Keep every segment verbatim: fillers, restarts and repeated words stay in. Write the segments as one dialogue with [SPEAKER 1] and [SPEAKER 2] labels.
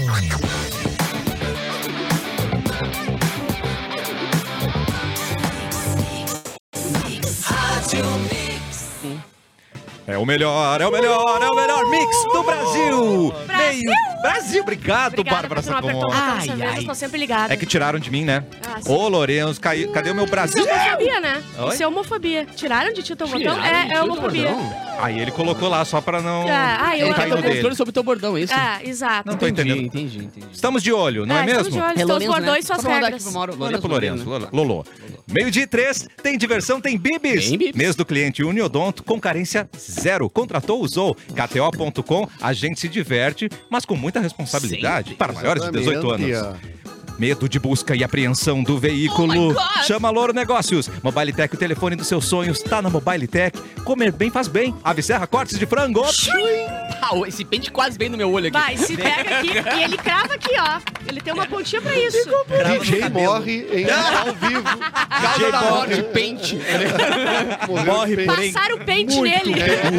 [SPEAKER 1] É o melhor, é o melhor, é o melhor mix do Brasil!
[SPEAKER 2] Brasil!
[SPEAKER 1] Meio... Brasil, obrigado,
[SPEAKER 2] Obrigada,
[SPEAKER 1] Bárbara
[SPEAKER 2] Sacomori.
[SPEAKER 1] Sacomori.
[SPEAKER 2] Ai, ai. Estou sempre ligada.
[SPEAKER 1] É que tiraram de mim, né?
[SPEAKER 2] Ah, sim.
[SPEAKER 1] Ô, Lourenço, cai... cadê o meu Brasil?
[SPEAKER 2] Isso é homofobia, né?
[SPEAKER 1] Oi?
[SPEAKER 2] Isso é homofobia. Tiraram de ti teu botão?
[SPEAKER 3] Tiraram
[SPEAKER 2] É,
[SPEAKER 3] de
[SPEAKER 2] é
[SPEAKER 3] ti o
[SPEAKER 2] homofobia.
[SPEAKER 3] bordão?
[SPEAKER 1] Aí ele colocou lá só pra não
[SPEAKER 2] É, ah, eu-
[SPEAKER 3] Ele
[SPEAKER 1] cair
[SPEAKER 3] tá
[SPEAKER 1] no
[SPEAKER 3] com controle
[SPEAKER 1] dele.
[SPEAKER 3] sobre o teu bordão, é isso?
[SPEAKER 2] É, exato.
[SPEAKER 1] Não tô
[SPEAKER 3] entendi,
[SPEAKER 1] entendendo.
[SPEAKER 3] entendi, entendi.
[SPEAKER 1] Estamos de olho, não é,
[SPEAKER 2] estamos
[SPEAKER 1] mesmo?
[SPEAKER 2] de olho,
[SPEAKER 3] É
[SPEAKER 2] teus
[SPEAKER 3] Lourenço,
[SPEAKER 2] bordões
[SPEAKER 3] né?
[SPEAKER 2] e suas
[SPEAKER 3] Só pra mandar
[SPEAKER 2] regras.
[SPEAKER 3] aqui pro Mauro.
[SPEAKER 1] Manda pro Lourenço,
[SPEAKER 3] Lourenço,
[SPEAKER 1] Lolô. Meio dia e três, tem diversão, tem bibis.
[SPEAKER 3] Tem bibis.
[SPEAKER 1] Mês do cliente Uniodonto com carência zero. Contratou, usou. K T O ponto com, a gente se diverte, mas com muita responsabilidade. Para maiores de dezoito anos. Medo de busca e apreensão do veículo.
[SPEAKER 3] Oh
[SPEAKER 1] Chama Louro Negócios. Mobile Tech, o telefone dos seus sonhos, tá na Mobile Tech. Comer bem faz bem. Ave Serra Cortes de Frango.
[SPEAKER 3] Ah, esse pente quase bem no meu olho aqui.
[SPEAKER 2] Vai, se pega aqui e ele crava aqui, ó. Ele tem uma pontinha pra isso.
[SPEAKER 4] D J morre em ao vivo.
[SPEAKER 3] Causa da morte, pente.
[SPEAKER 1] Morre, porém.
[SPEAKER 2] Passaram o pente nele.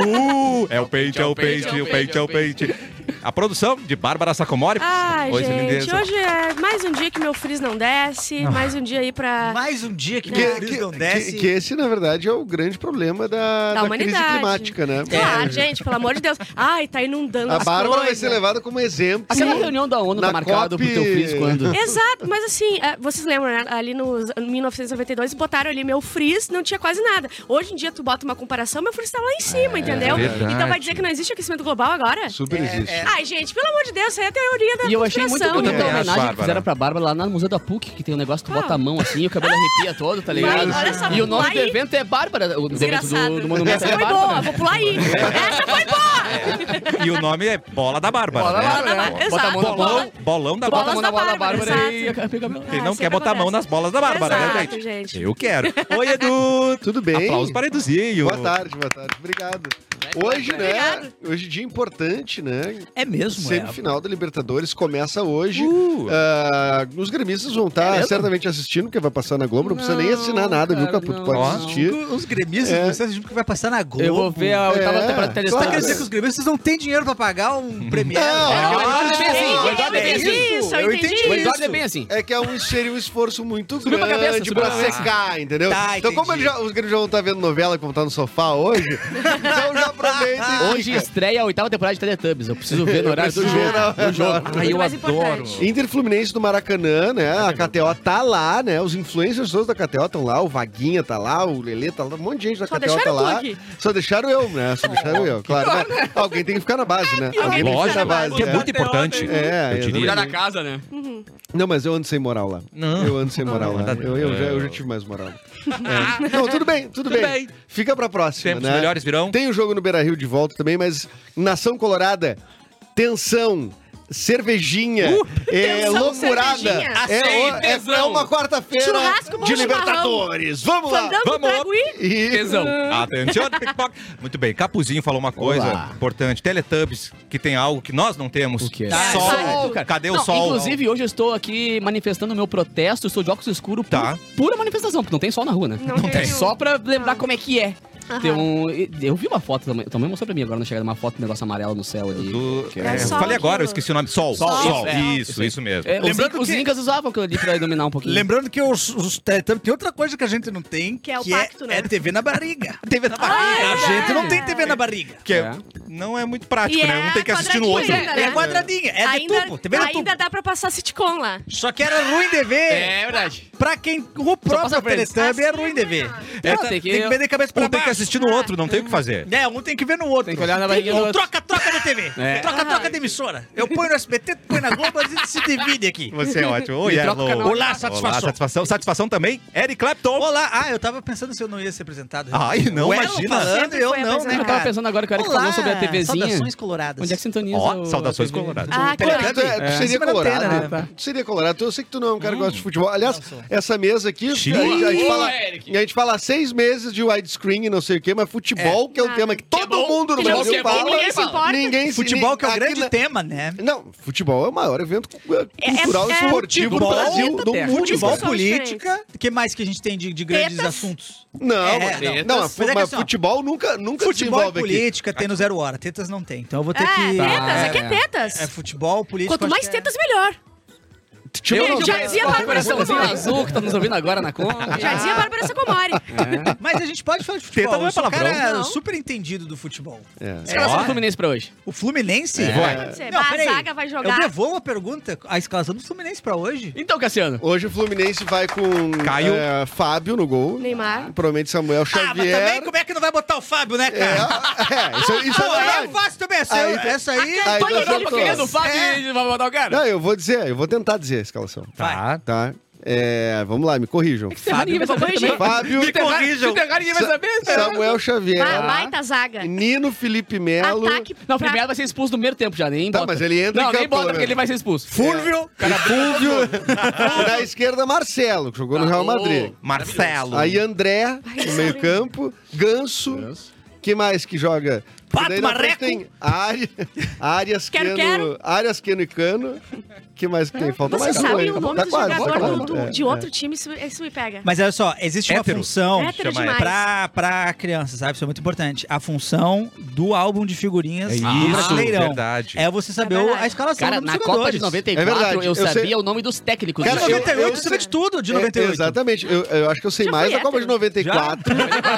[SPEAKER 1] Uh, é o pente, é o pente, o pente, é o pente. A produção de Bárbara Sacomori.
[SPEAKER 2] Ai,
[SPEAKER 1] Oi,
[SPEAKER 2] gente,
[SPEAKER 1] lindeza.
[SPEAKER 2] hoje é mais um dia que meu frizz não desce, mais um dia aí pra...
[SPEAKER 5] Mais um dia que
[SPEAKER 4] Que,
[SPEAKER 5] meu
[SPEAKER 4] que,
[SPEAKER 5] Deus não
[SPEAKER 4] que,
[SPEAKER 5] desce.
[SPEAKER 4] que esse, na verdade, é o grande problema da,
[SPEAKER 2] Da
[SPEAKER 4] da crise
[SPEAKER 2] humanidade.
[SPEAKER 4] climática, né?
[SPEAKER 2] Claro, gente, pelo amor de Deus. Ai, tá inundando
[SPEAKER 4] A
[SPEAKER 2] as
[SPEAKER 4] Bárbara vai
[SPEAKER 2] coisas.
[SPEAKER 4] ser levada como exemplo.
[SPEAKER 3] Aquela reunião da ONU
[SPEAKER 4] Na
[SPEAKER 3] tá marcada
[SPEAKER 4] COP-
[SPEAKER 3] pro teu frizz quando?
[SPEAKER 2] Exato, mas assim, é, vocês lembram, né? Ali no mil novecentos e noventa e dois, botaram ali meu frizz, não tinha quase nada. Hoje em dia, tu bota uma comparação, meu frizz tá lá em cima, entendeu?
[SPEAKER 1] verdade.
[SPEAKER 2] Então vai dizer que não existe aquecimento global agora?
[SPEAKER 4] Super existe.
[SPEAKER 2] Ai, gente, pelo amor de Deus, isso aí é a teoria da
[SPEAKER 3] E eu achei muito
[SPEAKER 2] conspiração.
[SPEAKER 3] bonita a
[SPEAKER 1] É,
[SPEAKER 3] homenagem
[SPEAKER 1] Bárbara.
[SPEAKER 3] que fizeram pra Bárbara lá no Museu da P U C, que tem um negócio que tu
[SPEAKER 2] Ah.
[SPEAKER 3] bota a mão assim e o cabelo arrepia todo, tá ligado?
[SPEAKER 2] Olha só,
[SPEAKER 3] E o nome
[SPEAKER 2] vai
[SPEAKER 3] do
[SPEAKER 2] aí.
[SPEAKER 3] evento é Bárbara, o evento
[SPEAKER 2] Desgraçado.
[SPEAKER 3] do, do monumento
[SPEAKER 2] Essa
[SPEAKER 3] é
[SPEAKER 2] foi
[SPEAKER 3] Bárbara.
[SPEAKER 2] boa, vou pular aí. Essa foi boa!
[SPEAKER 1] E o nome é Bola da Bárbara.
[SPEAKER 3] Bola da
[SPEAKER 1] né?
[SPEAKER 3] Bárbara,
[SPEAKER 2] Bola da-
[SPEAKER 3] né? Bota a mão na
[SPEAKER 2] Exato.
[SPEAKER 3] bola.
[SPEAKER 1] Bolão, bolão da
[SPEAKER 3] Tu bota a
[SPEAKER 1] Bárbara.
[SPEAKER 3] mão na bola da
[SPEAKER 2] Bárbara,
[SPEAKER 3] Bárbara e
[SPEAKER 2] exato.
[SPEAKER 3] pega a cabelo.
[SPEAKER 1] Quem
[SPEAKER 2] Ah,
[SPEAKER 1] não
[SPEAKER 2] sempre
[SPEAKER 1] quer botar a mão
[SPEAKER 2] acontece.
[SPEAKER 1] nas bolas da Bárbara, né,
[SPEAKER 2] Exato,
[SPEAKER 1] gente?
[SPEAKER 2] gente.
[SPEAKER 1] Eu quero. Oi, Edu.
[SPEAKER 4] Tudo bem?
[SPEAKER 1] Aplausos para Eduzinho.
[SPEAKER 4] Boa tarde, boa tarde. Obrigado. Hoje, né?
[SPEAKER 2] Obrigado.
[SPEAKER 4] Hoje dia importante, né?
[SPEAKER 5] É mesmo, é.
[SPEAKER 4] Semifinal da Libertadores começa hoje.
[SPEAKER 1] Uh.
[SPEAKER 4] Ah, os gremistas vão estar
[SPEAKER 3] mesmo?
[SPEAKER 4] certamente assistindo, porque vai passar na Globo. Não, precisa nem
[SPEAKER 3] Não,
[SPEAKER 4] assinar nada, viu,
[SPEAKER 3] cara,
[SPEAKER 4] Caputo?
[SPEAKER 3] não.
[SPEAKER 4] Pode
[SPEAKER 1] Ó.
[SPEAKER 4] assistir.
[SPEAKER 5] Os gremistas,
[SPEAKER 4] É.
[SPEAKER 5] vocês acham que vai passar na Globo.
[SPEAKER 3] Eu vou ver a oitava
[SPEAKER 4] É,
[SPEAKER 3] temporada de
[SPEAKER 5] Tá
[SPEAKER 4] claro.
[SPEAKER 5] quer
[SPEAKER 3] Telestado.
[SPEAKER 5] dizer que os gremistas não têm dinheiro pra pagar um premiere?
[SPEAKER 4] Não,
[SPEAKER 5] É,
[SPEAKER 4] não,
[SPEAKER 5] eu
[SPEAKER 3] não,
[SPEAKER 5] entendi
[SPEAKER 3] não,
[SPEAKER 5] assim,
[SPEAKER 3] não,
[SPEAKER 5] o
[SPEAKER 3] Eduardo
[SPEAKER 5] é
[SPEAKER 3] é
[SPEAKER 5] isso.
[SPEAKER 2] isso, eu
[SPEAKER 5] Eu
[SPEAKER 2] entendi.
[SPEAKER 5] entendi
[SPEAKER 3] O Eduardo
[SPEAKER 5] isso.
[SPEAKER 3] é bem assim.
[SPEAKER 4] É que é um, seria um esforço muito
[SPEAKER 3] Subiu pra
[SPEAKER 4] grande
[SPEAKER 3] cabeça, subiu
[SPEAKER 4] pra
[SPEAKER 3] pra cabeça.
[SPEAKER 4] secar, entendeu?
[SPEAKER 5] Tá,
[SPEAKER 4] então, como
[SPEAKER 5] entendi.
[SPEAKER 4] ele já- os gringos já vão estar vendo novela, que vão estar no sofá hoje, então já aproveita e
[SPEAKER 3] Hoje
[SPEAKER 4] fica.
[SPEAKER 3] estreia a oitava temporada de Teletubbies. Eu preciso ver no horário do
[SPEAKER 4] preciso ver
[SPEAKER 3] jogo.
[SPEAKER 4] na-
[SPEAKER 3] Do jogo.
[SPEAKER 1] Ai, eu
[SPEAKER 2] Mais
[SPEAKER 1] adoro.
[SPEAKER 2] importante.
[SPEAKER 4] Inter Fluminense do Maracanã, né? A K T O tá lá, né? Os influencers todos da K T O estão lá, o Vaguinha tá lá, o Lelê tá lá, um monte de gente da
[SPEAKER 2] Só
[SPEAKER 4] K T O tá
[SPEAKER 2] deixaram tu
[SPEAKER 4] lá.
[SPEAKER 2] aqui.
[SPEAKER 4] Só deixaram eu, né? Só deixaram eu, claro. Mas alguém tem que ficar na base, né? Alguém tem que ficar
[SPEAKER 1] Lógico,
[SPEAKER 4] na base.
[SPEAKER 1] que é
[SPEAKER 4] né?
[SPEAKER 1] muito importante.
[SPEAKER 4] É,
[SPEAKER 1] eu diria.
[SPEAKER 3] Cuidar da casa, né?
[SPEAKER 4] Não, mas eu ando sem moral lá.
[SPEAKER 1] Não.
[SPEAKER 4] Eu ando sem moral lá.
[SPEAKER 1] tá-
[SPEAKER 4] Eu, eu já, eu já tive mais moral. É. Não, tudo bem, tudo,
[SPEAKER 1] Tudo
[SPEAKER 4] bem.
[SPEAKER 1] bem.
[SPEAKER 4] Fica pra próxima,
[SPEAKER 1] Tempos
[SPEAKER 4] né?
[SPEAKER 1] melhores virão.
[SPEAKER 4] Tem o jogo no Beira-Rio de volta também, mas Nação Colorada, tensão, cervejinha, é,
[SPEAKER 2] tensão,
[SPEAKER 4] loucurada.
[SPEAKER 2] cervejinha.
[SPEAKER 4] É, o- é-
[SPEAKER 3] tesão.
[SPEAKER 4] é uma quarta-feira
[SPEAKER 2] Churrasco, bom
[SPEAKER 4] de
[SPEAKER 2] chimarrão.
[SPEAKER 4] Libertadores. Vamos lá.
[SPEAKER 2] Fandango,
[SPEAKER 1] Vamos.
[SPEAKER 2] trago e...
[SPEAKER 4] E...
[SPEAKER 3] Tesão.
[SPEAKER 1] Atenção, pickpocket. Muito bem, Capuzinho falou uma coisa
[SPEAKER 3] Olá.
[SPEAKER 1] importante. Teletubbies, que tem algo que nós não temos.
[SPEAKER 3] O quê?
[SPEAKER 1] Sol.
[SPEAKER 3] Sol, cara.
[SPEAKER 1] Cadê o
[SPEAKER 3] Não,
[SPEAKER 1] sol?
[SPEAKER 3] Inclusive, hoje eu estou aqui manifestando o meu protesto. Estou de óculos escuros por
[SPEAKER 1] Tá.
[SPEAKER 3] pura manifestação, porque não tem sol na rua, né?
[SPEAKER 2] Não tem.
[SPEAKER 3] Só pra lembrar
[SPEAKER 2] Ah.
[SPEAKER 3] como é que é.
[SPEAKER 2] Aham.
[SPEAKER 3] Tem um, eu vi uma foto também, também mostrou pra mim agora na chegada, uma foto do negócio amarelo no céu ali.
[SPEAKER 1] Do-
[SPEAKER 3] que
[SPEAKER 1] é,
[SPEAKER 3] é-
[SPEAKER 1] eu
[SPEAKER 2] sol
[SPEAKER 1] falei agora, eu
[SPEAKER 2] aquilo.
[SPEAKER 1] esqueci o nome. Sol.
[SPEAKER 3] Sol,
[SPEAKER 1] Sol.
[SPEAKER 3] isso, é.
[SPEAKER 1] Isso, isso mesmo.
[SPEAKER 3] É, os,
[SPEAKER 5] Lembrando
[SPEAKER 3] in- os
[SPEAKER 5] que-
[SPEAKER 3] incas usavam aquilo ali pra iluminar um pouquinho.
[SPEAKER 5] Lembrando que os, os Teletubbies tem outra coisa que a gente não tem,
[SPEAKER 2] Que é o pacto, né?
[SPEAKER 5] é T V na barriga.
[SPEAKER 1] T V na
[SPEAKER 2] Ah, é
[SPEAKER 5] a gente não
[SPEAKER 2] verdade.
[SPEAKER 5] tem T V na barriga.
[SPEAKER 1] Que é-
[SPEAKER 3] É.
[SPEAKER 1] não é muito prático,
[SPEAKER 2] E
[SPEAKER 1] né?
[SPEAKER 2] é
[SPEAKER 1] Um tem que assistir no outro.
[SPEAKER 2] quadradinho ainda,
[SPEAKER 5] É
[SPEAKER 2] né?
[SPEAKER 5] quadradinha, é de
[SPEAKER 2] ainda,
[SPEAKER 5] tubo, T V na tubo.
[SPEAKER 2] ainda dá pra passar sitcom lá.
[SPEAKER 5] Só que era ruim de ver.
[SPEAKER 3] É verdade.
[SPEAKER 5] Pra quem o próprio
[SPEAKER 3] passa Friends.
[SPEAKER 5] Teletubby é
[SPEAKER 2] Assim,
[SPEAKER 5] ruim de ver.
[SPEAKER 2] né?
[SPEAKER 5] É,
[SPEAKER 3] Não,
[SPEAKER 5] tem,
[SPEAKER 3] tem
[SPEAKER 5] que...
[SPEAKER 3] que-
[SPEAKER 5] ver de cabeça pra
[SPEAKER 1] Um tem que
[SPEAKER 5] baixo.
[SPEAKER 1] assistir no outro, não tem o que fazer.
[SPEAKER 5] É, um tem que ver no outro.
[SPEAKER 3] Tem que olhar na barriga do
[SPEAKER 5] Ou
[SPEAKER 3] outro.
[SPEAKER 5] troca, troca de T V.
[SPEAKER 3] É.
[SPEAKER 5] Troca, troca de emissora. Eu ponho no S B T, tu põe na Globo, a gente se divide aqui.
[SPEAKER 1] Você é ótimo. Oi,
[SPEAKER 3] Me troca o
[SPEAKER 1] Erlon.
[SPEAKER 3] canal.
[SPEAKER 5] Olá, satisfação.
[SPEAKER 1] Olá, satisfação. Satisfação também, Eric Clapton.
[SPEAKER 5] Olá, ah, eu tava pensando se eu não ia ser apresentado.
[SPEAKER 1] Ai, não,
[SPEAKER 5] O Erlon
[SPEAKER 1] imagina.
[SPEAKER 5] falando,
[SPEAKER 2] Sempre
[SPEAKER 5] eu
[SPEAKER 2] foi
[SPEAKER 5] não, né,
[SPEAKER 2] apresentado.
[SPEAKER 3] Eu
[SPEAKER 5] cara?
[SPEAKER 3] tava pensando agora que o Eric
[SPEAKER 5] Olá,
[SPEAKER 3] falou sobre a TVzinha.
[SPEAKER 5] Saudações coloradas.
[SPEAKER 3] Onde é que sintoniza
[SPEAKER 1] Ó,
[SPEAKER 3] o-
[SPEAKER 1] saudações
[SPEAKER 3] a T V?
[SPEAKER 1] coloradas.
[SPEAKER 2] Ah,
[SPEAKER 5] Pera,
[SPEAKER 2] claro.
[SPEAKER 4] Tu, é- tu
[SPEAKER 3] É.
[SPEAKER 4] seria
[SPEAKER 5] Cima da
[SPEAKER 4] colorado.
[SPEAKER 5] antena,
[SPEAKER 4] né?
[SPEAKER 3] né?
[SPEAKER 4] Tu seria colorado. Eu sei que tu não é um cara que gosta de futebol. Aliás,
[SPEAKER 5] Não sou.
[SPEAKER 4] essa mesa aqui, a,
[SPEAKER 1] Xiii.
[SPEAKER 4] gente- a gente
[SPEAKER 3] Ô,
[SPEAKER 4] fala,
[SPEAKER 3] Eric.
[SPEAKER 4] a gente fala há seis meses de widescreen e não não sei o quê, mas futebol, que é um
[SPEAKER 2] Ah.
[SPEAKER 4] tema que todo
[SPEAKER 3] bom.
[SPEAKER 4] mundo no
[SPEAKER 3] Futebol
[SPEAKER 4] Brasil
[SPEAKER 3] que é bom,
[SPEAKER 4] fala.
[SPEAKER 2] ninguém se importa.
[SPEAKER 4] Ninguém se-
[SPEAKER 5] Futebol que é o
[SPEAKER 4] aqui
[SPEAKER 5] grande
[SPEAKER 4] na-
[SPEAKER 5] tema, né?
[SPEAKER 4] Não, futebol é o maior evento cultural
[SPEAKER 2] É-
[SPEAKER 4] e
[SPEAKER 2] é-
[SPEAKER 4] esportivo do
[SPEAKER 5] futebol,
[SPEAKER 4] Brasil, do
[SPEAKER 3] Terra.
[SPEAKER 4] mundo.
[SPEAKER 5] Futebol,
[SPEAKER 2] Discussões
[SPEAKER 5] política. O que mais que a gente tem de, de grandes
[SPEAKER 2] Tetas.
[SPEAKER 5] assuntos?
[SPEAKER 4] Não,
[SPEAKER 5] É,
[SPEAKER 4] mas-
[SPEAKER 3] não.
[SPEAKER 4] não,
[SPEAKER 5] Mas
[SPEAKER 4] mas,
[SPEAKER 5] é que assim, ó,
[SPEAKER 4] futebol nunca, nunca
[SPEAKER 5] Futebol e
[SPEAKER 4] desenvolve aqui.
[SPEAKER 5] política tem no Zero Hora. Tetas não tem. Então eu vou ter
[SPEAKER 2] É,
[SPEAKER 5] que...
[SPEAKER 2] tetas, aqui é
[SPEAKER 3] É,
[SPEAKER 2] tetas.
[SPEAKER 5] É futebol, política...
[SPEAKER 2] Quanto
[SPEAKER 5] acho
[SPEAKER 2] mais
[SPEAKER 5] que é-
[SPEAKER 2] tetas, melhor.
[SPEAKER 4] Tipo,
[SPEAKER 3] Eu
[SPEAKER 2] já dizia a Bárbara
[SPEAKER 3] coraçãozinho
[SPEAKER 2] Sacomori.
[SPEAKER 3] azul que tá nos ouvindo agora na conta.
[SPEAKER 2] Já dizia a Bárbara Sacomori.
[SPEAKER 5] Mas a gente pode falar de futebol.
[SPEAKER 1] Teta não é
[SPEAKER 5] Eu sou um
[SPEAKER 1] palavrão.
[SPEAKER 5] cara
[SPEAKER 2] Não.
[SPEAKER 5] super entendido do futebol.
[SPEAKER 4] é.
[SPEAKER 3] Escalação
[SPEAKER 1] Ó.
[SPEAKER 3] do Fluminense pra hoje.
[SPEAKER 5] O Fluminense...
[SPEAKER 2] Pode ser.
[SPEAKER 5] Não,
[SPEAKER 2] Bah,
[SPEAKER 5] peraí.
[SPEAKER 2] a zaga vai
[SPEAKER 5] Eu
[SPEAKER 2] jogar.
[SPEAKER 5] devolvo a pergunta. A escalação do Fluminense pra hoje?
[SPEAKER 3] Então, Cassiano.
[SPEAKER 4] Hoje o Fluminense vai com
[SPEAKER 1] Caio.
[SPEAKER 4] é, Fábio no gol.
[SPEAKER 2] Neymar.
[SPEAKER 4] Provavelmente Samuel
[SPEAKER 5] Ah, mas
[SPEAKER 4] Xavier.
[SPEAKER 5] também como é que não vai botar o Fábio, né,
[SPEAKER 4] É,
[SPEAKER 5] cara?
[SPEAKER 4] é, isso, isso
[SPEAKER 5] Pô,
[SPEAKER 4] é
[SPEAKER 5] aí é
[SPEAKER 4] verdade.
[SPEAKER 5] fácil também. Essa
[SPEAKER 4] Aí-
[SPEAKER 5] aí... Essa aí...
[SPEAKER 4] Aí
[SPEAKER 3] Toda
[SPEAKER 4] nós
[SPEAKER 3] Europa
[SPEAKER 4] voltou.
[SPEAKER 3] querendo o Fábio
[SPEAKER 5] É.
[SPEAKER 3] e vai botar o cara.
[SPEAKER 4] Não, eu vou dizer, eu vou tentar dizer a escalação.
[SPEAKER 1] Tá.
[SPEAKER 4] Tá? É, vamos lá, me corrijam.
[SPEAKER 3] Fábio, ninguém vai saber
[SPEAKER 2] Fábio.
[SPEAKER 3] também.
[SPEAKER 4] Fábio,
[SPEAKER 3] Se terrar-
[SPEAKER 1] corrijam.
[SPEAKER 3] Se terrar, ninguém vai saber.
[SPEAKER 4] Samuel Xavier,
[SPEAKER 2] Ba- Baita zaga.
[SPEAKER 4] Nino Felipe Melo,
[SPEAKER 2] Ataque.
[SPEAKER 3] Não, o
[SPEAKER 2] pra-
[SPEAKER 3] primeiro vai ser expulso no primeiro tempo já, nem
[SPEAKER 4] Tá,
[SPEAKER 3] bota.
[SPEAKER 4] mas ele entra em
[SPEAKER 3] Não, nem
[SPEAKER 4] campo,
[SPEAKER 3] bota
[SPEAKER 4] pelo
[SPEAKER 3] porque ele
[SPEAKER 4] menos.
[SPEAKER 3] vai ser expulso.
[SPEAKER 5] Fúlvio.
[SPEAKER 4] e Fúvio. E na esquerda, Marcelo, que jogou no Real Madrid.
[SPEAKER 1] Marcelo.
[SPEAKER 4] Aí André,
[SPEAKER 2] Ai,
[SPEAKER 4] no
[SPEAKER 2] sorry.
[SPEAKER 4] meio campo, Ganso. Que mais que joga?
[SPEAKER 5] Pato
[SPEAKER 4] Daí na frente
[SPEAKER 5] Marreco.
[SPEAKER 4] tem Ari- Arias,
[SPEAKER 2] Quero,
[SPEAKER 4] Queno,
[SPEAKER 2] quero.
[SPEAKER 4] Arias, Queno e Cano. Que mais que tem? Falta
[SPEAKER 2] Você
[SPEAKER 4] mais um
[SPEAKER 2] sabe
[SPEAKER 4] aí.
[SPEAKER 2] o nome
[SPEAKER 4] Tá
[SPEAKER 2] do
[SPEAKER 4] quase, tá
[SPEAKER 2] jogador
[SPEAKER 4] quase.
[SPEAKER 2] do- do-
[SPEAKER 4] É,
[SPEAKER 2] de
[SPEAKER 4] é.
[SPEAKER 2] outro time? Isso, isso me pega.
[SPEAKER 5] Mas olha só, existe uma
[SPEAKER 1] Hétero.
[SPEAKER 5] função
[SPEAKER 2] Hétero
[SPEAKER 1] chama
[SPEAKER 2] demais.
[SPEAKER 5] pra, pra criança, sabe? Isso é muito importante. A função do álbum de figurinhas
[SPEAKER 1] É
[SPEAKER 5] do
[SPEAKER 1] isso,
[SPEAKER 5] Brasileirão.
[SPEAKER 1] verdade.
[SPEAKER 5] É você saber
[SPEAKER 2] É
[SPEAKER 5] o-
[SPEAKER 2] verdade.
[SPEAKER 5] a escalação
[SPEAKER 3] Cara,
[SPEAKER 5] dos
[SPEAKER 3] na
[SPEAKER 5] jogadores.
[SPEAKER 3] Copa de noventa e
[SPEAKER 4] É
[SPEAKER 3] quatro,
[SPEAKER 4] verdade,
[SPEAKER 3] eu
[SPEAKER 4] eu
[SPEAKER 3] sabia
[SPEAKER 4] sei-
[SPEAKER 3] o nome dos técnicos.
[SPEAKER 4] Cara,
[SPEAKER 3] do
[SPEAKER 5] De
[SPEAKER 4] eu-
[SPEAKER 3] time.
[SPEAKER 5] noventa e oito,
[SPEAKER 4] eu-
[SPEAKER 5] você sabe de tudo de
[SPEAKER 4] É,
[SPEAKER 5] noventa e oito.
[SPEAKER 4] exatamente. Eu, eu acho que eu sei
[SPEAKER 2] Já
[SPEAKER 4] mais
[SPEAKER 2] fui
[SPEAKER 4] da Copa de
[SPEAKER 2] hétero.
[SPEAKER 4] noventa e quatro.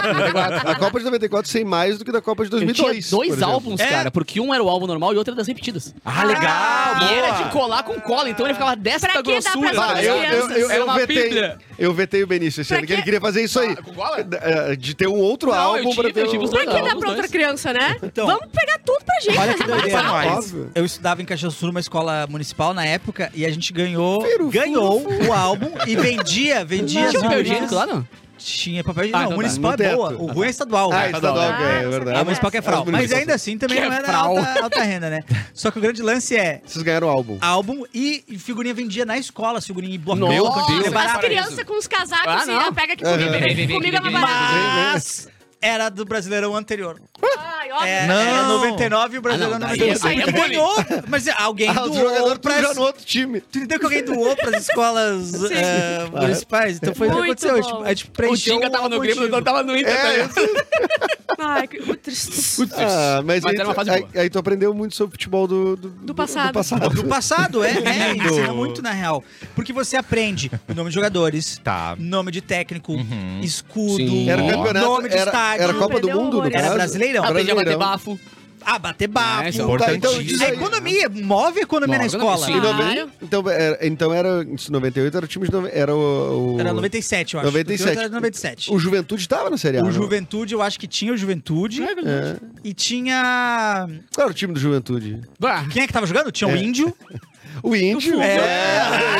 [SPEAKER 4] A Copa de noventa e quatro sei mais do que da Copa de dois
[SPEAKER 3] Eu
[SPEAKER 4] mil e
[SPEAKER 3] tinha
[SPEAKER 4] dois.
[SPEAKER 3] dois
[SPEAKER 4] por exemplo.
[SPEAKER 3] álbuns,
[SPEAKER 5] É.
[SPEAKER 3] cara, porque um era o álbum normal e outro era das repetidas.
[SPEAKER 1] Ah, legal.
[SPEAKER 3] E
[SPEAKER 1] boa.
[SPEAKER 3] era de colar com cola, então ele ficava desta
[SPEAKER 2] Pra que dá
[SPEAKER 3] grossura.
[SPEAKER 2] pra
[SPEAKER 3] tá
[SPEAKER 2] zoar
[SPEAKER 4] Ah,
[SPEAKER 2] as
[SPEAKER 4] eu,
[SPEAKER 3] ligado?
[SPEAKER 4] eu, eu,
[SPEAKER 3] Era
[SPEAKER 4] eu,
[SPEAKER 3] uma
[SPEAKER 4] vetei,
[SPEAKER 3] bíblia.
[SPEAKER 4] eu vetei o Benício esse
[SPEAKER 2] Pra
[SPEAKER 4] ano, que ele
[SPEAKER 2] quê?
[SPEAKER 4] queria fazer isso aí.
[SPEAKER 3] com cola?
[SPEAKER 4] Eh, De ter um outro
[SPEAKER 3] Não, eu
[SPEAKER 4] álbum
[SPEAKER 3] tive,
[SPEAKER 4] pra ter
[SPEAKER 3] eu tive
[SPEAKER 4] um-
[SPEAKER 3] os
[SPEAKER 2] Pra
[SPEAKER 3] dois
[SPEAKER 2] que
[SPEAKER 3] álbuns,
[SPEAKER 2] dá pra outra
[SPEAKER 3] dois.
[SPEAKER 2] criança, né?
[SPEAKER 5] Então-
[SPEAKER 2] Vamos pegar tudo pra gente.
[SPEAKER 5] Olha que
[SPEAKER 2] fazer mais
[SPEAKER 5] doideira.
[SPEAKER 2] álbum.
[SPEAKER 4] Óbvio.
[SPEAKER 5] Eu estudava em Caxias do Sul, numa escola municipal na época, e a gente ganhou,
[SPEAKER 4] Firo,
[SPEAKER 5] ganhou o álbum e vendia, vendia
[SPEAKER 3] Tinha
[SPEAKER 5] as
[SPEAKER 3] papel
[SPEAKER 5] figurinhas.
[SPEAKER 3] higiênico lá, não?
[SPEAKER 5] Tinha papel higiênico.
[SPEAKER 3] Ah,
[SPEAKER 5] não,
[SPEAKER 3] então
[SPEAKER 5] o
[SPEAKER 3] tá.
[SPEAKER 5] municipal
[SPEAKER 4] No
[SPEAKER 5] é
[SPEAKER 4] teto.
[SPEAKER 5] boa. O ruim é estadual.
[SPEAKER 4] Ah,
[SPEAKER 5] né?
[SPEAKER 4] estadual
[SPEAKER 2] Ah,
[SPEAKER 4] ganha, é
[SPEAKER 2] essa
[SPEAKER 4] verdade.
[SPEAKER 5] É o municipal que é frau.
[SPEAKER 4] As
[SPEAKER 5] Mas
[SPEAKER 4] municipais
[SPEAKER 5] ainda assim também
[SPEAKER 3] Que
[SPEAKER 5] não
[SPEAKER 3] é
[SPEAKER 5] era
[SPEAKER 3] frau.
[SPEAKER 5] alta, alta renda, né? Só que o grande lance é
[SPEAKER 4] Vocês ganharam o álbum.
[SPEAKER 5] álbum e figurinha vendia na escola, figurinha em blocão.
[SPEAKER 3] Meu
[SPEAKER 5] cantinho,
[SPEAKER 3] Deus.
[SPEAKER 5] é
[SPEAKER 2] As
[SPEAKER 5] barato.
[SPEAKER 2] crianças com os casacos,
[SPEAKER 3] Ah,
[SPEAKER 2] assim,
[SPEAKER 3] não.
[SPEAKER 2] ah, pega aqui
[SPEAKER 4] Aham.
[SPEAKER 2] comigo.
[SPEAKER 3] Vem, vem, vem,
[SPEAKER 2] Comigo é
[SPEAKER 3] vem,
[SPEAKER 2] mais
[SPEAKER 3] vem,
[SPEAKER 2] barato.
[SPEAKER 5] Mas era do Brasileirão anterior.
[SPEAKER 2] Ai, óbvio.
[SPEAKER 5] É,
[SPEAKER 1] Não.
[SPEAKER 5] era noventa e nove e o Brasileirão
[SPEAKER 3] Ah, não, daí
[SPEAKER 5] noventa e
[SPEAKER 3] é- aí
[SPEAKER 5] oito.
[SPEAKER 3] é bullying.
[SPEAKER 5] Ganhou, mas alguém
[SPEAKER 4] Ah, o
[SPEAKER 5] doou
[SPEAKER 4] jogador
[SPEAKER 5] pra...
[SPEAKER 4] tudo já no outro time.
[SPEAKER 5] Tu entendeu que alguém doou pras escolas eh, municipais? Então foi o que
[SPEAKER 2] Muito
[SPEAKER 5] aconteceu. A
[SPEAKER 2] bom.
[SPEAKER 5] gente, a gente
[SPEAKER 3] O
[SPEAKER 5] preencheu
[SPEAKER 3] Tinga tava no
[SPEAKER 5] motivo.
[SPEAKER 3] Grêmio, não tava no Inter. tá
[SPEAKER 4] É,
[SPEAKER 3] ligado?
[SPEAKER 2] Ai, que triste.
[SPEAKER 4] Ah, mas
[SPEAKER 3] Mas
[SPEAKER 4] aí,
[SPEAKER 3] era uma
[SPEAKER 4] tu-
[SPEAKER 3] fase
[SPEAKER 4] aí,
[SPEAKER 3] boa.
[SPEAKER 4] aí tu aprendeu muito sobre futebol do, do, do-
[SPEAKER 2] passado.
[SPEAKER 4] Do passado.
[SPEAKER 5] Do passado, é, é
[SPEAKER 1] Lindo.
[SPEAKER 5] ensina muito na real. Porque você aprende o nome de jogadores,
[SPEAKER 1] Tá.
[SPEAKER 5] nome de técnico,
[SPEAKER 1] Uhum.
[SPEAKER 5] escudo,
[SPEAKER 3] Sim.
[SPEAKER 4] Era campeonato,
[SPEAKER 5] nome de
[SPEAKER 4] era,
[SPEAKER 5] estádio.
[SPEAKER 4] era Copa do
[SPEAKER 2] Perdeu
[SPEAKER 4] Mundo, no
[SPEAKER 2] horrores.
[SPEAKER 4] caso?
[SPEAKER 5] Era Brasileirão.
[SPEAKER 3] Aprendi a bater
[SPEAKER 4] Brasileirão.
[SPEAKER 3] bafo.
[SPEAKER 5] Ah, bater bafo.
[SPEAKER 3] É, isso é
[SPEAKER 4] Tá, então
[SPEAKER 1] Importantíssimo.
[SPEAKER 4] diz
[SPEAKER 5] É
[SPEAKER 4] aí.
[SPEAKER 5] economia, move a economia na
[SPEAKER 3] Move a
[SPEAKER 5] escola.
[SPEAKER 3] economia,
[SPEAKER 4] Em nove-
[SPEAKER 2] Claro.
[SPEAKER 4] Então era, então era em noventa e oito era o time de nove- era o, o
[SPEAKER 5] Era noventa e sete, eu acho.
[SPEAKER 4] noventa e
[SPEAKER 5] porque o outro
[SPEAKER 4] sete.
[SPEAKER 5] Era noventa e sete.
[SPEAKER 4] O Juventude tava na Série A.
[SPEAKER 5] O
[SPEAKER 4] não?
[SPEAKER 5] Juventude, eu acho que tinha o Juventude.
[SPEAKER 4] É.
[SPEAKER 5] E tinha.
[SPEAKER 4] Qual era o time do Juventude?
[SPEAKER 3] Bah.
[SPEAKER 5] Quem é que tava jogando? Tinha o
[SPEAKER 4] É.
[SPEAKER 5] Índio.
[SPEAKER 4] O Índio.
[SPEAKER 5] É.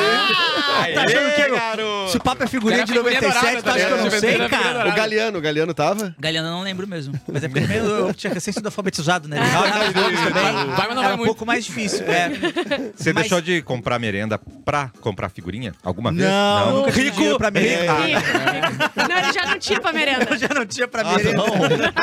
[SPEAKER 1] Aê,
[SPEAKER 5] Tá achando que eu-
[SPEAKER 1] garoto.
[SPEAKER 5] Se o papo é figurinha
[SPEAKER 3] Cara,
[SPEAKER 5] de
[SPEAKER 3] figurinha
[SPEAKER 5] noventa e sete,
[SPEAKER 3] dourada,
[SPEAKER 5] tu acha que eu não
[SPEAKER 3] tá
[SPEAKER 5] sei,
[SPEAKER 3] ligado?
[SPEAKER 5] cara?
[SPEAKER 4] O Galeano, o Galeano tava?
[SPEAKER 5] Galeano eu não lembro mesmo. Mas é porque primeiro eu tinha recém sido alfabetizado, né? também.
[SPEAKER 3] Vai, mas não
[SPEAKER 5] Era
[SPEAKER 3] vai
[SPEAKER 5] um
[SPEAKER 3] muito.
[SPEAKER 5] pouco mais difícil. É.
[SPEAKER 1] Você
[SPEAKER 5] Mas-
[SPEAKER 1] deixou de comprar merenda pra comprar figurinha? Alguma vez?
[SPEAKER 5] Não, nunca tive
[SPEAKER 1] Rico.
[SPEAKER 5] dinheiro pra merenda.
[SPEAKER 2] Rico, rico. Não, ele já não tinha pra merenda.
[SPEAKER 5] Eu já não tinha pra
[SPEAKER 1] Ah,
[SPEAKER 5] merenda.
[SPEAKER 1] não.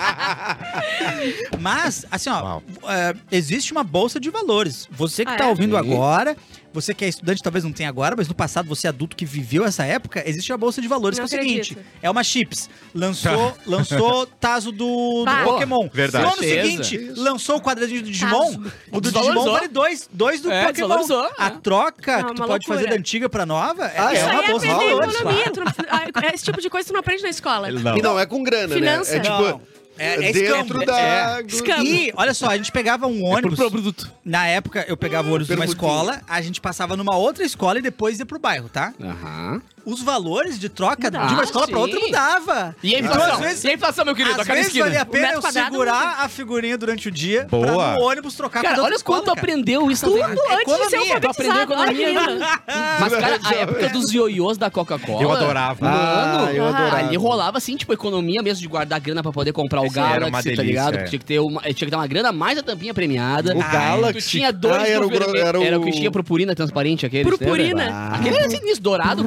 [SPEAKER 5] Mas, assim, ó,
[SPEAKER 1] Uau.
[SPEAKER 5] é, existe uma bolsa de valores. Você que
[SPEAKER 2] Ah,
[SPEAKER 5] tá
[SPEAKER 2] é?
[SPEAKER 5] ouvindo
[SPEAKER 3] Sim.
[SPEAKER 5] agora, você que é estudante, talvez não tenha agora, mas no passado você é adulto que viveu essa época, existe a bolsa de valores,
[SPEAKER 2] Não
[SPEAKER 5] que é o seguinte:
[SPEAKER 2] acredito.
[SPEAKER 5] é uma chips. Lançou, lançou Tazo do, do
[SPEAKER 2] Bah.
[SPEAKER 5] Pokémon.
[SPEAKER 1] Verdade.
[SPEAKER 5] No ano
[SPEAKER 3] Certeza.
[SPEAKER 5] seguinte, lançou o quadradinho do Digimon.
[SPEAKER 2] Tazo.
[SPEAKER 5] O do
[SPEAKER 3] Desvalorizou.
[SPEAKER 5] Digimon vale dois, dois do
[SPEAKER 3] É,
[SPEAKER 5] Pokémon.
[SPEAKER 3] desvalorizou,
[SPEAKER 5] A
[SPEAKER 3] é.
[SPEAKER 5] troca
[SPEAKER 2] Não,
[SPEAKER 5] que tu
[SPEAKER 2] uma
[SPEAKER 5] pode fazer
[SPEAKER 2] loucura.
[SPEAKER 5] da antiga pra nova é,
[SPEAKER 4] Ah,
[SPEAKER 5] é
[SPEAKER 2] Isso
[SPEAKER 5] uma
[SPEAKER 2] aí é
[SPEAKER 5] bolsa de
[SPEAKER 2] aprender
[SPEAKER 5] valores.
[SPEAKER 2] economia.
[SPEAKER 5] claro.
[SPEAKER 2] Tu não- ah, esse tipo de coisa tu não aprende na escola.
[SPEAKER 1] Não.
[SPEAKER 4] E não é com grana,
[SPEAKER 2] Finança.
[SPEAKER 4] né? É tipo
[SPEAKER 5] Não. É, é
[SPEAKER 4] dentro
[SPEAKER 5] escambo.
[SPEAKER 4] da...
[SPEAKER 3] É.
[SPEAKER 4] do-
[SPEAKER 2] Escambo.
[SPEAKER 5] E, olha só, a gente pegava um
[SPEAKER 3] Por
[SPEAKER 5] ônibus.
[SPEAKER 3] produto.
[SPEAKER 5] Na época, eu pegava o ônibus numa
[SPEAKER 4] Permutinho.
[SPEAKER 5] escola, a gente passava numa outra escola e depois ia pro bairro, tá?
[SPEAKER 3] Aham.
[SPEAKER 5] Os valores de troca
[SPEAKER 2] Mudava.
[SPEAKER 5] de uma escola
[SPEAKER 3] Ah,
[SPEAKER 5] pra outra
[SPEAKER 3] sim.
[SPEAKER 5] mudava.
[SPEAKER 3] E a
[SPEAKER 5] Então,
[SPEAKER 3] inflação?
[SPEAKER 5] às vezes,
[SPEAKER 3] E a inflação, meu querido?
[SPEAKER 5] às
[SPEAKER 3] A cada
[SPEAKER 5] vezes
[SPEAKER 3] esquina.
[SPEAKER 5] valia a
[SPEAKER 2] O
[SPEAKER 5] pena
[SPEAKER 2] metro
[SPEAKER 5] eu
[SPEAKER 2] quadrado
[SPEAKER 5] segurar a figurinha durante o dia
[SPEAKER 1] Boa.
[SPEAKER 5] pra no ônibus trocar
[SPEAKER 3] Cara,
[SPEAKER 5] com
[SPEAKER 3] olha
[SPEAKER 5] outra escola,
[SPEAKER 3] quanto tu
[SPEAKER 5] cara.
[SPEAKER 3] aprendeu isso.
[SPEAKER 2] Tudo
[SPEAKER 3] né?
[SPEAKER 2] antes de ser
[SPEAKER 5] Economia.
[SPEAKER 3] Tu aprendeu
[SPEAKER 2] alfabetizado. Olha que
[SPEAKER 3] economia.
[SPEAKER 2] lindo.
[SPEAKER 3] Mas, cara, a época dos ioiôs da Coca-Cola...
[SPEAKER 1] Eu adorava.
[SPEAKER 4] Ah,
[SPEAKER 3] Mano,
[SPEAKER 4] eu
[SPEAKER 2] Ah,
[SPEAKER 4] adorava.
[SPEAKER 3] ali rolava assim, tipo, economia mesmo de guardar grana pra poder comprar o
[SPEAKER 1] Essa era uma
[SPEAKER 3] Galaxy, tá
[SPEAKER 1] delícia,
[SPEAKER 3] ligado?
[SPEAKER 1] é.
[SPEAKER 3] Que tinha que ter uma, tinha que ter uma grana mais a tampinha premiada.
[SPEAKER 4] O
[SPEAKER 5] Ah,
[SPEAKER 4] Galaxy.
[SPEAKER 3] Tu tinha dois
[SPEAKER 4] Ah, era
[SPEAKER 3] do
[SPEAKER 4] o, gro-
[SPEAKER 3] vermelho.
[SPEAKER 4] era o...
[SPEAKER 3] Era o que tinha purpurina transparente, aquele.
[SPEAKER 2] Purpurina.
[SPEAKER 3] lembra? Aquele era sinistro, dourado com purpurina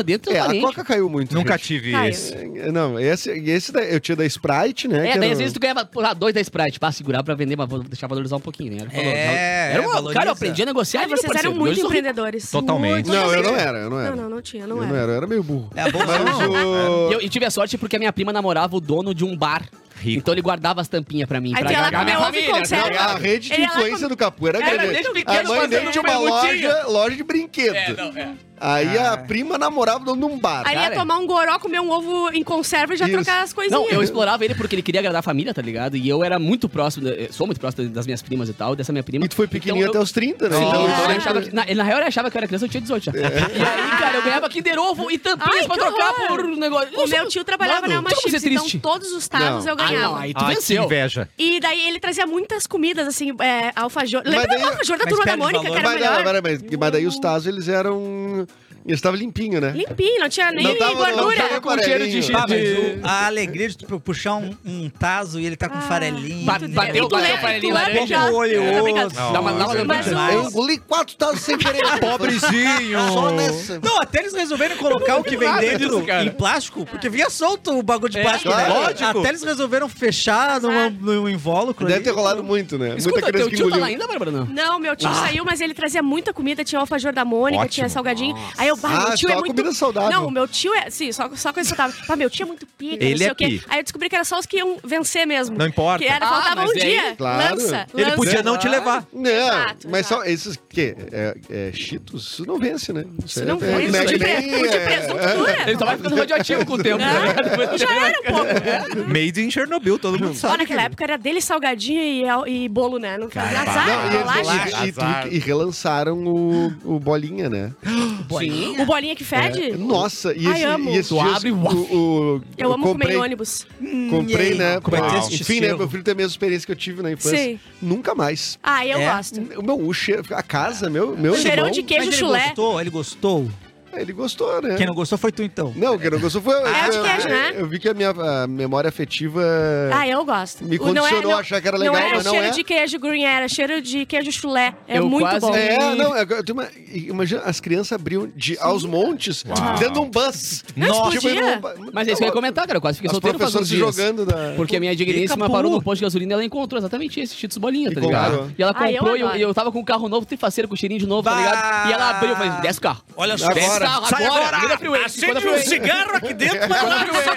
[SPEAKER 3] dentro
[SPEAKER 4] É, a
[SPEAKER 3] transparente.
[SPEAKER 4] Coca caiu muito.
[SPEAKER 1] Nunca
[SPEAKER 4] gente.
[SPEAKER 1] tive
[SPEAKER 2] Caiu.
[SPEAKER 1] esse.
[SPEAKER 4] É, Não, esse, esse da- eu tinha da Sprite, né?
[SPEAKER 3] É,
[SPEAKER 4] que
[SPEAKER 3] daí
[SPEAKER 4] era
[SPEAKER 3] às
[SPEAKER 4] o-
[SPEAKER 3] vezes tu ganhava porra, dois da Sprite pra segurar pra vender, mas vou deixar valorizar um pouquinho, né? Era,
[SPEAKER 5] É,
[SPEAKER 3] era uma,
[SPEAKER 5] valoriza.
[SPEAKER 3] cara, eu aprendi a negociar.
[SPEAKER 2] Ai,
[SPEAKER 3] ali,
[SPEAKER 2] vocês
[SPEAKER 3] parceiro.
[SPEAKER 2] eram muito
[SPEAKER 3] Hoje eu sou rico.
[SPEAKER 2] empreendedores.
[SPEAKER 1] Totalmente.
[SPEAKER 2] Muito,
[SPEAKER 4] Não, eu
[SPEAKER 2] totalmente.
[SPEAKER 4] não era, eu não era.
[SPEAKER 2] Não, não, não tinha, não
[SPEAKER 4] eu
[SPEAKER 2] era.
[SPEAKER 4] não era, eu era meio burro.
[SPEAKER 5] É a bolsa.
[SPEAKER 4] Mas o...
[SPEAKER 3] E eu, e tive a sorte porque a minha prima namorava o dono de um bar.
[SPEAKER 1] Rico.
[SPEAKER 3] Então ele guardava as tampinhas pra mim.
[SPEAKER 2] Aí
[SPEAKER 3] pra
[SPEAKER 2] tu ia lá
[SPEAKER 3] agregar
[SPEAKER 2] comer
[SPEAKER 3] minha
[SPEAKER 2] ovo e
[SPEAKER 3] família,
[SPEAKER 2] conserva.
[SPEAKER 3] tá ligado?
[SPEAKER 4] A rede de
[SPEAKER 2] Ele ia lá
[SPEAKER 4] influência
[SPEAKER 2] com-
[SPEAKER 4] do Capu era
[SPEAKER 2] Era
[SPEAKER 4] grande.
[SPEAKER 3] desde
[SPEAKER 4] A
[SPEAKER 3] pequeno
[SPEAKER 4] mãe
[SPEAKER 3] fazendo
[SPEAKER 4] dele tinha uma
[SPEAKER 3] perguntinha.
[SPEAKER 4] loja, loja de brinquedo.
[SPEAKER 3] É, não, é.
[SPEAKER 4] Aí
[SPEAKER 5] Ah.
[SPEAKER 4] a prima namorava dono de um bar.
[SPEAKER 2] Aí ele ia
[SPEAKER 3] Cara,
[SPEAKER 2] tomar um goró, comer um ovo em conserva e já
[SPEAKER 4] Isso.
[SPEAKER 2] trocar as coisinhas.
[SPEAKER 3] Não, eu explorava ele porque ele queria agradar a família, tá ligado? E eu era muito próximo, eu sou muito próximo das minhas primas e tal, dessa minha prima.
[SPEAKER 4] E tu foi pequenininho
[SPEAKER 3] Então,
[SPEAKER 4] até
[SPEAKER 3] eu-
[SPEAKER 4] os trinta, né?
[SPEAKER 3] Sim,
[SPEAKER 4] Então,
[SPEAKER 3] então
[SPEAKER 4] isso
[SPEAKER 3] ele
[SPEAKER 4] aí-
[SPEAKER 3] achava que- na, ele, na real, ele achava que eu era criança, eu tinha dezoito já. E aí, cara, eu ganhava Kinder Ovo e tampinhas
[SPEAKER 2] Ai,
[SPEAKER 3] pra
[SPEAKER 2] que
[SPEAKER 3] trocar
[SPEAKER 2] horror.
[SPEAKER 3] por um negócio.
[SPEAKER 2] O meu tio trabalhava
[SPEAKER 3] Mano,
[SPEAKER 2] na Alma
[SPEAKER 3] como
[SPEAKER 2] Chips,
[SPEAKER 3] você é
[SPEAKER 2] então
[SPEAKER 3] triste?
[SPEAKER 2] todos os tazos
[SPEAKER 4] Não.
[SPEAKER 2] eu
[SPEAKER 3] Ah,
[SPEAKER 2] ganhava.
[SPEAKER 3] não, aí tu
[SPEAKER 1] Ai, que
[SPEAKER 3] venceu.
[SPEAKER 1] inveja.
[SPEAKER 2] E daí ele trazia muitas comidas, assim, é, alfajor.
[SPEAKER 4] Mas
[SPEAKER 2] Lembra
[SPEAKER 4] daí-
[SPEAKER 2] do alfajor da
[SPEAKER 5] mas
[SPEAKER 2] Turma da
[SPEAKER 5] perde
[SPEAKER 2] Mônica,
[SPEAKER 5] valor.
[SPEAKER 2] que era o
[SPEAKER 4] Mas, não,
[SPEAKER 2] melhor?
[SPEAKER 4] mas, mas, mas daí os tazos, eles eram... Eles estavam limpinhos, né?
[SPEAKER 2] Limpinho, não tinha nem
[SPEAKER 4] Não tava- não
[SPEAKER 2] gordura.
[SPEAKER 4] tava
[SPEAKER 3] com cheiro de
[SPEAKER 4] amarelinho.
[SPEAKER 5] Ah, mas
[SPEAKER 3] de-
[SPEAKER 5] o- a alegria de tu puxar um, um taso e ele tá com
[SPEAKER 2] Ah,
[SPEAKER 5] farelinho.
[SPEAKER 3] Ba-
[SPEAKER 2] Tu-
[SPEAKER 3] bateu-
[SPEAKER 2] e tu
[SPEAKER 3] bateu
[SPEAKER 2] lembra-
[SPEAKER 3] o farelinho
[SPEAKER 2] tu lembra
[SPEAKER 3] laranja.
[SPEAKER 2] já-
[SPEAKER 5] Oleoso.
[SPEAKER 2] É, tô brincando.
[SPEAKER 1] Não,
[SPEAKER 3] Dá uma, dá uma
[SPEAKER 1] Mas
[SPEAKER 3] lembrança.
[SPEAKER 2] o-
[SPEAKER 4] Eu engoli quatro tazos sem querer.
[SPEAKER 1] Pobrezinho.
[SPEAKER 4] Só nessa.
[SPEAKER 5] Não, até eles resolveram colocar o que vem
[SPEAKER 3] nada
[SPEAKER 5] dentro
[SPEAKER 3] disso, cara.
[SPEAKER 5] em plástico, porque vinha solto o bagulho de
[SPEAKER 3] É,
[SPEAKER 5] plástico,
[SPEAKER 4] claro.
[SPEAKER 5] né?
[SPEAKER 1] Lógico.
[SPEAKER 5] Até eles resolveram fechar numa, num invólucro.
[SPEAKER 4] Deve
[SPEAKER 5] ali.
[SPEAKER 4] ter rolado muito, né?
[SPEAKER 3] Escuta,
[SPEAKER 4] Muita criança
[SPEAKER 3] teu
[SPEAKER 4] que
[SPEAKER 3] tio tá
[SPEAKER 4] engoliu.
[SPEAKER 3] lá ainda, Bárbara? Não.
[SPEAKER 2] Não, meu tio saiu, mas ele trazia muita comida. Tinha o alfajor da Mônica,
[SPEAKER 1] Ótimo.
[SPEAKER 2] tinha salgadinho. Aí eu, bah,
[SPEAKER 4] Ah,
[SPEAKER 2] meu tio
[SPEAKER 4] só
[SPEAKER 2] é muito...
[SPEAKER 4] comida saudável.
[SPEAKER 2] Não, o meu tio é... Sim, só, só coisa saudável. Bah, meu tio é muito pica,
[SPEAKER 1] Ele
[SPEAKER 2] não sei
[SPEAKER 1] é
[SPEAKER 2] o quê.
[SPEAKER 1] pi.
[SPEAKER 2] Aí eu descobri que era só os que iam vencer mesmo.
[SPEAKER 1] Não importa.
[SPEAKER 2] Que era,
[SPEAKER 3] Ah,
[SPEAKER 2] faltava
[SPEAKER 3] mas
[SPEAKER 2] um
[SPEAKER 3] aí-
[SPEAKER 2] dia.
[SPEAKER 4] Claro.
[SPEAKER 2] Lança,
[SPEAKER 1] Ele
[SPEAKER 2] lança.
[SPEAKER 1] podia não te levar.
[SPEAKER 4] Não,
[SPEAKER 2] Exato,
[SPEAKER 4] mas
[SPEAKER 2] exato.
[SPEAKER 4] só esses que é, é Cheetos, isso não vence, né?
[SPEAKER 2] Isso não
[SPEAKER 4] é,
[SPEAKER 2] vence.
[SPEAKER 4] é,
[SPEAKER 2] O de
[SPEAKER 4] que
[SPEAKER 2] pre-
[SPEAKER 4] nem,
[SPEAKER 2] o de
[SPEAKER 4] é,
[SPEAKER 2] presunto
[SPEAKER 4] é,
[SPEAKER 2] dura.
[SPEAKER 3] Ele só vai ficando radioativo com o tempo. tá ligado?
[SPEAKER 2] Ah, já era um pouco.
[SPEAKER 1] Made in Chernobyl, todo mundo
[SPEAKER 2] Ó,
[SPEAKER 1] sabe.
[SPEAKER 2] naquela época era dele salgadinho e, e bolo, né? Não fazia
[SPEAKER 1] Cara,
[SPEAKER 2] azar,
[SPEAKER 4] Não, e,
[SPEAKER 2] bolacha.
[SPEAKER 4] eles- e, tu-
[SPEAKER 1] Azar.
[SPEAKER 4] e relançaram o, o Bolinha, né?
[SPEAKER 3] Sim.
[SPEAKER 2] O bolinha que fede?
[SPEAKER 4] É, nossa, e
[SPEAKER 2] Ai,
[SPEAKER 4] esse,
[SPEAKER 2] amo.
[SPEAKER 4] e esses
[SPEAKER 3] Tu
[SPEAKER 4] dias
[SPEAKER 3] abre,
[SPEAKER 4] o,
[SPEAKER 3] uau.
[SPEAKER 4] o-
[SPEAKER 2] Eu amo
[SPEAKER 4] comprei,
[SPEAKER 2] comer em ônibus.
[SPEAKER 4] Comprei,
[SPEAKER 5] E aí,
[SPEAKER 4] né?
[SPEAKER 5] como é que
[SPEAKER 4] pra-
[SPEAKER 5] é esse
[SPEAKER 4] enfim, né?
[SPEAKER 5] cheiro?
[SPEAKER 4] Meu filho tem a mesma experiência que eu tive na infância.
[SPEAKER 2] Sim.
[SPEAKER 4] Nunca mais.
[SPEAKER 2] Ah, eu
[SPEAKER 5] É?
[SPEAKER 2] gosto.
[SPEAKER 4] O meu o cheiro, a casa, meu, meu
[SPEAKER 2] Cheirão
[SPEAKER 4] irmão,
[SPEAKER 2] de queijo
[SPEAKER 5] Mas ele
[SPEAKER 2] chulé.
[SPEAKER 5] gostou, ele gostou.
[SPEAKER 4] ele gostou, né?
[SPEAKER 5] Quem não gostou foi tu, então.
[SPEAKER 4] Não, quem não gostou foi...
[SPEAKER 2] É de
[SPEAKER 4] eu,
[SPEAKER 2] queijo, né?
[SPEAKER 4] Eu vi que a minha a memória afetiva...
[SPEAKER 2] Ah, eu gosto.
[SPEAKER 4] Me
[SPEAKER 2] O- não
[SPEAKER 4] condicionou
[SPEAKER 2] não-
[SPEAKER 4] a achar que era legal,
[SPEAKER 2] não era
[SPEAKER 4] mas não
[SPEAKER 2] cheiro
[SPEAKER 4] é.
[SPEAKER 2] de queijo green, era cheiro de queijo chulé. É
[SPEAKER 3] Eu
[SPEAKER 2] muito
[SPEAKER 3] quase-
[SPEAKER 2] bom.
[SPEAKER 4] É, não, é, eu tenho uma- imagina, as crianças abriam de, aos montes
[SPEAKER 1] Uau.
[SPEAKER 4] dentro de um bus.
[SPEAKER 2] Não,
[SPEAKER 4] Tipo,
[SPEAKER 2] explodia.
[SPEAKER 4] num ba-
[SPEAKER 3] Mas é isso que eu ia comentar, cara. Eu quase fiquei
[SPEAKER 4] As
[SPEAKER 3] solteiro faz uns
[SPEAKER 4] professoras se
[SPEAKER 3] dias.
[SPEAKER 4] jogando na...
[SPEAKER 3] Porque a minha digníssima
[SPEAKER 5] Capu.
[SPEAKER 3] parou no posto de gasolina e ela encontrou exatamente esse Cheetos Bolinha,
[SPEAKER 4] E
[SPEAKER 3] tá ligado?
[SPEAKER 4] comprou.
[SPEAKER 3] E ela
[SPEAKER 2] Ah, eu
[SPEAKER 3] comprou e eu,
[SPEAKER 2] adoro.
[SPEAKER 3] e eu tava com um carro novo, trifaceiro com cheirinho de novo, tá
[SPEAKER 5] Bah.
[SPEAKER 3] ligado? E ela abriu, eu falei, desce o carro.
[SPEAKER 5] Olha só.
[SPEAKER 4] Agora.
[SPEAKER 3] Desce o carro,
[SPEAKER 5] Sai
[SPEAKER 3] agora.
[SPEAKER 5] agora.
[SPEAKER 3] Liga a freeway,
[SPEAKER 5] Acende
[SPEAKER 3] quando a
[SPEAKER 5] um
[SPEAKER 3] freeway-
[SPEAKER 5] cigarro aqui dentro.
[SPEAKER 3] Quando a freeway-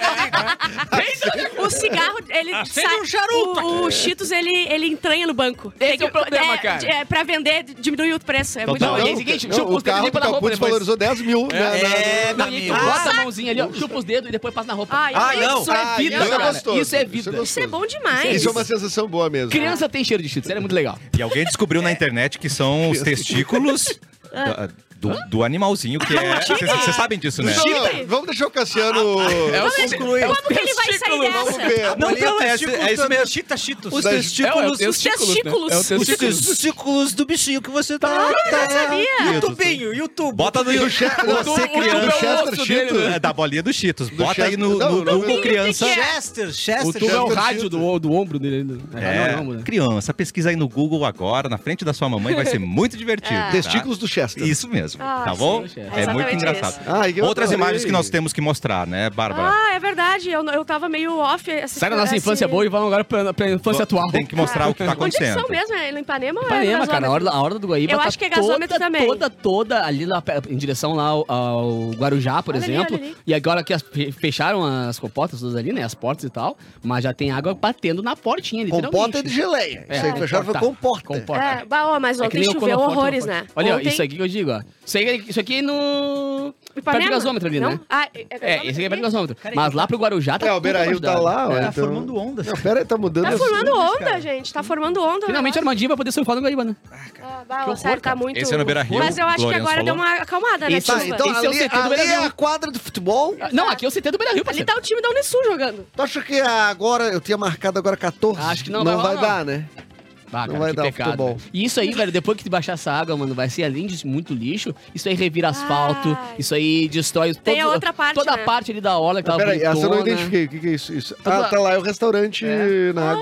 [SPEAKER 2] O cigarro, ele
[SPEAKER 5] Acende
[SPEAKER 2] sai...
[SPEAKER 5] um charuto.
[SPEAKER 2] O, o Cheetos, ele, ele entranha no banco.
[SPEAKER 3] Esse
[SPEAKER 2] Tem
[SPEAKER 3] é o problema,
[SPEAKER 2] é,
[SPEAKER 3] cara.
[SPEAKER 2] É, pra vender, diminui o preço. É muito
[SPEAKER 1] Total.
[SPEAKER 2] bom.
[SPEAKER 3] Não, e é o seguinte,
[SPEAKER 4] não,
[SPEAKER 3] chupa
[SPEAKER 4] o
[SPEAKER 3] os dedos
[SPEAKER 4] carro
[SPEAKER 3] e
[SPEAKER 4] do
[SPEAKER 3] limpa na roupa
[SPEAKER 4] Caput
[SPEAKER 3] depois.
[SPEAKER 4] valorizou dez mil. né, na-
[SPEAKER 5] É,
[SPEAKER 3] Não,
[SPEAKER 5] meu
[SPEAKER 3] e tu
[SPEAKER 5] amigo.
[SPEAKER 3] bota a mãozinha ali, ó, chupa os dedos e depois passa na roupa.
[SPEAKER 2] Ai,
[SPEAKER 5] Ah,
[SPEAKER 2] eu-
[SPEAKER 5] não.
[SPEAKER 3] Isso é
[SPEAKER 4] Ah,
[SPEAKER 3] vida,
[SPEAKER 4] isso é
[SPEAKER 3] cara.
[SPEAKER 4] gostoso.
[SPEAKER 3] Isso é
[SPEAKER 4] Isso é
[SPEAKER 3] vida.
[SPEAKER 4] gostoso.
[SPEAKER 2] Isso é bom demais.
[SPEAKER 4] Isso é uma sensação boa mesmo.
[SPEAKER 3] Criança tem cheiro de Cheetos, isso é muito legal.
[SPEAKER 1] E alguém descobriu na internet que são os testículos da- do, do animalzinho que é. Vocês sabem disso, né?
[SPEAKER 4] Não, não, vamos deixar o Cassiano...
[SPEAKER 3] É o
[SPEAKER 5] concluir.
[SPEAKER 2] Como que ele vai sair
[SPEAKER 4] Vamos
[SPEAKER 2] dessa?
[SPEAKER 4] ver.
[SPEAKER 1] Não,
[SPEAKER 5] Bolinha
[SPEAKER 1] não, é,
[SPEAKER 5] testículos
[SPEAKER 1] é isso
[SPEAKER 5] também.
[SPEAKER 1] mesmo.
[SPEAKER 5] Chita, cheetos.
[SPEAKER 1] Os
[SPEAKER 4] Das-
[SPEAKER 1] testículos.
[SPEAKER 3] É, é o testículos, né?
[SPEAKER 2] testículos.
[SPEAKER 3] É o
[SPEAKER 5] Os
[SPEAKER 3] testículos.
[SPEAKER 5] testículos do bichinho que você tá...
[SPEAKER 2] Eu sabia.
[SPEAKER 5] YouTubinho, YouTube.
[SPEAKER 1] Bota no
[SPEAKER 4] Do
[SPEAKER 1] YouTube.
[SPEAKER 4] Che-
[SPEAKER 3] O
[SPEAKER 1] Você
[SPEAKER 3] do- o
[SPEAKER 1] criança.
[SPEAKER 3] do
[SPEAKER 4] do Chester
[SPEAKER 3] osso dele,
[SPEAKER 4] Cheetos.
[SPEAKER 3] né?
[SPEAKER 1] É, da bolinha dos Cheetos. Bota aí
[SPEAKER 4] Chester-
[SPEAKER 1] no,
[SPEAKER 4] não,
[SPEAKER 1] no
[SPEAKER 4] não,
[SPEAKER 1] Google
[SPEAKER 4] não.
[SPEAKER 1] criança.
[SPEAKER 5] Chester, Chester.
[SPEAKER 3] O tubo é o
[SPEAKER 4] Chester
[SPEAKER 3] rádio
[SPEAKER 4] Cheetos.
[SPEAKER 3] do, do ombro dele ainda.
[SPEAKER 1] É,
[SPEAKER 3] Não, não, né?
[SPEAKER 1] criança, pesquisa aí no Google agora, na frente da sua mamãe, vai ser muito divertido.
[SPEAKER 2] É.
[SPEAKER 1] tá?
[SPEAKER 4] Testículos do Chester.
[SPEAKER 1] Isso mesmo,
[SPEAKER 2] Ah,
[SPEAKER 1] tá bom?
[SPEAKER 3] sim,
[SPEAKER 1] É
[SPEAKER 2] exatamente
[SPEAKER 1] muito
[SPEAKER 2] isso.
[SPEAKER 1] engraçado.
[SPEAKER 4] Ah, e eu
[SPEAKER 1] Outras
[SPEAKER 4] adorei.
[SPEAKER 1] imagens que nós temos que mostrar, né, Bárbara?
[SPEAKER 2] Ah, é verdade. Eu, eu tava meio off. Essa,
[SPEAKER 3] Sai da nossa
[SPEAKER 2] esse-
[SPEAKER 3] infância boa e vamos agora pra, pra infância atual.
[SPEAKER 1] Tem que mostrar o que tá
[SPEAKER 2] Onde eles
[SPEAKER 1] acontecendo.
[SPEAKER 2] são mesmo? É no Ipanema ou é no
[SPEAKER 3] Ipanema, cara, a
[SPEAKER 2] gasômetro?
[SPEAKER 3] horda, a horda do Guaíba
[SPEAKER 2] Eu
[SPEAKER 3] tá
[SPEAKER 2] acho que é gasômetro
[SPEAKER 3] toda,
[SPEAKER 2] também.
[SPEAKER 3] toda, toda ali lá, pe- em direção lá ao, ao Guarujá, por
[SPEAKER 2] Olha ali,
[SPEAKER 3] exemplo.
[SPEAKER 2] olha ali.
[SPEAKER 3] E agora que as- fe- fecharam as compotas todas ali, né, as portas e tal, mas já tem água batendo na portinha, literalmente.
[SPEAKER 4] Compota de geleia.
[SPEAKER 3] É,
[SPEAKER 4] Isso aí que fecharam foi
[SPEAKER 3] comporta.
[SPEAKER 4] comporta.
[SPEAKER 3] Comporta.
[SPEAKER 2] É, bah, ó, mas
[SPEAKER 3] É que
[SPEAKER 2] ontem
[SPEAKER 3] nem o
[SPEAKER 2] choveu
[SPEAKER 3] Conoforte,
[SPEAKER 2] horrores,
[SPEAKER 3] Conoforte.
[SPEAKER 2] né?
[SPEAKER 3] Olha, ó,
[SPEAKER 2] Ontem...
[SPEAKER 3] isso aqui que eu digo, ó. Isso aí, isso aqui no...
[SPEAKER 2] Ipanema?
[SPEAKER 3] Perto do gasômetro ali,
[SPEAKER 2] Não?
[SPEAKER 3] né?
[SPEAKER 2] Ah, é,
[SPEAKER 3] É, esse aqui é perto do gasômetro.
[SPEAKER 5] Cara,
[SPEAKER 3] Mas
[SPEAKER 5] ele
[SPEAKER 3] lá pro Guarujá tá
[SPEAKER 4] É, o
[SPEAKER 3] tudo
[SPEAKER 4] Beira Rio tá
[SPEAKER 3] ajudado.
[SPEAKER 4] lá, ó.
[SPEAKER 3] É.
[SPEAKER 5] Tá
[SPEAKER 4] então-
[SPEAKER 5] formando ondas.
[SPEAKER 4] Não, pera aí, tá mudando.
[SPEAKER 2] Tá
[SPEAKER 4] essa-
[SPEAKER 2] formando onda,
[SPEAKER 5] cara.
[SPEAKER 2] gente. Tá formando onda.
[SPEAKER 3] Finalmente a
[SPEAKER 2] né?
[SPEAKER 3] Armandinho vai poder surfar no Guaíba, né?
[SPEAKER 2] Ah, bah,
[SPEAKER 3] Que
[SPEAKER 2] o
[SPEAKER 3] horror,
[SPEAKER 2] sério, tá
[SPEAKER 3] cara.
[SPEAKER 2] muito...
[SPEAKER 1] Esse é no Beira Rio,
[SPEAKER 2] Mas eu acho que
[SPEAKER 1] Lourenço
[SPEAKER 2] agora deu
[SPEAKER 1] falou.
[SPEAKER 2] uma acalmada, né,
[SPEAKER 3] Esse-
[SPEAKER 4] Tá,
[SPEAKER 2] chuva?
[SPEAKER 4] então
[SPEAKER 3] Esse é o
[SPEAKER 4] ali,
[SPEAKER 3] C T do
[SPEAKER 4] ali
[SPEAKER 3] Beira
[SPEAKER 4] é
[SPEAKER 3] Rio.
[SPEAKER 4] a quadra de futebol.
[SPEAKER 3] Não, aqui é o C T do Beira Rio,
[SPEAKER 2] Ali
[SPEAKER 3] parceiro.
[SPEAKER 2] tá o time da Unisul jogando.
[SPEAKER 4] Tu acha que agora, eu tinha marcado agora catorze?
[SPEAKER 3] Acho que não
[SPEAKER 4] Não
[SPEAKER 3] vai
[SPEAKER 4] vai
[SPEAKER 3] rolar,
[SPEAKER 4] dar, né?
[SPEAKER 3] Ah,
[SPEAKER 4] Não
[SPEAKER 3] cara,
[SPEAKER 4] vai
[SPEAKER 3] que
[SPEAKER 4] dar o
[SPEAKER 3] pecado,
[SPEAKER 4] futebol.
[SPEAKER 3] velho. E isso aí, velho, depois que baixar essa água, mano, vai ser além de muito lixo, isso aí revira asfalto,
[SPEAKER 2] Ai.
[SPEAKER 3] isso aí destrói
[SPEAKER 2] Tem
[SPEAKER 3] todo-
[SPEAKER 2] a outra parte,
[SPEAKER 3] toda
[SPEAKER 2] né?
[SPEAKER 3] a parte ali da orla que tava
[SPEAKER 4] Peraí, essa eu não
[SPEAKER 3] bonitona.
[SPEAKER 4] identifiquei. O que, que é isso? isso?
[SPEAKER 3] Tá
[SPEAKER 4] Ah,
[SPEAKER 3] lá.
[SPEAKER 4] tá lá, é o restaurante
[SPEAKER 3] É.
[SPEAKER 4] na água.
[SPEAKER 2] Ai, o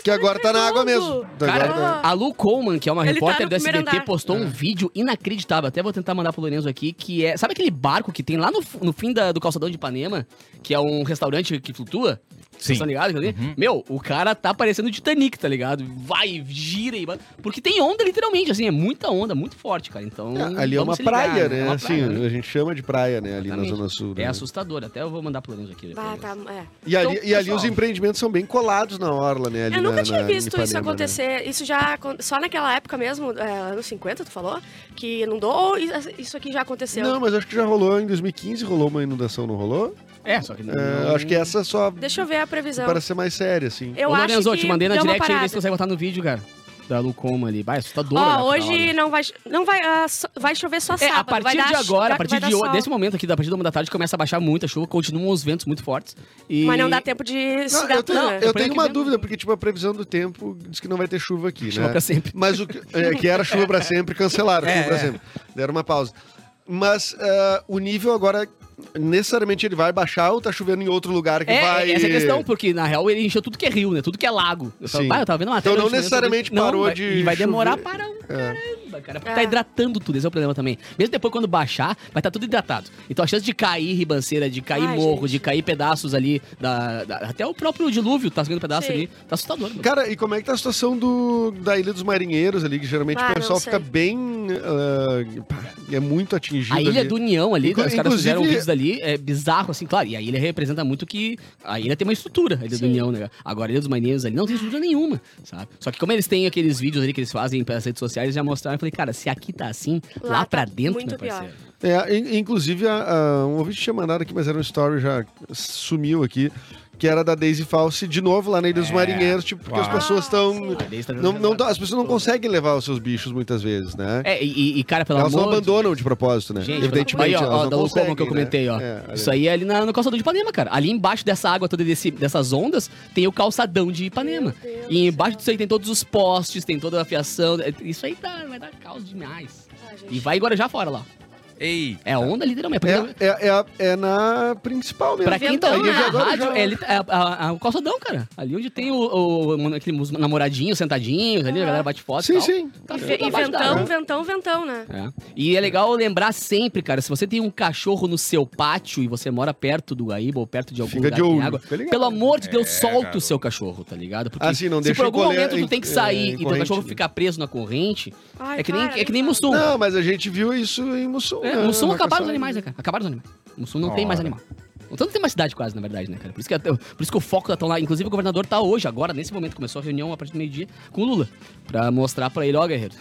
[SPEAKER 4] Que agora tá na água mesmo.
[SPEAKER 3] Cara,
[SPEAKER 4] Agora tá-
[SPEAKER 3] a Lu Coleman, que é uma
[SPEAKER 2] Ele tá
[SPEAKER 3] repórter
[SPEAKER 2] no
[SPEAKER 3] do S B T,
[SPEAKER 2] primeiro andar.
[SPEAKER 3] postou um vídeo inacreditável. Até vou tentar mandar pro Lorenzo aqui, que é... Sabe aquele barco que tem lá no, no fim da- do calçadão de Ipanema? Que é um restaurante que flutua?
[SPEAKER 1] Sim.
[SPEAKER 3] Vocês estão ligados? Uhum. Meu, o cara tá parecendo o Titanic, tá ligado? Vai, gira e... Porque tem onda, literalmente, assim. É muita onda, muito forte, cara. Então,
[SPEAKER 4] É, ali é
[SPEAKER 3] vamos
[SPEAKER 4] uma
[SPEAKER 3] se ligar,
[SPEAKER 4] praia, né?
[SPEAKER 3] É uma
[SPEAKER 4] assim,
[SPEAKER 3] praia, né?
[SPEAKER 4] a gente chama de praia, né? Ali
[SPEAKER 3] Exatamente.
[SPEAKER 4] na Zona Sul.
[SPEAKER 3] É
[SPEAKER 4] né?
[SPEAKER 3] assustador. Até eu vou mandar pro Lorenzo aqui.
[SPEAKER 2] Ah, tá, é.
[SPEAKER 4] E ali,
[SPEAKER 3] Então,
[SPEAKER 4] e ali
[SPEAKER 3] pessoal,
[SPEAKER 4] os empreendimentos são bem colados na orla, né? Ali
[SPEAKER 2] Eu nunca
[SPEAKER 4] na-
[SPEAKER 2] tinha
[SPEAKER 4] na-
[SPEAKER 2] visto
[SPEAKER 4] em Ipanema,
[SPEAKER 2] isso
[SPEAKER 4] né?
[SPEAKER 2] acontecer. Isso já. acon- Só naquela época mesmo, é, anos cinquenta, tu falou? Que inundou ou is- isso aqui já aconteceu?
[SPEAKER 4] Não, mas acho que já rolou em dois mil e quinze, rolou uma inundação, não rolou?
[SPEAKER 3] É, só que... não-
[SPEAKER 4] É, acho que essa só
[SPEAKER 2] Deixa eu ver a previsão.
[SPEAKER 4] para ser mais séria, assim.
[SPEAKER 2] Eu
[SPEAKER 3] Ô,
[SPEAKER 2] acho
[SPEAKER 3] Lorenzo,
[SPEAKER 2] que
[SPEAKER 3] eu te mandei na
[SPEAKER 2] deu uma
[SPEAKER 3] direct aí, vê
[SPEAKER 2] parada.
[SPEAKER 3] se consegue botar no vídeo, cara. Da Lucoma ali. Vai, assustador. né,
[SPEAKER 2] Ó,
[SPEAKER 3] cara,
[SPEAKER 2] hoje
[SPEAKER 3] olha.
[SPEAKER 2] não vai. Não vai. ah, só- vai chover só
[SPEAKER 3] É,
[SPEAKER 2] sábado.
[SPEAKER 3] a partir
[SPEAKER 2] vai dar,
[SPEAKER 3] de agora,
[SPEAKER 2] vai-
[SPEAKER 3] a partir
[SPEAKER 2] vai dar
[SPEAKER 3] de, ho-
[SPEAKER 2] sol.
[SPEAKER 3] desse momento aqui, da partir da uma da tarde, começa a baixar muito a chuva, continuam os ventos muito fortes. E...
[SPEAKER 2] Mas não dá tempo de se
[SPEAKER 4] Não,
[SPEAKER 2] dar
[SPEAKER 4] eu tenho,
[SPEAKER 2] tudo, né?
[SPEAKER 4] eu
[SPEAKER 3] Depois
[SPEAKER 4] tenho
[SPEAKER 3] aqui
[SPEAKER 4] uma
[SPEAKER 3] vem-
[SPEAKER 4] dúvida, porque, tipo, a previsão do tempo diz que não vai ter chuva aqui,
[SPEAKER 3] Chuva
[SPEAKER 4] né?
[SPEAKER 3] pra sempre.
[SPEAKER 4] Mas o que, é, que era chuva pra sempre, cancelaram
[SPEAKER 5] É,
[SPEAKER 4] chuva pra
[SPEAKER 5] é.
[SPEAKER 4] sempre. Deram uma pausa. Mas ah, o nível agora, necessariamente ele vai baixar ou tá chovendo em outro lugar que
[SPEAKER 3] É,
[SPEAKER 4] vai...
[SPEAKER 3] essa é a questão, porque na real ele encheu tudo que é rio, né? Tudo que é lago. Eu tava,
[SPEAKER 4] Sim.
[SPEAKER 3] bah, eu tava vendo uma
[SPEAKER 4] Então
[SPEAKER 3] matéria
[SPEAKER 4] não
[SPEAKER 3] hoje, né?
[SPEAKER 4] necessariamente
[SPEAKER 3] Não,
[SPEAKER 4] parou
[SPEAKER 3] vai-
[SPEAKER 4] de
[SPEAKER 3] E vai demorar
[SPEAKER 4] chover.
[SPEAKER 3] para um
[SPEAKER 4] É.
[SPEAKER 3] caramba, cara. Porque
[SPEAKER 2] É.
[SPEAKER 3] tá hidratando tudo, esse é o problema também. Mesmo depois quando baixar, vai estar tudo hidratado. Então a chance de cair ribanceira, de cair
[SPEAKER 2] Ai,
[SPEAKER 3] morro,
[SPEAKER 2] gente.
[SPEAKER 3] de cair pedaços ali, da, da- até o próprio dilúvio tá subindo pedaço
[SPEAKER 2] Sim.
[SPEAKER 3] ali, tá assustador. Mano.
[SPEAKER 4] Cara, e como é que tá a situação do, da Ilha dos Marinheiros ali, que geralmente
[SPEAKER 2] Ah,
[SPEAKER 4] o
[SPEAKER 2] não
[SPEAKER 4] pessoal
[SPEAKER 2] sei.
[SPEAKER 4] fica bem... ah, pá, é muito atingido
[SPEAKER 3] A Ilha
[SPEAKER 4] ali.
[SPEAKER 3] do União ali,
[SPEAKER 4] Inclu-
[SPEAKER 3] os caras fizeram
[SPEAKER 4] inclusive-
[SPEAKER 3] vídeos dali, é bizarro, assim, claro. E a ilha representa muito que a ilha tem uma estrutura, a Ilha do
[SPEAKER 2] Sim.
[SPEAKER 3] União, né? Agora a Ilha dos Marinheiros ali não tem estrutura nenhuma, sabe? Só que como eles têm aqueles vídeos ali que eles fazem pelas redes sociais, eles já mostraram, eu falei, cara, se aqui tá assim, lá,
[SPEAKER 2] Lá
[SPEAKER 3] pra
[SPEAKER 2] tá
[SPEAKER 3] dentro,
[SPEAKER 2] muito
[SPEAKER 3] meu
[SPEAKER 2] pior.
[SPEAKER 3] parceiro.
[SPEAKER 4] É, in- inclusive, a, a- um ouvinte tinha mandado aqui, mas era um story, já sumiu aqui, que era da Daisy Falsi, de novo lá na Ilha dos
[SPEAKER 1] É.
[SPEAKER 4] Marinheiros, tipo, porque
[SPEAKER 1] Uau.
[SPEAKER 4] as pessoas estão...
[SPEAKER 3] A Daisy tá
[SPEAKER 4] Não, não,
[SPEAKER 3] jogando
[SPEAKER 4] as pessoas não conseguem levar os seus bichos muitas vezes, né?
[SPEAKER 3] É, e, e, cara, pelo
[SPEAKER 4] Elas não
[SPEAKER 3] amor... de-
[SPEAKER 4] abandonam de propósito, né?
[SPEAKER 3] Gente,
[SPEAKER 4] Evidentemente,
[SPEAKER 3] aí, ó,
[SPEAKER 4] elas
[SPEAKER 3] ó,
[SPEAKER 4] não
[SPEAKER 3] da Lucoma
[SPEAKER 4] conseguem,
[SPEAKER 3] que eu comentei, ó.
[SPEAKER 4] né? É,
[SPEAKER 3] Isso aí é ali na, no calçadão de Ipanema, cara. Ali embaixo dessa água toda, desse, dessas ondas, tem o calçadão de Ipanema.
[SPEAKER 2] Meu Deus
[SPEAKER 3] E
[SPEAKER 2] do
[SPEAKER 3] embaixo
[SPEAKER 2] céu.
[SPEAKER 3] disso aí tem todos os postes, tem toda a fiação. Isso aí tá, vai dar caos demais.
[SPEAKER 2] Ah, gente.
[SPEAKER 3] E vai Guarujá fora lá.
[SPEAKER 1] Ei.
[SPEAKER 3] É onda literalmente.
[SPEAKER 4] É, é, é, a- é na principal mesmo.
[SPEAKER 3] Pra quem tá
[SPEAKER 2] Ventão,
[SPEAKER 3] ouvindo
[SPEAKER 2] né?
[SPEAKER 3] a
[SPEAKER 4] Agora
[SPEAKER 3] rádio,
[SPEAKER 4] já-
[SPEAKER 3] é, ali- é a- a- a- o calçadão, cara. Ali onde tem o, o, aquele, os namoradinhos sentadinhos, ali a galera bate foto e
[SPEAKER 4] Sim,
[SPEAKER 3] tal.
[SPEAKER 4] sim.
[SPEAKER 3] Tá
[SPEAKER 2] E,
[SPEAKER 3] tudo
[SPEAKER 2] ve- e
[SPEAKER 3] abaixo da
[SPEAKER 2] ventão,
[SPEAKER 3] água.
[SPEAKER 2] ventão, ventão, né?
[SPEAKER 3] É. E é legal lembrar sempre, cara, se você tem um cachorro no seu pátio e você mora perto do Guaíba ou perto de algum
[SPEAKER 4] Fica
[SPEAKER 3] lugar
[SPEAKER 4] de
[SPEAKER 3] que tem
[SPEAKER 4] olho,
[SPEAKER 3] água,
[SPEAKER 4] fica ligado.
[SPEAKER 3] pelo amor de Deus,
[SPEAKER 1] É,
[SPEAKER 3] solta
[SPEAKER 1] garoto.
[SPEAKER 3] o seu cachorro, tá ligado? Porque
[SPEAKER 4] Ah, sim, não
[SPEAKER 3] se
[SPEAKER 4] deixa
[SPEAKER 3] por algum
[SPEAKER 4] ele colher
[SPEAKER 3] momento tu
[SPEAKER 4] em-
[SPEAKER 3] tem que
[SPEAKER 4] é,
[SPEAKER 3] sair
[SPEAKER 4] em
[SPEAKER 3] e teu
[SPEAKER 4] corrente,
[SPEAKER 3] cachorro
[SPEAKER 4] né?
[SPEAKER 3] ficar preso na corrente,
[SPEAKER 2] Ai,
[SPEAKER 3] é que nem,
[SPEAKER 2] para,
[SPEAKER 3] é que nem
[SPEAKER 2] nem
[SPEAKER 3] Mussum.
[SPEAKER 4] Não, mas a gente viu isso em Mussum.
[SPEAKER 3] É,
[SPEAKER 4] né?
[SPEAKER 3] Mussum
[SPEAKER 4] Na
[SPEAKER 3] acabaram os
[SPEAKER 4] caçada.
[SPEAKER 3] animais, né, cara? Acabaram os animais. Mussum não tem mais
[SPEAKER 1] Ora.
[SPEAKER 3] animal. Então não tem mais cidade quase, na verdade, né, cara? Por isso que, até- por isso que o foco tá tão lá. Inclusive o governador tá hoje, agora, nesse momento, começou a reunião a partir do meio-dia com o Lula. Pra mostrar pra ele, ó, guerreiro,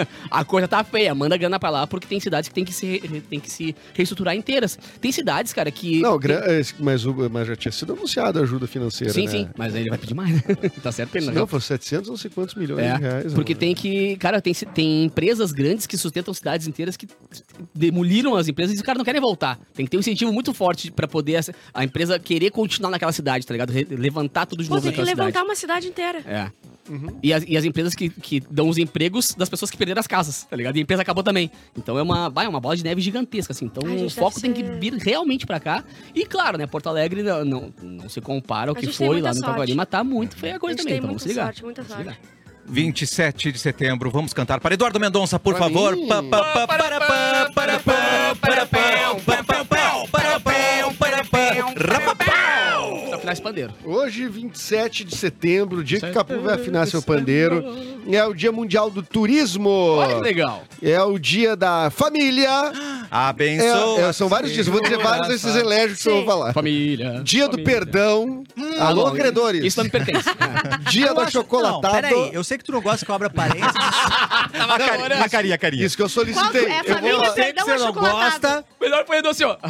[SPEAKER 3] a coisa tá feia, manda grana pra lá, porque tem cidades que tem que se, re- tem que se reestruturar inteiras. Tem cidades, cara, que...
[SPEAKER 4] Não, gra- é, mas, o- mas já tinha sido anunciado a ajuda financeira,
[SPEAKER 3] Sim,
[SPEAKER 4] né?
[SPEAKER 3] sim, mas aí ele vai pedir mais, né? Tá certo ele,
[SPEAKER 4] Se
[SPEAKER 3] né?
[SPEAKER 4] não, foi setecentos não sei quantos milhões
[SPEAKER 3] É,
[SPEAKER 4] de reais.
[SPEAKER 3] porque
[SPEAKER 4] né?
[SPEAKER 3] tem que... Cara, tem, ci- tem empresas grandes que sustentam cidades inteiras que demoliram as empresas e os caras não querem voltar. Tem que ter um incentivo muito forte pra poder essa- a empresa querer continuar naquela cidade, tá ligado? Re- levantar tudo de
[SPEAKER 2] Pô,
[SPEAKER 3] novo
[SPEAKER 2] tem que
[SPEAKER 3] naquela
[SPEAKER 2] levantar
[SPEAKER 3] cidade.
[SPEAKER 2] uma cidade inteira.
[SPEAKER 3] É. E, as, e as empresas que, que dão os empregos das pessoas que perderam as casas, tá ligado? E a empresa acabou também. Então é uma, vai, é uma bola de neve gigantesca, assim. Então
[SPEAKER 2] Ai,
[SPEAKER 3] o
[SPEAKER 2] gente,
[SPEAKER 3] foco
[SPEAKER 2] deve
[SPEAKER 3] tem que
[SPEAKER 2] ser-
[SPEAKER 3] vir realmente pra cá. E claro, né, Porto Alegre não, não, não se compara ao
[SPEAKER 2] A
[SPEAKER 3] que
[SPEAKER 2] gente tem
[SPEAKER 3] foi
[SPEAKER 2] muita
[SPEAKER 3] lá no
[SPEAKER 2] sorte.
[SPEAKER 3] Itaguari, mas tá muito feia a
[SPEAKER 2] A
[SPEAKER 3] coisa
[SPEAKER 2] gente
[SPEAKER 3] também.
[SPEAKER 2] tem
[SPEAKER 3] Então
[SPEAKER 2] muita
[SPEAKER 3] vamos se ligar.
[SPEAKER 2] sorte, muita
[SPEAKER 3] Vamos se
[SPEAKER 2] sorte.
[SPEAKER 3] ligar.
[SPEAKER 1] vinte e sete de setembro, vamos cantar para Eduardo Mendonça, por
[SPEAKER 4] Pra
[SPEAKER 1] favor.
[SPEAKER 4] mim.
[SPEAKER 1] Pa, pa, pa, para, pa, para, pa, para, pa, pa, pa, pa, para, pa, para, pa, rapapau.
[SPEAKER 3] Precisa afinar esse pandeiro.
[SPEAKER 4] Hoje, vinte e sete de setembro, dia que o Capu vai afinar seu pandeiro, é o Dia Mundial do Turismo.
[SPEAKER 3] Olha que legal.
[SPEAKER 4] É o dia da família.
[SPEAKER 1] Abençoa.
[SPEAKER 4] É, é, são vários dias, eu vou dizer vários desses elégios que eu vou
[SPEAKER 2] Sim.
[SPEAKER 4] falar.
[SPEAKER 3] Família.
[SPEAKER 4] Dia do
[SPEAKER 3] família.
[SPEAKER 4] Perdão. Alô,
[SPEAKER 3] não,
[SPEAKER 4] credores.
[SPEAKER 3] Isso não me pertence.
[SPEAKER 4] Dia
[SPEAKER 5] Eu
[SPEAKER 4] da
[SPEAKER 5] acho-
[SPEAKER 4] chocolatado.
[SPEAKER 5] Não, peraí. Eu sei que tu não gosta que eu abra parênteses.
[SPEAKER 1] A carinha, a carinha, a carinha.
[SPEAKER 4] Isso que eu solicitei.
[SPEAKER 2] Qual- é,
[SPEAKER 4] Eu vou
[SPEAKER 2] família,
[SPEAKER 4] lá.
[SPEAKER 5] Eu sei que
[SPEAKER 2] Perdão,
[SPEAKER 5] você não
[SPEAKER 2] achocolatado.
[SPEAKER 5] gosta,
[SPEAKER 3] Melhor foi assim, ó.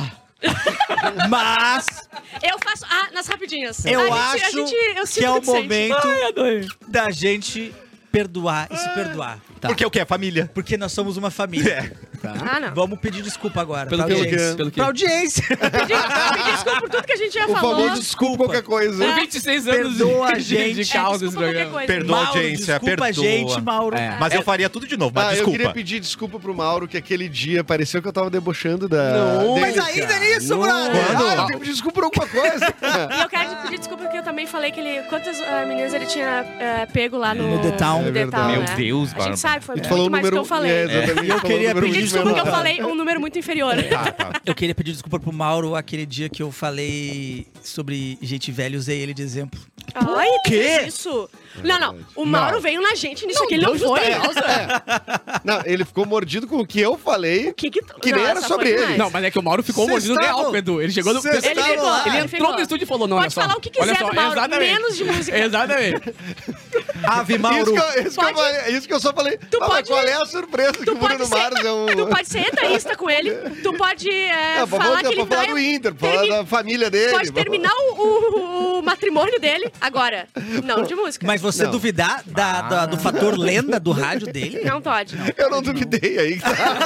[SPEAKER 5] mas
[SPEAKER 2] Eu faço. Ah, nas rapidinhas.
[SPEAKER 5] eu
[SPEAKER 2] a gente,
[SPEAKER 5] acho
[SPEAKER 2] a gente, eu sinto
[SPEAKER 5] que é o
[SPEAKER 2] tu sente.
[SPEAKER 5] momento da gente perdoar e se perdoar. Tá?
[SPEAKER 1] Porque o que é família?
[SPEAKER 5] Porque nós somos uma família.
[SPEAKER 1] É.
[SPEAKER 3] cara.
[SPEAKER 2] Ah, não.
[SPEAKER 5] Vamos pedir desculpa agora.
[SPEAKER 3] Pelo
[SPEAKER 5] pra
[SPEAKER 3] quê?
[SPEAKER 5] audiência.
[SPEAKER 3] Pelo quê?
[SPEAKER 5] Pra audiência.
[SPEAKER 2] Pedir, pedir desculpa por tudo que a gente já
[SPEAKER 4] O
[SPEAKER 2] falou.
[SPEAKER 4] famoso desculpa qualquer coisa.
[SPEAKER 3] Por vinte e seis anos
[SPEAKER 5] Perdoa a
[SPEAKER 3] de,
[SPEAKER 5] gente.
[SPEAKER 3] de caos
[SPEAKER 2] É,
[SPEAKER 3] desse
[SPEAKER 2] desculpa qualquer
[SPEAKER 3] programa.
[SPEAKER 2] coisa.
[SPEAKER 1] Perdoa a
[SPEAKER 5] Mauro,
[SPEAKER 1] audiência,
[SPEAKER 5] desculpa a
[SPEAKER 1] perdoa.
[SPEAKER 5] gente, Mauro.
[SPEAKER 3] É.
[SPEAKER 1] Mas eu faria tudo de novo, mas
[SPEAKER 4] Ah, eu
[SPEAKER 1] desculpa.
[SPEAKER 4] queria pedir desculpa pro Mauro, que aquele dia pareceu que eu tava debochando da.
[SPEAKER 3] Não,
[SPEAKER 4] dele,
[SPEAKER 5] Mas ainda
[SPEAKER 4] cara.
[SPEAKER 5] nisso, brother.
[SPEAKER 4] Ah, eu tenho que pedir desculpa por alguma coisa.
[SPEAKER 2] E eu quero pedir desculpa porque eu também falei que ele. Quantas ah, meninas ele tinha ah, pego lá no.
[SPEAKER 5] No The Town.
[SPEAKER 2] no
[SPEAKER 4] É
[SPEAKER 2] The Town,
[SPEAKER 1] Meu
[SPEAKER 2] né?
[SPEAKER 1] Deus,
[SPEAKER 2] A
[SPEAKER 1] Bárbara.
[SPEAKER 2] gente sabe, foi
[SPEAKER 4] E tu
[SPEAKER 2] muito
[SPEAKER 4] falou um
[SPEAKER 2] mais do que
[SPEAKER 4] número.
[SPEAKER 2] eu falei.
[SPEAKER 4] É, exatamente,
[SPEAKER 5] Eu
[SPEAKER 4] tu falou
[SPEAKER 5] queria
[SPEAKER 4] um número
[SPEAKER 2] Pedir
[SPEAKER 4] muito
[SPEAKER 2] desculpa que eu
[SPEAKER 4] menor.
[SPEAKER 2] falei um número muito inferior.
[SPEAKER 1] Tá, tá.
[SPEAKER 5] Eu queria pedir desculpa pro Mauro aquele dia que eu falei sobre gente velho, usei ele de exemplo.
[SPEAKER 2] Ai,
[SPEAKER 5] quê?
[SPEAKER 2] que é isso? Não, não. O Mauro veio na gente nisso aqui, ele não
[SPEAKER 3] deu
[SPEAKER 2] foi.
[SPEAKER 3] justa causa.
[SPEAKER 4] Não, ele ficou mordido com o que eu falei.
[SPEAKER 2] O que que tu...
[SPEAKER 4] Que nem
[SPEAKER 2] Não,
[SPEAKER 4] era
[SPEAKER 2] essa
[SPEAKER 4] sobre
[SPEAKER 2] foi
[SPEAKER 4] ele.
[SPEAKER 2] demais.
[SPEAKER 3] Não, mas é que o Mauro ficou
[SPEAKER 5] Cês
[SPEAKER 3] mordido
[SPEAKER 5] estavam-
[SPEAKER 3] real, Edu. Ele chegou no...
[SPEAKER 5] Cês
[SPEAKER 2] Ele
[SPEAKER 5] estavam
[SPEAKER 2] ficou,
[SPEAKER 5] lá.
[SPEAKER 3] Ele
[SPEAKER 2] ele
[SPEAKER 3] entrou
[SPEAKER 2] ficou.
[SPEAKER 3] no estúdio e falou, não, olha
[SPEAKER 2] Pode
[SPEAKER 3] só.
[SPEAKER 2] falar o que quiser
[SPEAKER 3] Olha só,
[SPEAKER 2] do Mauro,
[SPEAKER 3] exatamente.
[SPEAKER 2] menos de música.
[SPEAKER 3] Exatamente.
[SPEAKER 1] Ave
[SPEAKER 4] Isso
[SPEAKER 1] Mauro.
[SPEAKER 4] que, eu, isso, que eu
[SPEAKER 2] Pode-
[SPEAKER 4] falei, isso que eu só falei.
[SPEAKER 2] Tu
[SPEAKER 4] Ah, mas
[SPEAKER 2] pode-
[SPEAKER 4] qual é a surpresa que
[SPEAKER 2] Tu
[SPEAKER 4] o Bruno
[SPEAKER 2] pode,
[SPEAKER 4] Mars
[SPEAKER 2] ser,
[SPEAKER 4] é um.
[SPEAKER 2] tu pode ser etarista com ele, tu pode é,
[SPEAKER 4] Ah, pra
[SPEAKER 2] falar
[SPEAKER 4] falar,
[SPEAKER 2] que ele
[SPEAKER 4] pra falar
[SPEAKER 2] vai...
[SPEAKER 4] do Inter, pra falar
[SPEAKER 2] termi-
[SPEAKER 4] da família dele.
[SPEAKER 2] Pode
[SPEAKER 4] pra-
[SPEAKER 2] terminar o, o- o matrimônio dele agora. Não de música.
[SPEAKER 5] Mas você
[SPEAKER 4] Não.
[SPEAKER 5] duvidar da, da- do fator lenda do rádio dele?
[SPEAKER 2] Não pode.
[SPEAKER 4] Eu não duvidei aí.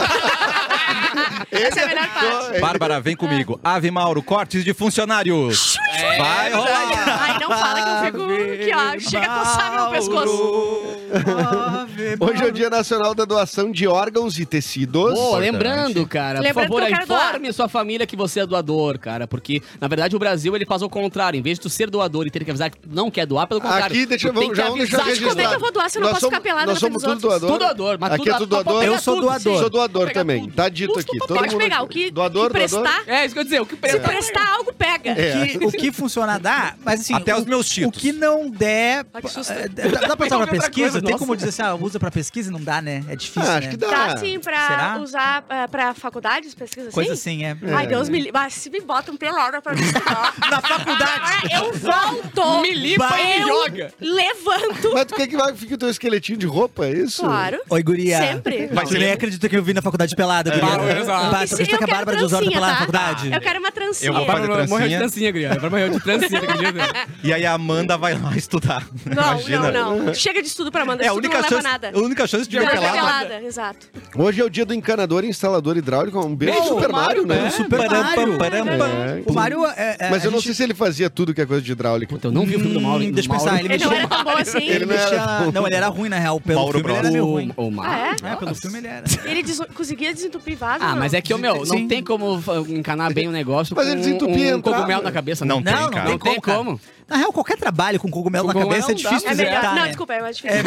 [SPEAKER 2] Essa é a melhor parte.
[SPEAKER 1] Bárbara, vem comigo. Ave Mauro, cortes de funcionários. Vai rolar.
[SPEAKER 2] Ai, não fala que eu fico aqui, ó. Chega a coçar meu pescoço.
[SPEAKER 4] Hoje é o Dia Nacional da Doação de Órgãos e Tecidos.
[SPEAKER 3] Pô, lembrando, cara,
[SPEAKER 2] Lembrando
[SPEAKER 3] por favor,
[SPEAKER 2] que eu quero
[SPEAKER 3] informe
[SPEAKER 2] doar.
[SPEAKER 3] sua família que você é doador, cara, porque, na verdade, o Brasil, ele faz o contrário. Em vez de tu ser doador e ter que avisar que tu não quer doar, pelo contrário.
[SPEAKER 4] Aqui, deixa
[SPEAKER 3] tu tem
[SPEAKER 4] eu
[SPEAKER 3] que
[SPEAKER 4] já vamos deixar
[SPEAKER 3] avisar
[SPEAKER 2] Mas como é que eu
[SPEAKER 4] registrado.
[SPEAKER 2] vou doar se eu não
[SPEAKER 4] Nós
[SPEAKER 2] posso
[SPEAKER 4] somos-
[SPEAKER 2] ficar pelada
[SPEAKER 4] Nós
[SPEAKER 2] na
[SPEAKER 4] somos
[SPEAKER 2] frente
[SPEAKER 4] tudo
[SPEAKER 2] dos outros?
[SPEAKER 4] doador.
[SPEAKER 3] Tudo doador, mas
[SPEAKER 4] Aqui
[SPEAKER 3] tudo
[SPEAKER 4] é tudo doador.
[SPEAKER 5] Eu sou doador.
[SPEAKER 4] Sou doador
[SPEAKER 3] Pega
[SPEAKER 4] também.
[SPEAKER 3] tudo.
[SPEAKER 4] Tá dito
[SPEAKER 2] Tu-
[SPEAKER 4] aqui.
[SPEAKER 2] tu
[SPEAKER 4] Todo
[SPEAKER 2] pode
[SPEAKER 4] mundo
[SPEAKER 2] pegar
[SPEAKER 4] aqui.
[SPEAKER 2] o que,
[SPEAKER 4] doador,
[SPEAKER 2] que prestar.
[SPEAKER 4] doador.
[SPEAKER 3] É, isso que eu ia dizer, o que
[SPEAKER 2] Se
[SPEAKER 3] presta.
[SPEAKER 2] prestar algo, pega.
[SPEAKER 4] É.
[SPEAKER 5] Que- o que funcionar dá, mas assim.
[SPEAKER 1] Até
[SPEAKER 5] o,
[SPEAKER 1] os meus títulos.
[SPEAKER 5] O que não der.
[SPEAKER 2] Ai, que susto.
[SPEAKER 5] é, Dá, dá pra usar pra
[SPEAKER 3] Outra
[SPEAKER 5] pesquisa?
[SPEAKER 3] coisa,
[SPEAKER 5] Tem
[SPEAKER 3] nossa.
[SPEAKER 5] como dizer assim, ah, usa pra pesquisa? Não dá, né? É difícil.
[SPEAKER 4] Ah,
[SPEAKER 5] né?
[SPEAKER 4] acho que dá.
[SPEAKER 2] Dá sim pra
[SPEAKER 5] Será?
[SPEAKER 2] usar uh, pra faculdades, pesquisa assim?
[SPEAKER 5] Coisa assim, é.
[SPEAKER 2] Ai, Deus me livre. Ah, se me botam pelada pra me estudar.
[SPEAKER 5] Na faculdade.
[SPEAKER 2] Eu volto.
[SPEAKER 3] Me limpa e me
[SPEAKER 2] eu
[SPEAKER 3] joga.
[SPEAKER 2] levanto.
[SPEAKER 4] Mas tu quer que vai, fique o teu esqueletinho de roupa, é isso?
[SPEAKER 2] Claro.
[SPEAKER 5] Oi, guria.
[SPEAKER 2] Sempre.
[SPEAKER 5] Mas você nem acredita que eu vim na faculdade pelada, guria.
[SPEAKER 3] Bah, exato.
[SPEAKER 5] Bah,
[SPEAKER 2] E
[SPEAKER 5] tu
[SPEAKER 2] se-
[SPEAKER 5] acredita
[SPEAKER 2] eu
[SPEAKER 5] que a
[SPEAKER 2] quero
[SPEAKER 5] Bárbara de Osório tá
[SPEAKER 2] trancinha,
[SPEAKER 5] pelada na
[SPEAKER 2] tá?
[SPEAKER 5] faculdade?
[SPEAKER 2] Eu quero uma trancinha.
[SPEAKER 1] Eu vou fazer
[SPEAKER 3] Bárbara morreu de
[SPEAKER 1] trancinha.
[SPEAKER 3] trancinha, Gria. Bárbara morreu de trancinha, acredita?
[SPEAKER 1] E aí a Amanda vai lá estudar.
[SPEAKER 2] Não,
[SPEAKER 1] Imagina.
[SPEAKER 2] não, não. Chega de estudo pra Amanda.
[SPEAKER 1] É a
[SPEAKER 2] Estudo
[SPEAKER 1] única
[SPEAKER 2] não leva
[SPEAKER 1] chance,
[SPEAKER 2] nada.
[SPEAKER 1] a única chance de ver
[SPEAKER 2] Não leva
[SPEAKER 1] pelada.
[SPEAKER 2] pelada, exato.
[SPEAKER 4] Hoje é o dia do encanador e instalador hidráulico. Um beijo
[SPEAKER 3] Pô,
[SPEAKER 4] Super
[SPEAKER 3] o Mário,
[SPEAKER 4] Mario, né?
[SPEAKER 3] né?
[SPEAKER 5] Super
[SPEAKER 1] Param,
[SPEAKER 5] Mario.
[SPEAKER 1] param,
[SPEAKER 4] param.
[SPEAKER 5] O Mário é, é,
[SPEAKER 4] Mas
[SPEAKER 5] a
[SPEAKER 4] eu não
[SPEAKER 5] gente-
[SPEAKER 4] sei se ele fazia tudo que é coisa de hidráulica.
[SPEAKER 3] Puta, eu não vi o filme do Mauro.
[SPEAKER 5] Hum,
[SPEAKER 3] do
[SPEAKER 5] deixa eu
[SPEAKER 3] Mauro.
[SPEAKER 5] pensar, ele
[SPEAKER 2] Ele não
[SPEAKER 5] mexia-
[SPEAKER 2] era tão bom assim.
[SPEAKER 4] Ele
[SPEAKER 5] Ele
[SPEAKER 4] não era
[SPEAKER 5] mexia...
[SPEAKER 4] bom.
[SPEAKER 5] Não, ele era ruim, na real. Pelo
[SPEAKER 1] Mauro
[SPEAKER 5] filme ele era meio
[SPEAKER 1] Bros.
[SPEAKER 5] ruim.
[SPEAKER 3] O, o Mauro.
[SPEAKER 2] Ah, é?
[SPEAKER 5] É, pelo filme ele era.
[SPEAKER 2] Ele des- conseguia desentupir vaso?
[SPEAKER 3] Ah,
[SPEAKER 2] não?
[SPEAKER 3] mas é que, ô, meu, não
[SPEAKER 5] Sim.
[SPEAKER 3] tem como fa- encanar bem o negócio
[SPEAKER 4] Mas
[SPEAKER 3] com
[SPEAKER 4] ele desentupia e
[SPEAKER 3] um
[SPEAKER 4] entrava.
[SPEAKER 3] cogumelo na cabeça.
[SPEAKER 1] Não
[SPEAKER 3] né?
[SPEAKER 1] tem,
[SPEAKER 5] Não,
[SPEAKER 1] cara.
[SPEAKER 5] não
[SPEAKER 3] Não
[SPEAKER 5] tem
[SPEAKER 3] tem
[SPEAKER 5] como,
[SPEAKER 3] como.
[SPEAKER 5] Na real, qualquer trabalho com cogumelo
[SPEAKER 3] Com
[SPEAKER 5] na
[SPEAKER 3] cogumelo
[SPEAKER 5] cabeça é
[SPEAKER 3] não dá,
[SPEAKER 5] difícil
[SPEAKER 2] É
[SPEAKER 5] de
[SPEAKER 2] melhor.
[SPEAKER 5] executar,
[SPEAKER 2] Não,
[SPEAKER 5] né?
[SPEAKER 2] desculpa, é mais difícil.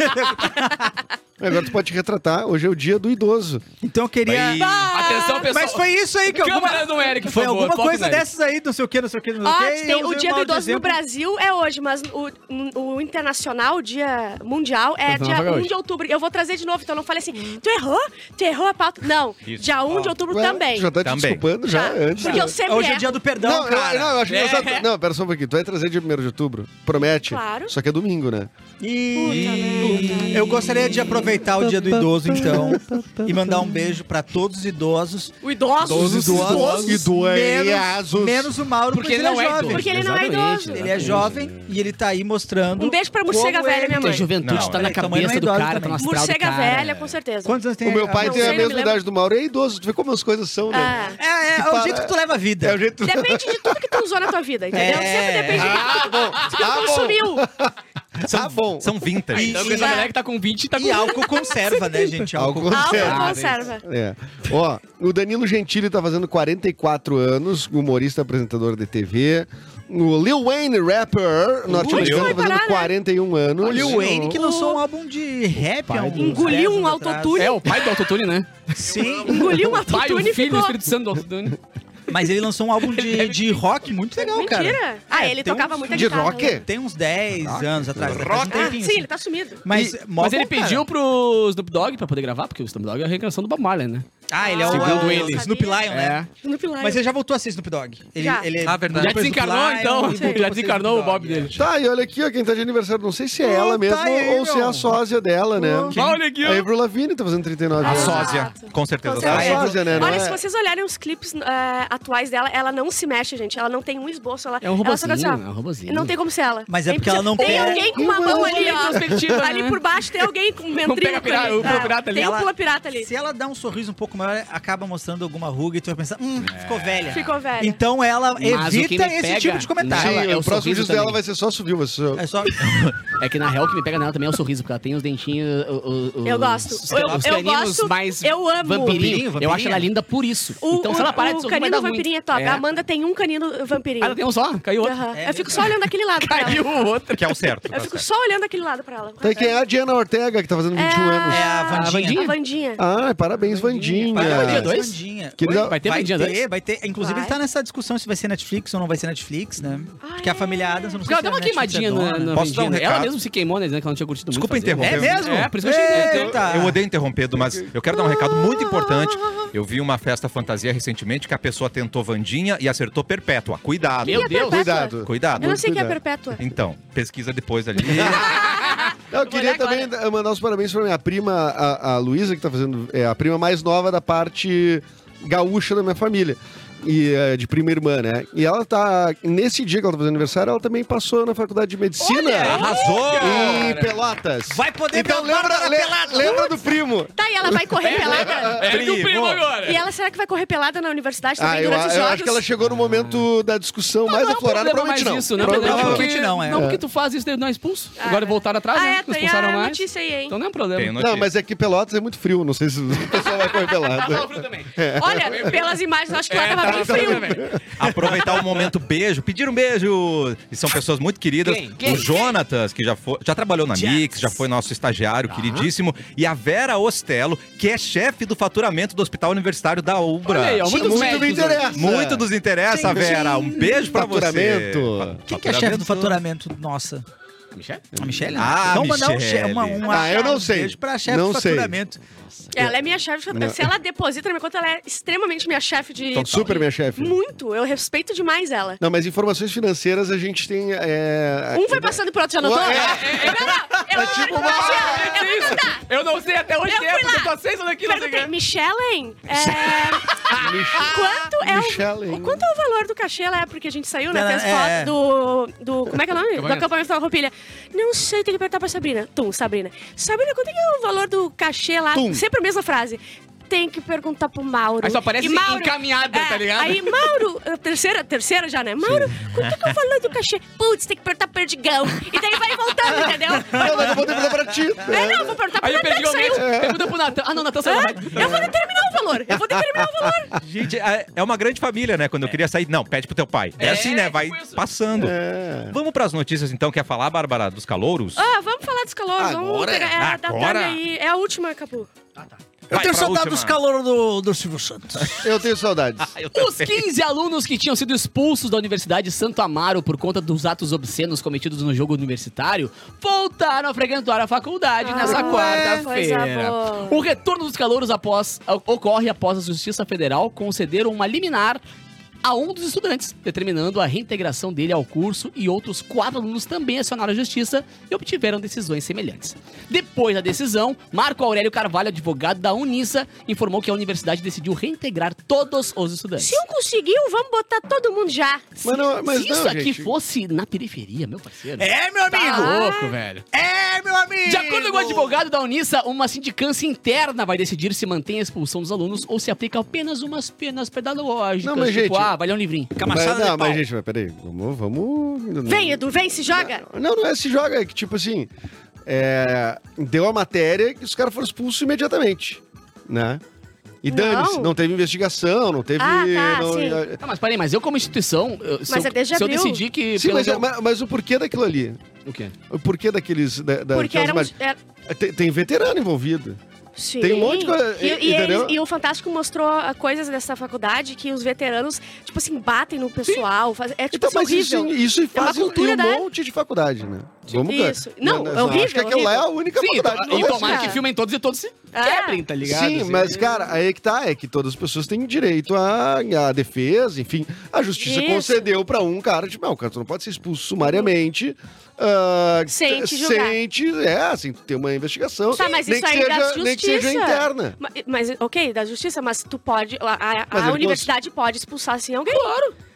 [SPEAKER 4] Agora tu pode retratar. Hoje é o dia do idoso.
[SPEAKER 5] Então eu queria...
[SPEAKER 1] Vai-
[SPEAKER 3] Atenção, pessoal.
[SPEAKER 5] Mas foi isso aí que alguma...
[SPEAKER 3] Câmera do Eric, por
[SPEAKER 5] Foi
[SPEAKER 3] favor,
[SPEAKER 5] alguma
[SPEAKER 3] foca
[SPEAKER 5] coisa
[SPEAKER 3] no Eric.
[SPEAKER 5] dessas aí, não sei o que, não sei o que, não sei
[SPEAKER 2] Ó,
[SPEAKER 5] o que.
[SPEAKER 2] tem
[SPEAKER 5] eu
[SPEAKER 2] o
[SPEAKER 5] usei
[SPEAKER 2] dia
[SPEAKER 5] um
[SPEAKER 2] do
[SPEAKER 5] mau
[SPEAKER 2] idoso no
[SPEAKER 5] exemplo.
[SPEAKER 2] Brasil é hoje, mas o, o internacional, o dia mundial, é
[SPEAKER 3] Então,
[SPEAKER 2] dia
[SPEAKER 3] foi
[SPEAKER 2] um
[SPEAKER 3] hoje.
[SPEAKER 2] de outubro. Eu vou trazer de novo, então eu não falei assim, tu errou? Tu errou a pauta? Não,
[SPEAKER 1] Isso.
[SPEAKER 2] dia um de outubro
[SPEAKER 4] Ué,
[SPEAKER 2] também.
[SPEAKER 4] tu já tá te
[SPEAKER 1] Também.
[SPEAKER 4] desculpando já
[SPEAKER 2] Tá?
[SPEAKER 4] antes.
[SPEAKER 2] Porque
[SPEAKER 4] né?
[SPEAKER 2] eu sempre
[SPEAKER 5] Hoje é
[SPEAKER 2] erro.
[SPEAKER 5] dia do perdão,
[SPEAKER 4] Não, eu,
[SPEAKER 5] cara.
[SPEAKER 4] não, eu acho
[SPEAKER 3] É.
[SPEAKER 4] engraçado. Não, pera só um pouquinho. Tu vai trazer dia primeiro de outubro? Promete?
[SPEAKER 2] Claro.
[SPEAKER 4] Só que é domingo, né?
[SPEAKER 5] E eu gostaria de aproveitar o dia do idoso, então, e mandar um beijo pra todos os idosos.
[SPEAKER 2] O idoso.
[SPEAKER 5] Todos os idosos.
[SPEAKER 4] Idosos.
[SPEAKER 5] Menos, menos o Mauro,
[SPEAKER 3] Porque ele não é
[SPEAKER 5] jovem.
[SPEAKER 3] idoso.
[SPEAKER 2] Porque ele não é
[SPEAKER 3] Exatamente,
[SPEAKER 2] idoso.
[SPEAKER 5] Ele é jovem e ele tá aí mostrando.
[SPEAKER 2] Um beijo pra morcega
[SPEAKER 5] como
[SPEAKER 2] velha,
[SPEAKER 5] ele-
[SPEAKER 2] minha
[SPEAKER 3] Porque a
[SPEAKER 2] mãe.
[SPEAKER 3] juventude
[SPEAKER 1] Não,
[SPEAKER 3] tá na
[SPEAKER 5] é, tua mãe não é
[SPEAKER 3] cabeça do
[SPEAKER 5] idosa
[SPEAKER 3] cara, tá
[SPEAKER 5] também.
[SPEAKER 3] no astral do
[SPEAKER 2] Morcega
[SPEAKER 3] cara.
[SPEAKER 2] velha, com certeza.
[SPEAKER 5] Quantos anos tem
[SPEAKER 4] O meu
[SPEAKER 5] a-
[SPEAKER 4] pai
[SPEAKER 2] não
[SPEAKER 4] tem a
[SPEAKER 2] sei, me
[SPEAKER 4] mesma
[SPEAKER 2] lembro.
[SPEAKER 4] idade do Mauro e é idoso. Tu vê como as coisas são, né?
[SPEAKER 2] Ah,
[SPEAKER 5] É, é, é o
[SPEAKER 4] para-
[SPEAKER 5] jeito que tu leva a vida.
[SPEAKER 4] É o jeito...
[SPEAKER 2] depende de tudo que tu usou na tua vida, entendeu?
[SPEAKER 5] É.
[SPEAKER 2] Sempre depende de
[SPEAKER 4] Ah,
[SPEAKER 2] tudo
[SPEAKER 4] bom.
[SPEAKER 2] que tu
[SPEAKER 4] Ah, bom.
[SPEAKER 2] consumiu.
[SPEAKER 4] Tá bom.
[SPEAKER 1] São vintage.
[SPEAKER 3] Então, essa mulher que tá com vinte, tá com
[SPEAKER 5] E álcool conserva, né, gente?
[SPEAKER 4] Álcool
[SPEAKER 2] Álcool
[SPEAKER 4] conserva.
[SPEAKER 2] conserva.
[SPEAKER 4] É. Ó, o Danilo Gentili tá fazendo quarenta e quatro anos, humorista, apresentador de T V. O Lil Wayne, rapper norte-americano,
[SPEAKER 2] foi
[SPEAKER 4] tá fazendo
[SPEAKER 2] parar, né?
[SPEAKER 4] quarenta e um anos.
[SPEAKER 5] O Lil Wayne que lançou um álbum de rap há alguns
[SPEAKER 2] Engoliu
[SPEAKER 5] dez
[SPEAKER 2] um
[SPEAKER 5] anos atrás.
[SPEAKER 2] autotune.
[SPEAKER 3] É o pai do autotune, né?
[SPEAKER 5] Sim,
[SPEAKER 2] Engoliu uma
[SPEAKER 3] O pai, o
[SPEAKER 2] autotune e
[SPEAKER 3] filho do
[SPEAKER 2] ficou...
[SPEAKER 3] Espírito Santo do autotune.
[SPEAKER 5] mas ele lançou um álbum de, de rock muito legal, cara.
[SPEAKER 2] Mentira. Ah, ele
[SPEAKER 5] tem
[SPEAKER 2] tocava
[SPEAKER 5] uns-
[SPEAKER 2] muita
[SPEAKER 4] de
[SPEAKER 2] guitarra.
[SPEAKER 4] rock?
[SPEAKER 2] né?
[SPEAKER 5] Tem uns dez anos atrás. Faz um
[SPEAKER 2] Ah,
[SPEAKER 5] tempinho,
[SPEAKER 2] sim,
[SPEAKER 5] assim.
[SPEAKER 2] ele tá sumido.
[SPEAKER 5] Mas,
[SPEAKER 3] E-
[SPEAKER 5] mó
[SPEAKER 3] mas ele
[SPEAKER 5] bom, cara.
[SPEAKER 3] pediu pro Snoop Dogg pra poder gravar, porque o Snoop Dogg é a reencarnação do Bob Marley, né?
[SPEAKER 5] Ah, ele é o,
[SPEAKER 3] Segundo
[SPEAKER 5] é o
[SPEAKER 3] ele.
[SPEAKER 5] Snoop Lion, né?
[SPEAKER 3] É.
[SPEAKER 2] No pilar.
[SPEAKER 5] Mas ele já voltou a ser Snoop Dogg. Ele,
[SPEAKER 2] Já.
[SPEAKER 5] ele
[SPEAKER 1] Ah, verdade.
[SPEAKER 3] Já
[SPEAKER 5] depois do
[SPEAKER 3] desencarnou,
[SPEAKER 5] Lion,
[SPEAKER 3] então.
[SPEAKER 5] e voltou
[SPEAKER 3] Já
[SPEAKER 5] a ser
[SPEAKER 3] desencarnou o
[SPEAKER 5] Snoop
[SPEAKER 3] Bob
[SPEAKER 5] Dogg,
[SPEAKER 3] dele.
[SPEAKER 4] Tá, e olha aqui, ó, quem tá de aniversário, não sei se é
[SPEAKER 5] Oh,
[SPEAKER 4] ela mesmo
[SPEAKER 5] tá aí,
[SPEAKER 4] ou se é
[SPEAKER 5] meu.
[SPEAKER 4] a sósia dela, né?
[SPEAKER 3] Olha aqui, ó.
[SPEAKER 4] A Avril Lavigne tá fazendo trinta e nove
[SPEAKER 1] A
[SPEAKER 4] anos.
[SPEAKER 1] sósia, com certeza.
[SPEAKER 2] Com
[SPEAKER 1] a
[SPEAKER 4] É a
[SPEAKER 2] certeza.
[SPEAKER 4] sósia, né? Não
[SPEAKER 2] Olha,
[SPEAKER 4] é-
[SPEAKER 2] se vocês olharem os clipes é, atuais dela, ela não se mexe, gente. Ela não tem um esboço. Ela,
[SPEAKER 3] É um
[SPEAKER 2] ela só tá assim,
[SPEAKER 3] robozinho,
[SPEAKER 2] ó.
[SPEAKER 3] é um robozinho.
[SPEAKER 2] Não tem como ser ela.
[SPEAKER 5] Mas é porque ela não
[SPEAKER 2] Tem
[SPEAKER 5] quer-
[SPEAKER 2] alguém com uma mão ali, ó.
[SPEAKER 3] Perspectiva,
[SPEAKER 2] Ali
[SPEAKER 3] né?
[SPEAKER 2] por baixo tem alguém com um ventríloco
[SPEAKER 3] pega pirata-
[SPEAKER 2] ali.
[SPEAKER 3] o pula
[SPEAKER 2] É,
[SPEAKER 3] pirata ali.
[SPEAKER 2] Tem um
[SPEAKER 5] Ela-
[SPEAKER 2] pula pirata ali.
[SPEAKER 5] Se ela dá um sorriso um pouco pouco maior, acaba mostrando alguma ruga e tu vai pensar, hum, ficou velha.
[SPEAKER 2] Ficou velha.
[SPEAKER 5] Então ela
[SPEAKER 3] Mas o que
[SPEAKER 5] evita
[SPEAKER 3] me
[SPEAKER 5] esse
[SPEAKER 3] pega
[SPEAKER 5] tipo de comentário.
[SPEAKER 3] nela
[SPEAKER 4] Sim,
[SPEAKER 3] é
[SPEAKER 4] o
[SPEAKER 3] o
[SPEAKER 4] próximo
[SPEAKER 3] sorriso
[SPEAKER 4] disco dela
[SPEAKER 3] também.
[SPEAKER 4] vai ser só subiu. Vai ser só...
[SPEAKER 5] É só...
[SPEAKER 3] É que na real o que me pega nela também é o sorriso, porque ela tem os dentinhos. O, o,
[SPEAKER 2] Eu gosto.
[SPEAKER 3] Os,
[SPEAKER 2] Eu-
[SPEAKER 3] os
[SPEAKER 2] eu
[SPEAKER 3] caninos
[SPEAKER 2] gosto,
[SPEAKER 3] mais
[SPEAKER 2] eu amo.
[SPEAKER 3] vampirinho.
[SPEAKER 5] Vampirinho,
[SPEAKER 3] Eu
[SPEAKER 5] vampirinho.
[SPEAKER 3] acho ela linda por isso.
[SPEAKER 2] O,
[SPEAKER 3] então se ela parar
[SPEAKER 2] o,
[SPEAKER 3] de
[SPEAKER 2] o
[SPEAKER 3] sorrir, vai
[SPEAKER 2] canino
[SPEAKER 3] dar ruim.
[SPEAKER 2] vampirinho é top.
[SPEAKER 3] É.
[SPEAKER 2] A Amanda tem um canino vampirinho.
[SPEAKER 3] Ela tem um só, caiu outro.
[SPEAKER 2] Aham.
[SPEAKER 5] É
[SPEAKER 2] Eu fico só olhando aquele lado pra
[SPEAKER 3] Caiu
[SPEAKER 2] ela.
[SPEAKER 3] o outro.
[SPEAKER 1] Que é o certo.
[SPEAKER 2] Eu
[SPEAKER 1] tá
[SPEAKER 2] fico
[SPEAKER 1] certo.
[SPEAKER 2] só olhando aquele lado pra ela.
[SPEAKER 4] Tá, e quem é a Diana Ortega, que tá fazendo vinte e um
[SPEAKER 2] É.
[SPEAKER 4] anos?
[SPEAKER 5] É a
[SPEAKER 3] A
[SPEAKER 5] Vandinha.
[SPEAKER 2] A Vandinha.
[SPEAKER 4] Ah, parabéns, Vandinha.
[SPEAKER 5] Vai ter
[SPEAKER 3] dia dois?
[SPEAKER 5] Vandinha.
[SPEAKER 4] Querida-
[SPEAKER 5] Oi?
[SPEAKER 3] Vai ter
[SPEAKER 5] vai
[SPEAKER 3] dia
[SPEAKER 5] ter,
[SPEAKER 3] dois?
[SPEAKER 5] vai ter. Inclusive,
[SPEAKER 2] Vai.
[SPEAKER 5] ele tá nessa discussão se vai ser Netflix ou não vai ser Netflix, né?
[SPEAKER 2] Ah,
[SPEAKER 5] Porque a
[SPEAKER 2] é.
[SPEAKER 5] família Adams, eu não sei
[SPEAKER 3] Ela
[SPEAKER 5] se
[SPEAKER 3] deu
[SPEAKER 5] a
[SPEAKER 3] uma
[SPEAKER 5] Netflix
[SPEAKER 3] queimadinha
[SPEAKER 5] é
[SPEAKER 3] na,
[SPEAKER 5] dona.
[SPEAKER 3] na
[SPEAKER 1] Posso dar um
[SPEAKER 3] Vandinha. Ela
[SPEAKER 1] recado?
[SPEAKER 3] mesmo se queimou, né? Dizendo que ela não tinha curtido
[SPEAKER 1] Desculpa
[SPEAKER 3] muito. fazer.
[SPEAKER 1] interromper.
[SPEAKER 5] É mesmo?
[SPEAKER 3] É, por isso que eu achei.
[SPEAKER 5] Eita.
[SPEAKER 1] Eu odeio interromper, mas eu quero dar um recado muito importante. Eu vi uma festa fantasia recentemente que a pessoa tentou Vandinha e acertou Perpétua. Cuidado.
[SPEAKER 3] Meu
[SPEAKER 2] E a
[SPEAKER 3] Deus.
[SPEAKER 2] Perpétua?
[SPEAKER 4] Cuidado.
[SPEAKER 1] Cuidado.
[SPEAKER 2] Eu não sei o que é
[SPEAKER 4] Cuidado.
[SPEAKER 2] perpétua.
[SPEAKER 1] Então, pesquisa depois ali.
[SPEAKER 4] Eu
[SPEAKER 2] Vou
[SPEAKER 4] queria
[SPEAKER 2] olhar
[SPEAKER 4] também
[SPEAKER 2] agora.
[SPEAKER 4] mandar os parabéns pra minha prima, a, a Luísa, que tá fazendo. É a prima mais nova da parte gaúcha da minha família. E é, de prima irmã, né? E ela tá. Nesse dia que ela tá fazendo aniversário, ela também passou na faculdade de medicina.
[SPEAKER 3] Olha,
[SPEAKER 1] Arrasou!
[SPEAKER 4] Em Pelotas.
[SPEAKER 5] Vai poder
[SPEAKER 4] Então
[SPEAKER 5] ver a
[SPEAKER 4] lembra,
[SPEAKER 5] Bárbara
[SPEAKER 4] le-
[SPEAKER 5] pelada.
[SPEAKER 4] lembra do primo.
[SPEAKER 2] Tá, e ela vai correr pelada?
[SPEAKER 3] É do primo agora.
[SPEAKER 2] E ela, será que vai correr pelada na universidade
[SPEAKER 4] Ah,
[SPEAKER 2] também
[SPEAKER 4] eu,
[SPEAKER 2] durante os
[SPEAKER 4] eu
[SPEAKER 2] jogos?
[SPEAKER 4] acho que ela chegou no momento da discussão mais
[SPEAKER 3] Não é um
[SPEAKER 4] aflorada.
[SPEAKER 3] problema mais
[SPEAKER 4] Provavelmente não.
[SPEAKER 3] isso, né?
[SPEAKER 4] Provavelmente
[SPEAKER 5] Provavelmente
[SPEAKER 3] Porque-
[SPEAKER 5] não, é.
[SPEAKER 3] Não, porque tu faz isso daí não é expulso.
[SPEAKER 2] Ah,
[SPEAKER 3] Agora voltaram atrás,
[SPEAKER 2] Ah,
[SPEAKER 3] né?
[SPEAKER 2] é,
[SPEAKER 3] Não
[SPEAKER 2] tem
[SPEAKER 3] expulsaram
[SPEAKER 2] a
[SPEAKER 3] mais.
[SPEAKER 2] notícia aí, hein?
[SPEAKER 3] Então não é um
[SPEAKER 1] Tem
[SPEAKER 3] problema.
[SPEAKER 1] notícia.
[SPEAKER 4] Não, mas é que Pelotas é muito frio. Não sei se o pessoal vai correr pelado.
[SPEAKER 2] Olha, pelas imagens, eu acho que lá
[SPEAKER 3] É,
[SPEAKER 2] tava
[SPEAKER 3] tá
[SPEAKER 2] bem
[SPEAKER 3] no
[SPEAKER 2] frio.
[SPEAKER 3] também.
[SPEAKER 1] Aproveitar o momento beijo, pedir um beijo. E são pessoas muito queridas.
[SPEAKER 3] Quem? Quem?
[SPEAKER 1] O Jonatas, que já, foi, já trabalhou na Mix, já foi nosso estagiário queridíssimo. E a Vera Ostello, que é chefe do faturamento do Hospital Universitário da Ubra.
[SPEAKER 3] Olha aí, ó, muitos
[SPEAKER 4] Muito
[SPEAKER 3] médicos
[SPEAKER 4] me interessa.
[SPEAKER 3] hoje.
[SPEAKER 1] Muito nos interessa, Vera. Um beijo pra
[SPEAKER 4] Faturamento.
[SPEAKER 1] você.
[SPEAKER 5] Quem que é chefe do faturamento? Nossa.
[SPEAKER 3] Michel?
[SPEAKER 5] A Michelle?
[SPEAKER 1] Ah,
[SPEAKER 5] Vamos mandar um,
[SPEAKER 1] Michele.
[SPEAKER 5] che- uma, um
[SPEAKER 4] Ah, eu não sei.
[SPEAKER 5] beijo pra chefe
[SPEAKER 4] Não
[SPEAKER 5] do
[SPEAKER 4] sei.
[SPEAKER 5] faturamento.
[SPEAKER 2] Ela é minha chefe. Se ela deposita na minha conta, ela é extremamente minha chefe de...
[SPEAKER 4] Então, super minha chefe.
[SPEAKER 2] Muito. Eu respeito demais ela.
[SPEAKER 4] Não, mas informações financeiras a gente tem. É...
[SPEAKER 2] Um vai passando pro outro, já notou?
[SPEAKER 4] É.
[SPEAKER 2] Eu não, não. Eu
[SPEAKER 4] É tipo
[SPEAKER 2] vou-
[SPEAKER 4] uma-
[SPEAKER 2] eu vou contar.
[SPEAKER 3] Eu não sei até hoje
[SPEAKER 2] Eu
[SPEAKER 3] que é,
[SPEAKER 2] fui
[SPEAKER 3] porque
[SPEAKER 2] lá.
[SPEAKER 3] eu tô há seis anos aqui, não sei o
[SPEAKER 2] Perguntei,
[SPEAKER 3] que.
[SPEAKER 2] Michellen, é... quanto é
[SPEAKER 4] Michellen.
[SPEAKER 2] o, quanto é o valor do cachê lá? Porque a gente saiu, né?
[SPEAKER 5] Não,
[SPEAKER 2] Fez
[SPEAKER 5] é,
[SPEAKER 2] foto
[SPEAKER 5] é.
[SPEAKER 2] do, do... Como é que é o nome? Do
[SPEAKER 3] Acampamento.
[SPEAKER 2] acampamento da roupilha. Não sei, tem que perguntar pra Sabrina. Tum, Sabrina. Sabrina, quanto é que é o valor do cachê lá?
[SPEAKER 4] Tum.
[SPEAKER 2] Sempre a mesma frase. Tem que perguntar pro Mauro.
[SPEAKER 3] Aí só parece
[SPEAKER 2] E Mauro-
[SPEAKER 3] encaminhada,
[SPEAKER 2] é,
[SPEAKER 3] tá ligado?
[SPEAKER 2] Aí, Mauro, a terceira, terceira já, né? Mauro, quanto é que é o valor do cachê? Putz, tem que perguntar pro Perdigão. E daí vai voltando, entendeu? Vai
[SPEAKER 4] Não, mas eu vou perguntar pra ti.
[SPEAKER 2] É, não, vou perguntar pro
[SPEAKER 3] Aí eu
[SPEAKER 2] Natan
[SPEAKER 3] perdi
[SPEAKER 2] que
[SPEAKER 3] o
[SPEAKER 2] saiu.
[SPEAKER 3] momento. Pergunta pro Natan. Ah, não, Natan saiu.
[SPEAKER 2] Hã? Eu vou determinar o valor. Eu vou determinar o valor.
[SPEAKER 1] Gente, é é uma grande família, né? Quando eu queria sair, não, pede pro teu pai. É,
[SPEAKER 3] É,
[SPEAKER 1] assim, né? Vai
[SPEAKER 3] tipo isso.
[SPEAKER 1] passando.
[SPEAKER 4] É.
[SPEAKER 1] Vamos pras notícias, então. Quer falar, Bárbara, dos calouros?
[SPEAKER 2] Ah, vamos falar dos calouros. Vamos
[SPEAKER 4] Agora?
[SPEAKER 2] pegar é, a da
[SPEAKER 1] Agora?
[SPEAKER 2] Tânia aí. É a última, Capu.
[SPEAKER 5] Eu
[SPEAKER 1] Vai
[SPEAKER 5] tenho
[SPEAKER 1] pra
[SPEAKER 5] saudade
[SPEAKER 1] última.
[SPEAKER 5] dos calouros do, do Silvio Santos.
[SPEAKER 4] Eu tenho saudades.
[SPEAKER 3] Os quinze alunos que tinham sido expulsos da Universidade Santo Amaro por conta dos atos obscenos cometidos no jogo universitário voltaram a frequentar a faculdade
[SPEAKER 2] Ah,
[SPEAKER 3] nessa
[SPEAKER 2] coisa
[SPEAKER 3] quarta-feira.
[SPEAKER 2] boa.
[SPEAKER 3] O retorno dos calouros após, ocorre após a Justiça Federal conceder uma liminar a um dos estudantes, determinando a reintegração dele ao curso, e outros quatro alunos também acionaram a justiça e obtiveram decisões semelhantes. Depois da decisão, Marco Aurélio Carvalho, advogado da Unissa, informou que a universidade decidiu reintegrar todos os estudantes.
[SPEAKER 2] Se um conseguiu, vamos botar todo mundo já.
[SPEAKER 4] Mas, não, mas
[SPEAKER 3] Se
[SPEAKER 4] não,
[SPEAKER 3] isso aqui
[SPEAKER 4] gente.
[SPEAKER 3] fosse na periferia, meu parceiro.
[SPEAKER 5] É, meu
[SPEAKER 3] Tá
[SPEAKER 5] amigo!
[SPEAKER 3] louco, velho.
[SPEAKER 5] É, meu amigo!
[SPEAKER 3] De acordo com o advogado da Unissa, uma sindicância interna vai decidir se mantém a expulsão dos alunos ou se aplica apenas umas penas pedagógicas.
[SPEAKER 4] Não, mas,
[SPEAKER 3] tipo,
[SPEAKER 4] gente-
[SPEAKER 3] ah, vai ler um livrinho.
[SPEAKER 5] Com a
[SPEAKER 4] Mas,
[SPEAKER 5] machada
[SPEAKER 4] não,
[SPEAKER 5] de pau.
[SPEAKER 4] mas gente, mas peraí. Vamos. vamos...
[SPEAKER 2] Vem, Edu, vem, se joga.
[SPEAKER 4] Não, não é se joga, é que tipo assim. é, deu a matéria que os caras foram expulsos imediatamente. Né? E
[SPEAKER 2] Não.
[SPEAKER 4] dane-se, não teve investigação, não teve.
[SPEAKER 2] Ah, tá,
[SPEAKER 4] não-
[SPEAKER 2] sim.
[SPEAKER 3] Tá, mas peraí, mas eu como instituição, eu- se,
[SPEAKER 2] Mas
[SPEAKER 3] eu,
[SPEAKER 2] é desde
[SPEAKER 3] se eu
[SPEAKER 2] abril.
[SPEAKER 3] decidir que...
[SPEAKER 4] Sim,
[SPEAKER 3] pelo
[SPEAKER 4] mas, é-
[SPEAKER 3] meu-
[SPEAKER 4] mas, mas o porquê daquilo ali?
[SPEAKER 3] O quê?
[SPEAKER 4] O porquê daqueles. Da, da-
[SPEAKER 2] Porque
[SPEAKER 4] daquelas
[SPEAKER 2] éramos...
[SPEAKER 4] imag-
[SPEAKER 2] É,
[SPEAKER 4] Tem, tem veterano envolvido.
[SPEAKER 2] sim.
[SPEAKER 4] Tem um monte de coisa,
[SPEAKER 2] E, e,
[SPEAKER 4] entendeu?
[SPEAKER 2] eles- e o Fantástico mostrou ah, coisas dessa faculdade que os veteranos, tipo assim, batem no pessoal. Faz, é tipo
[SPEAKER 4] Então,
[SPEAKER 2] assim,
[SPEAKER 4] mas isso,
[SPEAKER 2] horrível.
[SPEAKER 4] isso
[SPEAKER 2] É uma
[SPEAKER 4] faz em
[SPEAKER 2] cultura
[SPEAKER 4] um
[SPEAKER 2] da-
[SPEAKER 4] monte de faculdade, né? Vamos
[SPEAKER 2] Isso. Não, é
[SPEAKER 4] Acho
[SPEAKER 2] horrível,
[SPEAKER 4] que aquilo lá é a única
[SPEAKER 3] Sim,
[SPEAKER 4] faculdade.
[SPEAKER 3] to-
[SPEAKER 4] Não
[SPEAKER 3] e
[SPEAKER 4] é
[SPEAKER 3] tomara
[SPEAKER 2] assim.
[SPEAKER 3] que filmem todos e todos se
[SPEAKER 2] Ah.
[SPEAKER 3] quebrem, tá ligado?
[SPEAKER 4] Sim,
[SPEAKER 3] Assim.
[SPEAKER 4] mas, cara, aí é que tá, é que todas as pessoas têm direito à, à defesa, enfim. A justiça
[SPEAKER 2] Isso.
[SPEAKER 4] concedeu pra um cara, tipo, não, cara, tu não pode ser expulso sumariamente. ah,
[SPEAKER 2] Sem te julgar.
[SPEAKER 4] Sem te, é, assim, ter uma investigação.
[SPEAKER 2] Tá, mas
[SPEAKER 4] nem
[SPEAKER 2] isso
[SPEAKER 4] que
[SPEAKER 2] aí
[SPEAKER 4] seja,
[SPEAKER 2] da
[SPEAKER 4] nem que seja
[SPEAKER 2] justiça.
[SPEAKER 4] interna.
[SPEAKER 2] Ma- Mas, ok, da justiça, mas tu pode. A, a-
[SPEAKER 4] Mas
[SPEAKER 2] a
[SPEAKER 4] ele
[SPEAKER 2] universidade pode expulsar assim alguém. Claro.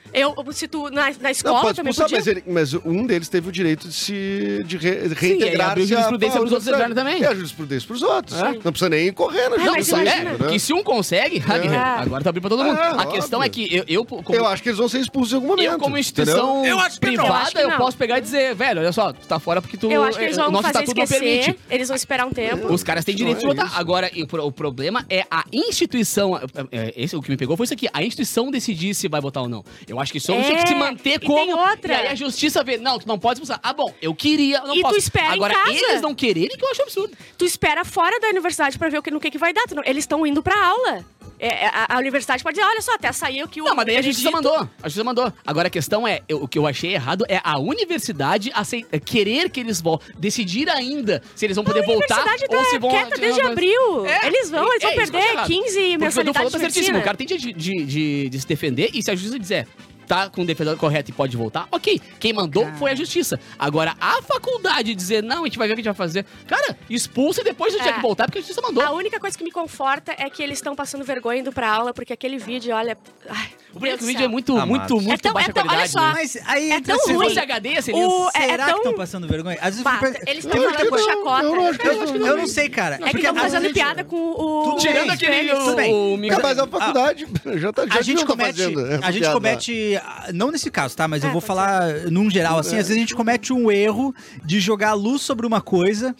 [SPEAKER 2] Eu, se tu, na, na escola
[SPEAKER 4] Não, pode
[SPEAKER 2] também
[SPEAKER 4] expulsar,
[SPEAKER 2] podia.
[SPEAKER 4] mas, ele, mas um deles teve o direito de se de re,
[SPEAKER 3] Sim,
[SPEAKER 4] reintegrar.
[SPEAKER 3] e abriu jurisprudência pros outros entrarem também.
[SPEAKER 4] É a jurisprudência pros outros.
[SPEAKER 3] É.
[SPEAKER 4] Não precisa nem correr na
[SPEAKER 2] Ah, mas
[SPEAKER 4] justiça.
[SPEAKER 2] imagina.
[SPEAKER 3] É,
[SPEAKER 4] né?
[SPEAKER 3] que se um consegue, ah, guerreiro, agora tá abrindo pra todo mundo.
[SPEAKER 4] É,
[SPEAKER 3] a
[SPEAKER 4] óbvio.
[SPEAKER 3] questão é que eu, eu, como,
[SPEAKER 4] Eu acho que eles vão ser expulsos em algum momento.
[SPEAKER 3] eu como instituição
[SPEAKER 1] Eu acho que não.
[SPEAKER 2] Eu
[SPEAKER 3] privada,
[SPEAKER 2] acho que
[SPEAKER 3] eu
[SPEAKER 2] não.
[SPEAKER 3] posso pegar e dizer, velho, olha só, tu tá fora porque tu...
[SPEAKER 2] Eu acho que eles
[SPEAKER 3] eh,
[SPEAKER 2] vão
[SPEAKER 3] nosso
[SPEAKER 2] fazer
[SPEAKER 3] estatuto não
[SPEAKER 2] esquecer,
[SPEAKER 3] permite.
[SPEAKER 2] eles vão esperar um tempo.
[SPEAKER 3] Os caras têm direito de
[SPEAKER 4] Não é
[SPEAKER 3] votar.
[SPEAKER 4] isso.
[SPEAKER 3] Agora, e o, o problema é a instituição. é, é, Esse, o que me pegou foi isso aqui. A instituição decidir se vai votar ou não. Eu acho que isso
[SPEAKER 2] É,
[SPEAKER 3] tinha que se manter
[SPEAKER 2] e
[SPEAKER 3] como.
[SPEAKER 2] tem outra.
[SPEAKER 3] E aí a justiça vê, não, tu não pode expulsar. Ah, bom, eu queria, eu não
[SPEAKER 2] E tu
[SPEAKER 3] posso.
[SPEAKER 2] espera em
[SPEAKER 3] Agora,
[SPEAKER 2] casa.
[SPEAKER 3] eles não quererem, que eu acho absurdo.
[SPEAKER 2] Tu espera fora da universidade pra ver o que, no que, que vai dar. Tu não- eles estão indo pra aula. É, a, a universidade pode dizer, olha só, até saiu que o...
[SPEAKER 3] Não, mas daí a justiça
[SPEAKER 2] veredito-
[SPEAKER 3] mandou. A justiça mandou. Agora a questão é, eu- o que eu achei errado é a universidade acei- é querer que eles vão decidir ainda se eles vão poder
[SPEAKER 2] A
[SPEAKER 3] voltar
[SPEAKER 2] universidade
[SPEAKER 3] ou
[SPEAKER 2] tá
[SPEAKER 3] se vão...
[SPEAKER 2] quieta desde abril.
[SPEAKER 3] É,
[SPEAKER 2] Eles vão, eles
[SPEAKER 3] é
[SPEAKER 2] vão
[SPEAKER 3] isso que eu
[SPEAKER 2] perder
[SPEAKER 3] acho errado.
[SPEAKER 2] quinze
[SPEAKER 3] Porque o Edu
[SPEAKER 2] mensalidades
[SPEAKER 3] falou
[SPEAKER 2] de
[SPEAKER 3] tá certíssimo.
[SPEAKER 2] medicina.
[SPEAKER 3] O cara tem de, de, de, de se defender e se a justiça dizer tá com o defensor correto e pode voltar, ok. Quem mandou foi a justiça. Agora, a faculdade dizer, não, a gente vai ver o que a gente vai fazer. Cara, expulsa e depois a gente
[SPEAKER 2] É.
[SPEAKER 3] tem que voltar porque a justiça mandou.
[SPEAKER 2] A única coisa que me conforta é que eles estão passando vergonha indo pra aula, porque aquele vídeo, olha... Ai,
[SPEAKER 3] O primeiro
[SPEAKER 2] Deus do
[SPEAKER 3] vídeo
[SPEAKER 2] céu.
[SPEAKER 3] é muito,
[SPEAKER 1] Amado.
[SPEAKER 3] muito, muito
[SPEAKER 2] É tão-
[SPEAKER 3] baixa
[SPEAKER 2] é tão- olha
[SPEAKER 3] qualidade.
[SPEAKER 2] só.
[SPEAKER 3] né?
[SPEAKER 5] Mas aí
[SPEAKER 2] É
[SPEAKER 5] entra
[SPEAKER 2] tão
[SPEAKER 5] esse-
[SPEAKER 3] Se
[SPEAKER 2] ruim.
[SPEAKER 3] fosse H D, seria...
[SPEAKER 2] O- é-
[SPEAKER 5] Será
[SPEAKER 2] tão-
[SPEAKER 5] que estão passando vergonha? Às vezes eu
[SPEAKER 2] Bah,
[SPEAKER 5] fico pensando-
[SPEAKER 2] eles estão
[SPEAKER 4] Eu
[SPEAKER 2] falando
[SPEAKER 4] acho que
[SPEAKER 2] de
[SPEAKER 4] não,
[SPEAKER 2] chacota.
[SPEAKER 4] eu acho que
[SPEAKER 5] Eu,
[SPEAKER 4] não.
[SPEAKER 5] eu não sei, cara.
[SPEAKER 2] É que
[SPEAKER 5] Porque
[SPEAKER 2] estão
[SPEAKER 5] a
[SPEAKER 2] fazendo
[SPEAKER 5] gente-
[SPEAKER 2] piada com o...
[SPEAKER 5] Tudo
[SPEAKER 3] Tirando
[SPEAKER 5] bem,
[SPEAKER 3] aquele...
[SPEAKER 5] tudo bem.
[SPEAKER 3] O, o
[SPEAKER 4] É,
[SPEAKER 3] micro-
[SPEAKER 4] mas a faculdade já tá já
[SPEAKER 5] A gente
[SPEAKER 4] deviam tá
[SPEAKER 5] comete,
[SPEAKER 4] fazendo essa
[SPEAKER 5] a gente
[SPEAKER 4] piada.
[SPEAKER 5] comete, ah, não nesse caso, tá? Mas eu
[SPEAKER 2] É,
[SPEAKER 5] vou
[SPEAKER 2] pode
[SPEAKER 5] falar num geral, assim, às vezes a gente comete um erro de jogar luz sobre uma coisa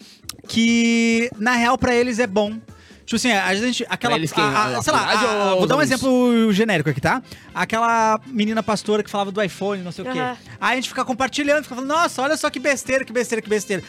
[SPEAKER 5] que, na real, pra eles é bom. Tipo assim, a gente, aquela,
[SPEAKER 3] Pra eles quem?
[SPEAKER 5] a- a-
[SPEAKER 3] A
[SPEAKER 5] sei lá,
[SPEAKER 3] faculdade
[SPEAKER 5] a-
[SPEAKER 3] ou
[SPEAKER 5] vou
[SPEAKER 3] os
[SPEAKER 5] dar um
[SPEAKER 3] alunos?
[SPEAKER 5] exemplo genérico aqui, tá? Aquela menina pastora que falava do iPhone, não sei o quê.
[SPEAKER 2] Aham.
[SPEAKER 5] Aí a gente fica compartilhando, fica falando, nossa, olha só que besteira, que besteira, que besteira.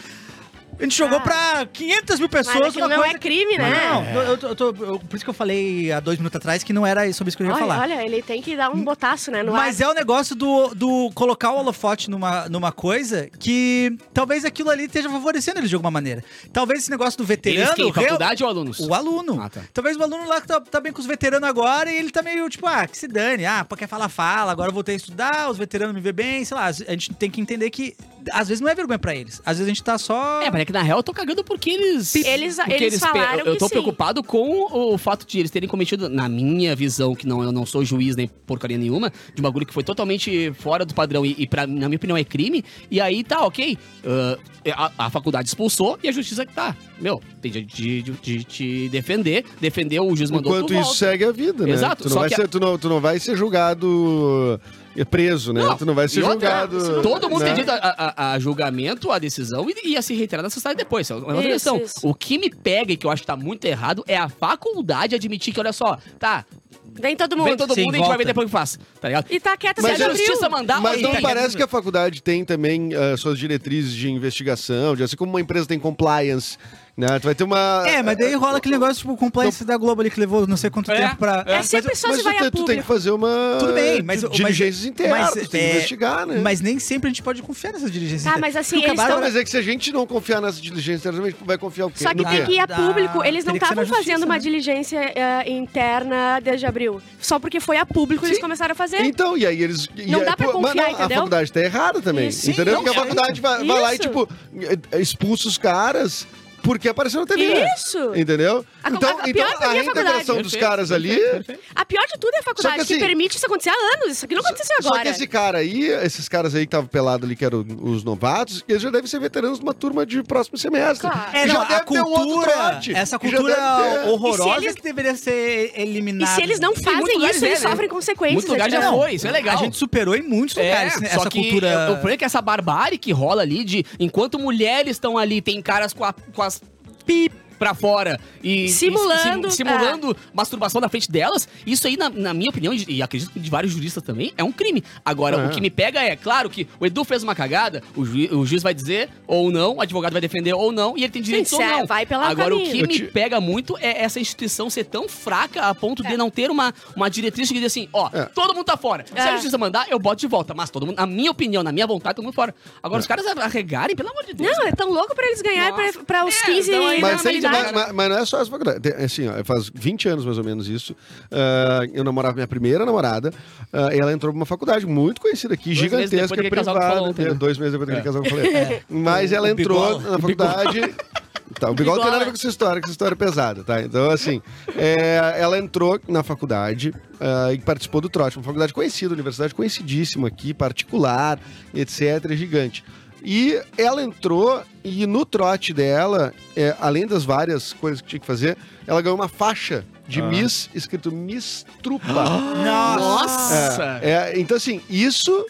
[SPEAKER 5] A gente jogou
[SPEAKER 2] Ah.
[SPEAKER 5] pra quinhentas mil
[SPEAKER 2] Mas
[SPEAKER 5] pessoas
[SPEAKER 2] aquilo
[SPEAKER 5] uma
[SPEAKER 2] não
[SPEAKER 5] coisa
[SPEAKER 2] é crime, né?
[SPEAKER 5] Não, eu tô- eu tô- eu- por isso que eu falei há dois minutos atrás que não era sobre isso que eu ia
[SPEAKER 2] Olha,
[SPEAKER 5] falar.
[SPEAKER 2] olha, ele tem que dar um botaço, né? No
[SPEAKER 5] Mas
[SPEAKER 2] ar.
[SPEAKER 5] é o negócio do, do colocar o holofote numa, numa coisa que talvez aquilo ali esteja favorecendo eles de alguma maneira. Talvez esse negócio do veterano...
[SPEAKER 3] Eles quem?
[SPEAKER 5] real-
[SPEAKER 3] Faculdade ou alunos?
[SPEAKER 5] O aluno.
[SPEAKER 3] Ah, tá.
[SPEAKER 5] Talvez o aluno lá que tá, tá bem com os veteranos agora e ele tá meio tipo, ah, que se dane. Ah, pô, quer falar, fala. Agora eu voltei a estudar, os veteranos me vê bem, sei lá. A gente tem que entender que às vezes não é vergonha pra eles. Às vezes a gente tá só...
[SPEAKER 3] É, mas é que na real eu tô cagando porque eles.
[SPEAKER 2] Eles-
[SPEAKER 3] porque
[SPEAKER 2] eles
[SPEAKER 3] pe-
[SPEAKER 2] falaram
[SPEAKER 3] Eu, eu
[SPEAKER 2] que
[SPEAKER 3] tô
[SPEAKER 2] sim.
[SPEAKER 3] preocupado com o fato de eles terem cometido, na minha visão, que não, eu não sou juiz nem porcaria nenhuma, de um bagulho que foi totalmente fora do padrão e, e pra, na minha opinião, é crime. E aí tá, ok. ah, a, a faculdade expulsou e a justiça que tá. Meu, tem de, de, de, de te defender. Defendeu, o juiz mandou
[SPEAKER 4] Enquanto
[SPEAKER 3] tu
[SPEAKER 4] isso
[SPEAKER 3] volta.
[SPEAKER 4] segue a vida, né?
[SPEAKER 3] Exato,
[SPEAKER 4] Tu não,
[SPEAKER 3] só
[SPEAKER 4] vai
[SPEAKER 3] que a-
[SPEAKER 4] ser, tu, não, tu não vai ser julgado eh, preso, né?
[SPEAKER 3] Não,
[SPEAKER 4] Tu não vai ser
[SPEAKER 3] e outra,
[SPEAKER 4] julgado...
[SPEAKER 3] Todo mundo
[SPEAKER 4] né?
[SPEAKER 3] tem direito a, a- a julgamento, a decisão e, e a se reiterar na sociedade depois. É uma outra
[SPEAKER 2] Isso,
[SPEAKER 3] questão.
[SPEAKER 2] isso.
[SPEAKER 3] O que me pega e que eu acho que tá muito errado é a faculdade admitir que, olha só, tá,
[SPEAKER 2] Vem todo mundo.
[SPEAKER 3] vem todo
[SPEAKER 5] Sim,
[SPEAKER 3] mundo e a gente vai ver
[SPEAKER 5] volta.
[SPEAKER 3] depois o que faz. Tá ligado?
[SPEAKER 2] E tá quieta
[SPEAKER 4] Mas
[SPEAKER 3] Se a
[SPEAKER 2] desde
[SPEAKER 3] justiça
[SPEAKER 2] abril.
[SPEAKER 3] mandar...
[SPEAKER 4] Mas
[SPEAKER 3] ok,
[SPEAKER 4] não
[SPEAKER 3] tá
[SPEAKER 4] parece
[SPEAKER 3] ligado?
[SPEAKER 4] que a faculdade tem também ah, suas diretrizes de investigação, de assim como uma empresa tem compliance, né? Tu vai ter uma...
[SPEAKER 5] É, mas daí rola aquele negócio, tipo, o compliance da Globo ali que levou não sei quanto
[SPEAKER 3] É,
[SPEAKER 5] tempo pra...
[SPEAKER 2] É sempre só
[SPEAKER 4] Mas
[SPEAKER 2] se
[SPEAKER 4] tu,
[SPEAKER 2] vai
[SPEAKER 4] tem-
[SPEAKER 2] a
[SPEAKER 4] tu tem
[SPEAKER 2] público.
[SPEAKER 4] que fazer uma...
[SPEAKER 5] Tudo bem, mas-
[SPEAKER 4] di-
[SPEAKER 5] mas-
[SPEAKER 4] diligências internas,
[SPEAKER 5] mas,
[SPEAKER 4] tu tem que
[SPEAKER 5] é,
[SPEAKER 4] investigar, né?
[SPEAKER 5] Mas nem sempre a gente pode confiar nessas diligências.
[SPEAKER 2] Tá, mas assim,
[SPEAKER 5] Porque o
[SPEAKER 2] eles
[SPEAKER 5] camarada-
[SPEAKER 2] tão-
[SPEAKER 4] Mas é que se a gente não confiar nessa diligência interna, a gente vai confiar o quê?
[SPEAKER 2] Só que
[SPEAKER 4] No
[SPEAKER 2] tem
[SPEAKER 4] quê?
[SPEAKER 2] que ir a
[SPEAKER 5] Da-
[SPEAKER 2] público. Eles não
[SPEAKER 5] teria que ser na
[SPEAKER 2] estavam fazendo
[SPEAKER 5] justiça,
[SPEAKER 2] uma
[SPEAKER 5] né?
[SPEAKER 2] diligência eh, interna desde abril. Só porque foi a público eles
[SPEAKER 4] Sim.
[SPEAKER 2] começaram a fazer.
[SPEAKER 4] Então, e aí eles... e
[SPEAKER 2] Não
[SPEAKER 4] aí,
[SPEAKER 2] dá pra
[SPEAKER 4] pô, mas
[SPEAKER 2] confiar,
[SPEAKER 4] não,
[SPEAKER 2] entendeu?
[SPEAKER 4] A faculdade tá errada também,
[SPEAKER 2] Isso.
[SPEAKER 4] entendeu?
[SPEAKER 3] Sim,
[SPEAKER 4] Porque
[SPEAKER 3] não,
[SPEAKER 4] a faculdade vai, vai lá e,
[SPEAKER 2] Isso.
[SPEAKER 4] tipo, eh, expulsa os caras porque apareceu na T V.
[SPEAKER 2] Isso.
[SPEAKER 4] Entendeu?
[SPEAKER 2] A-
[SPEAKER 4] então,
[SPEAKER 2] a- a
[SPEAKER 4] então
[SPEAKER 2] pior pra
[SPEAKER 4] a
[SPEAKER 2] mim é a
[SPEAKER 4] reintegração
[SPEAKER 2] faculdade.
[SPEAKER 4] dos
[SPEAKER 3] Perfeito,
[SPEAKER 4] caras ali...
[SPEAKER 3] perfeito, perfeito.
[SPEAKER 2] A pior de tudo é a faculdade,
[SPEAKER 4] Só que
[SPEAKER 2] que,
[SPEAKER 4] assim-
[SPEAKER 2] permite isso acontecer há anos. Isso aqui não aconteceu
[SPEAKER 4] Só
[SPEAKER 2] agora.
[SPEAKER 4] que esse cara aí, esses caras aí que estavam pelados ali, que eram os novatos, eles já devem ser veteranos de uma turma de próximo semestre.
[SPEAKER 2] Claro.
[SPEAKER 5] É,
[SPEAKER 4] já
[SPEAKER 5] não, a
[SPEAKER 4] deve ter um outro
[SPEAKER 5] cultura,
[SPEAKER 4] trote,
[SPEAKER 5] essa
[SPEAKER 4] que já
[SPEAKER 5] cultura
[SPEAKER 4] deve ter.
[SPEAKER 5] horrorosa
[SPEAKER 2] E se eles-
[SPEAKER 5] que deveria ser
[SPEAKER 2] E
[SPEAKER 5] eliminada.
[SPEAKER 2] se eles não
[SPEAKER 3] muitos
[SPEAKER 2] fazem
[SPEAKER 3] lugares
[SPEAKER 2] isso, eles
[SPEAKER 3] é, né?
[SPEAKER 2] sofrem consequências.
[SPEAKER 3] Muito lugar já
[SPEAKER 2] entendeu?
[SPEAKER 3] foi, isso é legal.
[SPEAKER 5] A gente superou em muitos lugares
[SPEAKER 3] É,
[SPEAKER 5] essa
[SPEAKER 3] só que
[SPEAKER 5] cultura.
[SPEAKER 3] o problema é que essa barbárie que rola ali de enquanto mulheres estão ali, tem caras com, a- com as pi pra fora e
[SPEAKER 2] Simulando,
[SPEAKER 3] e sim- simulando masturbação na frente delas, isso aí, na, na minha opinião, e acredito que de vários juristas também, é um crime. Agora,
[SPEAKER 4] É.
[SPEAKER 3] o que me pega é, claro que o Edu fez uma cagada, o, juiz, o juiz vai dizer ou não, o advogado vai defender ou não, e ele tem direito
[SPEAKER 2] Sim,
[SPEAKER 3] ou
[SPEAKER 2] cê-
[SPEAKER 3] não.
[SPEAKER 2] vai pelo
[SPEAKER 3] Agora,
[SPEAKER 2] caminho.
[SPEAKER 3] o que
[SPEAKER 4] Eu
[SPEAKER 3] me
[SPEAKER 4] te-
[SPEAKER 3] pega muito é essa instituição ser tão fraca a ponto de não ter uma, uma diretriz que diz assim, ó,
[SPEAKER 4] É.
[SPEAKER 3] todo mundo tá fora. Se a
[SPEAKER 2] É.
[SPEAKER 3] justiça mandar, eu boto de volta. Mas todo mundo, na minha opinião, na minha vontade, todo mundo fora. Agora, os caras arregarem, pelo amor de Deus.
[SPEAKER 2] Não, é tão louco pra eles ganharem pra,
[SPEAKER 3] Nossa.
[SPEAKER 2] pra os
[SPEAKER 3] É,
[SPEAKER 2] quinze
[SPEAKER 3] então aí-
[SPEAKER 2] na
[SPEAKER 4] Mas, tem,
[SPEAKER 2] normalidade.
[SPEAKER 4] mas, mas- mas não é só essa faculdade. Tem, assim, ó, faz vinte anos mais ou menos isso. ah, eu namorava minha primeira namorada. ah, e ela entrou pra uma faculdade muito conhecida aqui,
[SPEAKER 3] Dois meses depois
[SPEAKER 4] gigantesca,
[SPEAKER 3] daquele casal que
[SPEAKER 4] privada.
[SPEAKER 3] falou ontem, né?
[SPEAKER 4] Dois meses depois daquele
[SPEAKER 3] É.
[SPEAKER 4] casal que eu falei. Mas ela
[SPEAKER 5] O
[SPEAKER 4] entrou
[SPEAKER 5] Bigola.
[SPEAKER 4] na faculdade. Tá, o Bigol não tem nada a ver com essa história, que essa história é pesada, tá? Então, assim, é, ela entrou na faculdade uh, e participou do trote, uma faculdade conhecida, universidade conhecidíssima aqui, particular, etcétera, gigante. E ela entrou e no trote dela, é, além das várias coisas que tinha que fazer, ela ganhou uma faixa de ah. Miss, escrito Miss Trupa.
[SPEAKER 3] Nossa!
[SPEAKER 4] É, é, então, assim, isso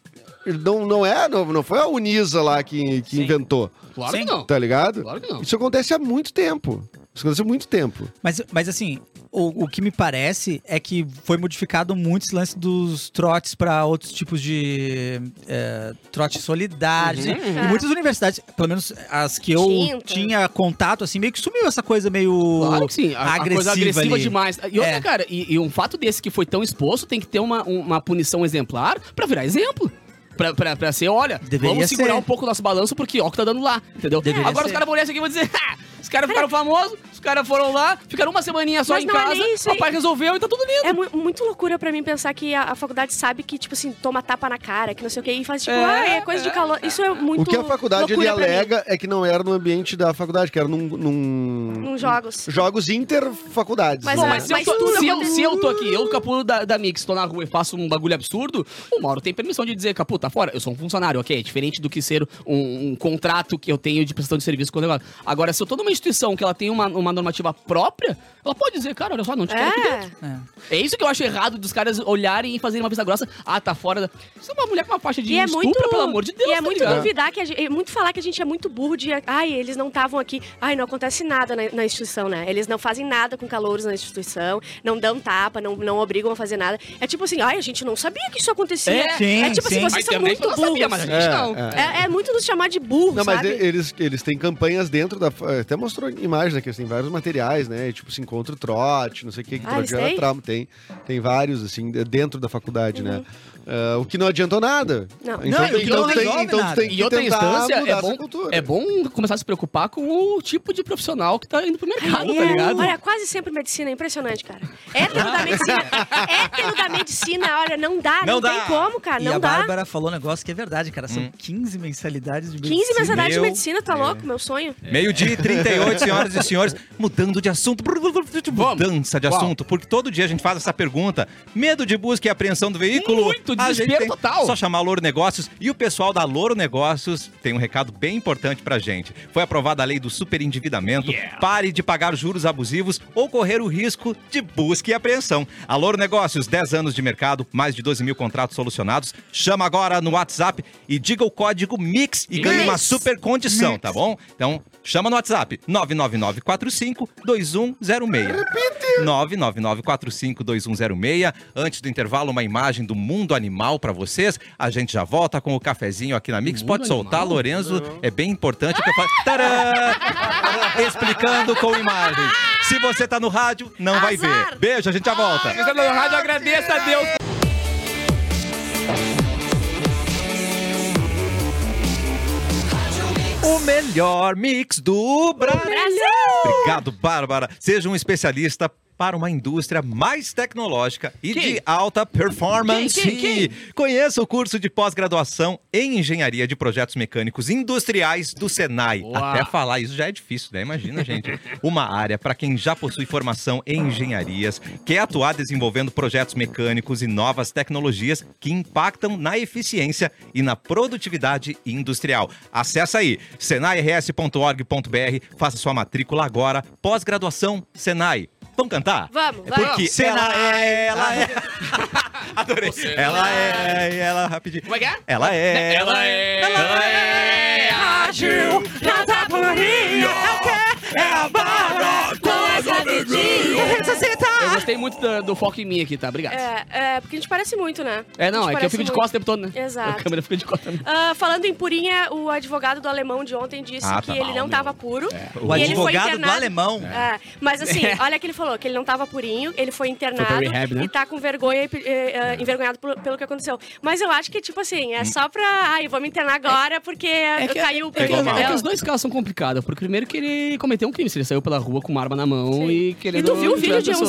[SPEAKER 4] não, não é, não, não foi a Unisa lá que, que inventou.
[SPEAKER 3] Claro Sim. que não.
[SPEAKER 4] Tá ligado?
[SPEAKER 3] Claro que não.
[SPEAKER 4] Isso acontece há muito tempo. Isso acontece há muito tempo.
[SPEAKER 5] Mas, mas assim, o, o que me parece é que foi modificado muito esse lance dos trotes para outros tipos de é, trotes solidários. Uhum. E, e muitas universidades, pelo menos as que eu Tinta. tinha contato, assim, meio que sumiu essa coisa meio
[SPEAKER 3] claro que sim. A, agressiva, a coisa agressiva ali. demais. E outra,
[SPEAKER 5] é.
[SPEAKER 3] cara, e, e um fato desse que foi tão exposto tem que ter uma, uma punição exemplar pra virar exemplo. Pra, pra, pra ser, olha, Deveria vamos segurar ser. um pouco o nosso balanço, porque ó o que tá dando lá, entendeu? Deveria Agora ser. os caras vão olhar isso aqui e vão dizer, ah, os caras ficaram famosos, os caras foram lá, ficaram uma semaninha só Mas em casa, é o pai resolveu e tá tudo lindo.
[SPEAKER 2] É mu muito loucura pra mim pensar que a, a faculdade sabe que, tipo assim, toma tapa na cara, que não sei o quê, e faz tipo, é, ah, é coisa é, de calor. Isso é muito
[SPEAKER 4] O que a faculdade ele alega é que não era no ambiente da faculdade, que era num... num...
[SPEAKER 2] Num jogos.
[SPEAKER 4] Jogos interfaculdades.
[SPEAKER 3] Mas,
[SPEAKER 4] Bom,
[SPEAKER 3] mas, mas se, eu tô, se, eu, se eu tô aqui, eu, Capu da, da Mix, tô na rua e faço um bagulho absurdo, o Mauro tem permissão de dizer, Capu, tá fora, eu sou um funcionário. Ok, é diferente do que ser um, um contrato que eu tenho de prestação de serviço com o negócio. Agora, se eu tô numa instituição que ela tem uma, uma normativa própria, ela pode dizer, cara, olha só, não te quero
[SPEAKER 2] é.
[SPEAKER 3] aqui dentro. É. é isso que eu acho errado dos caras olharem e fazerem uma vista grossa. Ah, tá fora da... Isso é uma mulher com uma faixa de
[SPEAKER 2] e
[SPEAKER 3] estupro, é muito, pelo amor de Deus.
[SPEAKER 2] E é
[SPEAKER 3] tá
[SPEAKER 2] muito
[SPEAKER 3] ligado?
[SPEAKER 2] duvidar, que a gente, é muito falar que a gente é muito burro de... Ai, eles não estavam aqui. Ai, não acontece nada na, na instituição, né? Eles não fazem nada com calouros na instituição, não dão tapa, não, não obrigam a fazer nada. É tipo assim, ai, a gente não sabia que isso acontecia.
[SPEAKER 3] É,
[SPEAKER 5] sim,
[SPEAKER 2] é tipo
[SPEAKER 5] sim.
[SPEAKER 2] assim, vocês são muito burros.
[SPEAKER 3] Sabia, mas a gente
[SPEAKER 4] é,
[SPEAKER 3] não.
[SPEAKER 4] É.
[SPEAKER 2] É, é muito nos chamar de burro,
[SPEAKER 4] Não, mas
[SPEAKER 2] sabe?
[SPEAKER 4] eles, eles têm campanhas dentro da... Até mostrou imagens aqui, tem vários materiais, né? Tipo, se encontra o trote, não sei o que, que
[SPEAKER 2] Ah,
[SPEAKER 4] trote
[SPEAKER 2] eles têm?
[SPEAKER 4] trauma. Tem, tem vários, assim, dentro da faculdade,
[SPEAKER 2] Uhum.
[SPEAKER 4] né? Uh, o que não adiantou nada.
[SPEAKER 2] Não.
[SPEAKER 4] Então,
[SPEAKER 5] Não,
[SPEAKER 4] tem,
[SPEAKER 5] e não
[SPEAKER 4] tem,
[SPEAKER 5] resolve
[SPEAKER 4] então
[SPEAKER 5] nada.
[SPEAKER 4] tu tem que
[SPEAKER 3] Em outra
[SPEAKER 4] tentar
[SPEAKER 3] instância,
[SPEAKER 4] mudar
[SPEAKER 3] é
[SPEAKER 4] essa
[SPEAKER 3] bom,
[SPEAKER 4] cultura.
[SPEAKER 3] é bom começar a se preocupar com o tipo de profissional que tá indo pro mercado,
[SPEAKER 2] É,
[SPEAKER 3] tá ligado?
[SPEAKER 2] Olha, quase sempre medicina, é impressionante, cara. Hétero da medicina, hétero da medicina, olha, não dá, não,
[SPEAKER 1] Não
[SPEAKER 2] tem
[SPEAKER 1] dá.
[SPEAKER 2] como, cara,
[SPEAKER 5] E
[SPEAKER 2] não
[SPEAKER 5] a
[SPEAKER 2] dá.
[SPEAKER 5] Bárbara falou um negócio que é verdade, cara. São
[SPEAKER 1] Hum.
[SPEAKER 5] quinze mensalidades de medicina.
[SPEAKER 2] quinze mensalidades de
[SPEAKER 1] Meu-
[SPEAKER 2] medicina, tá louco? Meu sonho.
[SPEAKER 1] Meio-dia e trinta e oito, senhoras e senhores. Mudando de assunto. Mudança de
[SPEAKER 3] Vamos.
[SPEAKER 1] assunto. Porque todo dia a gente faz essa pergunta. Medo de busca e apreensão do veículo?
[SPEAKER 3] Muito,
[SPEAKER 1] A gente
[SPEAKER 3] desespero
[SPEAKER 1] tem
[SPEAKER 3] total.
[SPEAKER 1] Só chamar a Louro Negócios. E o pessoal da Louro Negócios tem um recado bem importante pra gente. Foi aprovada a lei do superendividamento.
[SPEAKER 3] Yeah.
[SPEAKER 1] Pare de pagar juros abusivos ou correr o risco de busca e apreensão. A Louro Negócios, dez anos de mercado, mais de doze mil contratos solucionados. Chama agora no WhatsApp e diga o código MIX e ganhe uma super condição, Mix. Tá bom? Então, chama no WhatsApp nove nove nove quatro cinco dois um zero seis. Repite! nove nove nove quatro cinco dois um zero seis. Antes do intervalo, uma imagem do mundo animal pra vocês. A gente já volta com o cafezinho aqui na Mix.
[SPEAKER 3] Mundo
[SPEAKER 1] Pode soltar,
[SPEAKER 3] animal?
[SPEAKER 1] Lorenzo. É bem importante que eu falo. Tadã! Explicando com imagem. Se você tá no rádio, não vai
[SPEAKER 2] Azar.
[SPEAKER 1] ver. Beijo, a gente já volta.
[SPEAKER 3] Se você tá no rádio, agradeça a Deus.
[SPEAKER 1] O melhor mix do Brasil.
[SPEAKER 2] Brasil!
[SPEAKER 1] Obrigado, Bárbara. Seja um especialista para uma indústria mais tecnológica e
[SPEAKER 3] Quem?
[SPEAKER 1] de alta performance.
[SPEAKER 3] Quem, quem, quem?
[SPEAKER 1] Conheça o curso de pós-graduação em Engenharia de Projetos Mecânicos Industriais do Senai.
[SPEAKER 3] Boa.
[SPEAKER 1] Até falar isso já é difícil, né? Imagina, gente. Uma área para quem já possui formação em engenharias, quer atuar desenvolvendo projetos mecânicos e novas tecnologias que impactam na eficiência e na produtividade industrial. Acesse aí, senai r s ponto org ponto b r, faça sua matrícula agora. Pós-graduação Senai. Vamos cantar?
[SPEAKER 2] Vamos,
[SPEAKER 1] É
[SPEAKER 2] vamos.
[SPEAKER 1] Porque
[SPEAKER 5] Senai.
[SPEAKER 1] ela é, ela é... Adorei. Ela é, ela, rapidinho.
[SPEAKER 3] Como é que é?
[SPEAKER 1] Ela é...
[SPEAKER 3] Ela é...
[SPEAKER 1] Ela é...
[SPEAKER 2] ágil, não tá por Rio, é a barra com essa vidinha.
[SPEAKER 3] Eu gostei muito do, do foco em mim aqui, tá? Obrigado.
[SPEAKER 2] É, é, porque a gente parece muito, né?
[SPEAKER 3] É, não,
[SPEAKER 2] A gente
[SPEAKER 3] é que eu fico
[SPEAKER 2] parece
[SPEAKER 3] de
[SPEAKER 2] muito.
[SPEAKER 3] costas o tempo todo, né?
[SPEAKER 2] Exato.
[SPEAKER 3] A câmera fica de costas também.
[SPEAKER 2] Ah, falando em purinha, o advogado do alemão de ontem disse
[SPEAKER 1] Ah,
[SPEAKER 2] que
[SPEAKER 1] tá
[SPEAKER 2] ele
[SPEAKER 1] mal,
[SPEAKER 2] não
[SPEAKER 1] meu.
[SPEAKER 2] tava puro.
[SPEAKER 5] O
[SPEAKER 2] e ele foi
[SPEAKER 5] advogado do
[SPEAKER 2] internado.
[SPEAKER 5] alemão.
[SPEAKER 2] É, mas assim,
[SPEAKER 3] É.
[SPEAKER 2] olha que ele falou, que ele não tava purinho, ele foi internado
[SPEAKER 3] Foi pra rehab, né?
[SPEAKER 2] e tá com vergonha, e, eh, envergonhado pelo, pelo que aconteceu. Mas eu acho que, tipo assim, é só pra... Ai, vou me internar agora porque
[SPEAKER 3] que-
[SPEAKER 2] caiu o
[SPEAKER 3] É que,
[SPEAKER 2] purinho,
[SPEAKER 3] é que
[SPEAKER 2] entendeu?
[SPEAKER 3] os dois casos são complicados. Porque primeiro que ele cometeu um crime. Se ele saiu pela rua com uma arma na mão
[SPEAKER 2] Sim.
[SPEAKER 3] e querendo...
[SPEAKER 2] E tu viu o vídeo
[SPEAKER 3] tirar
[SPEAKER 2] de uns
[SPEAKER 3] pessoas.
[SPEAKER 2] anos atrás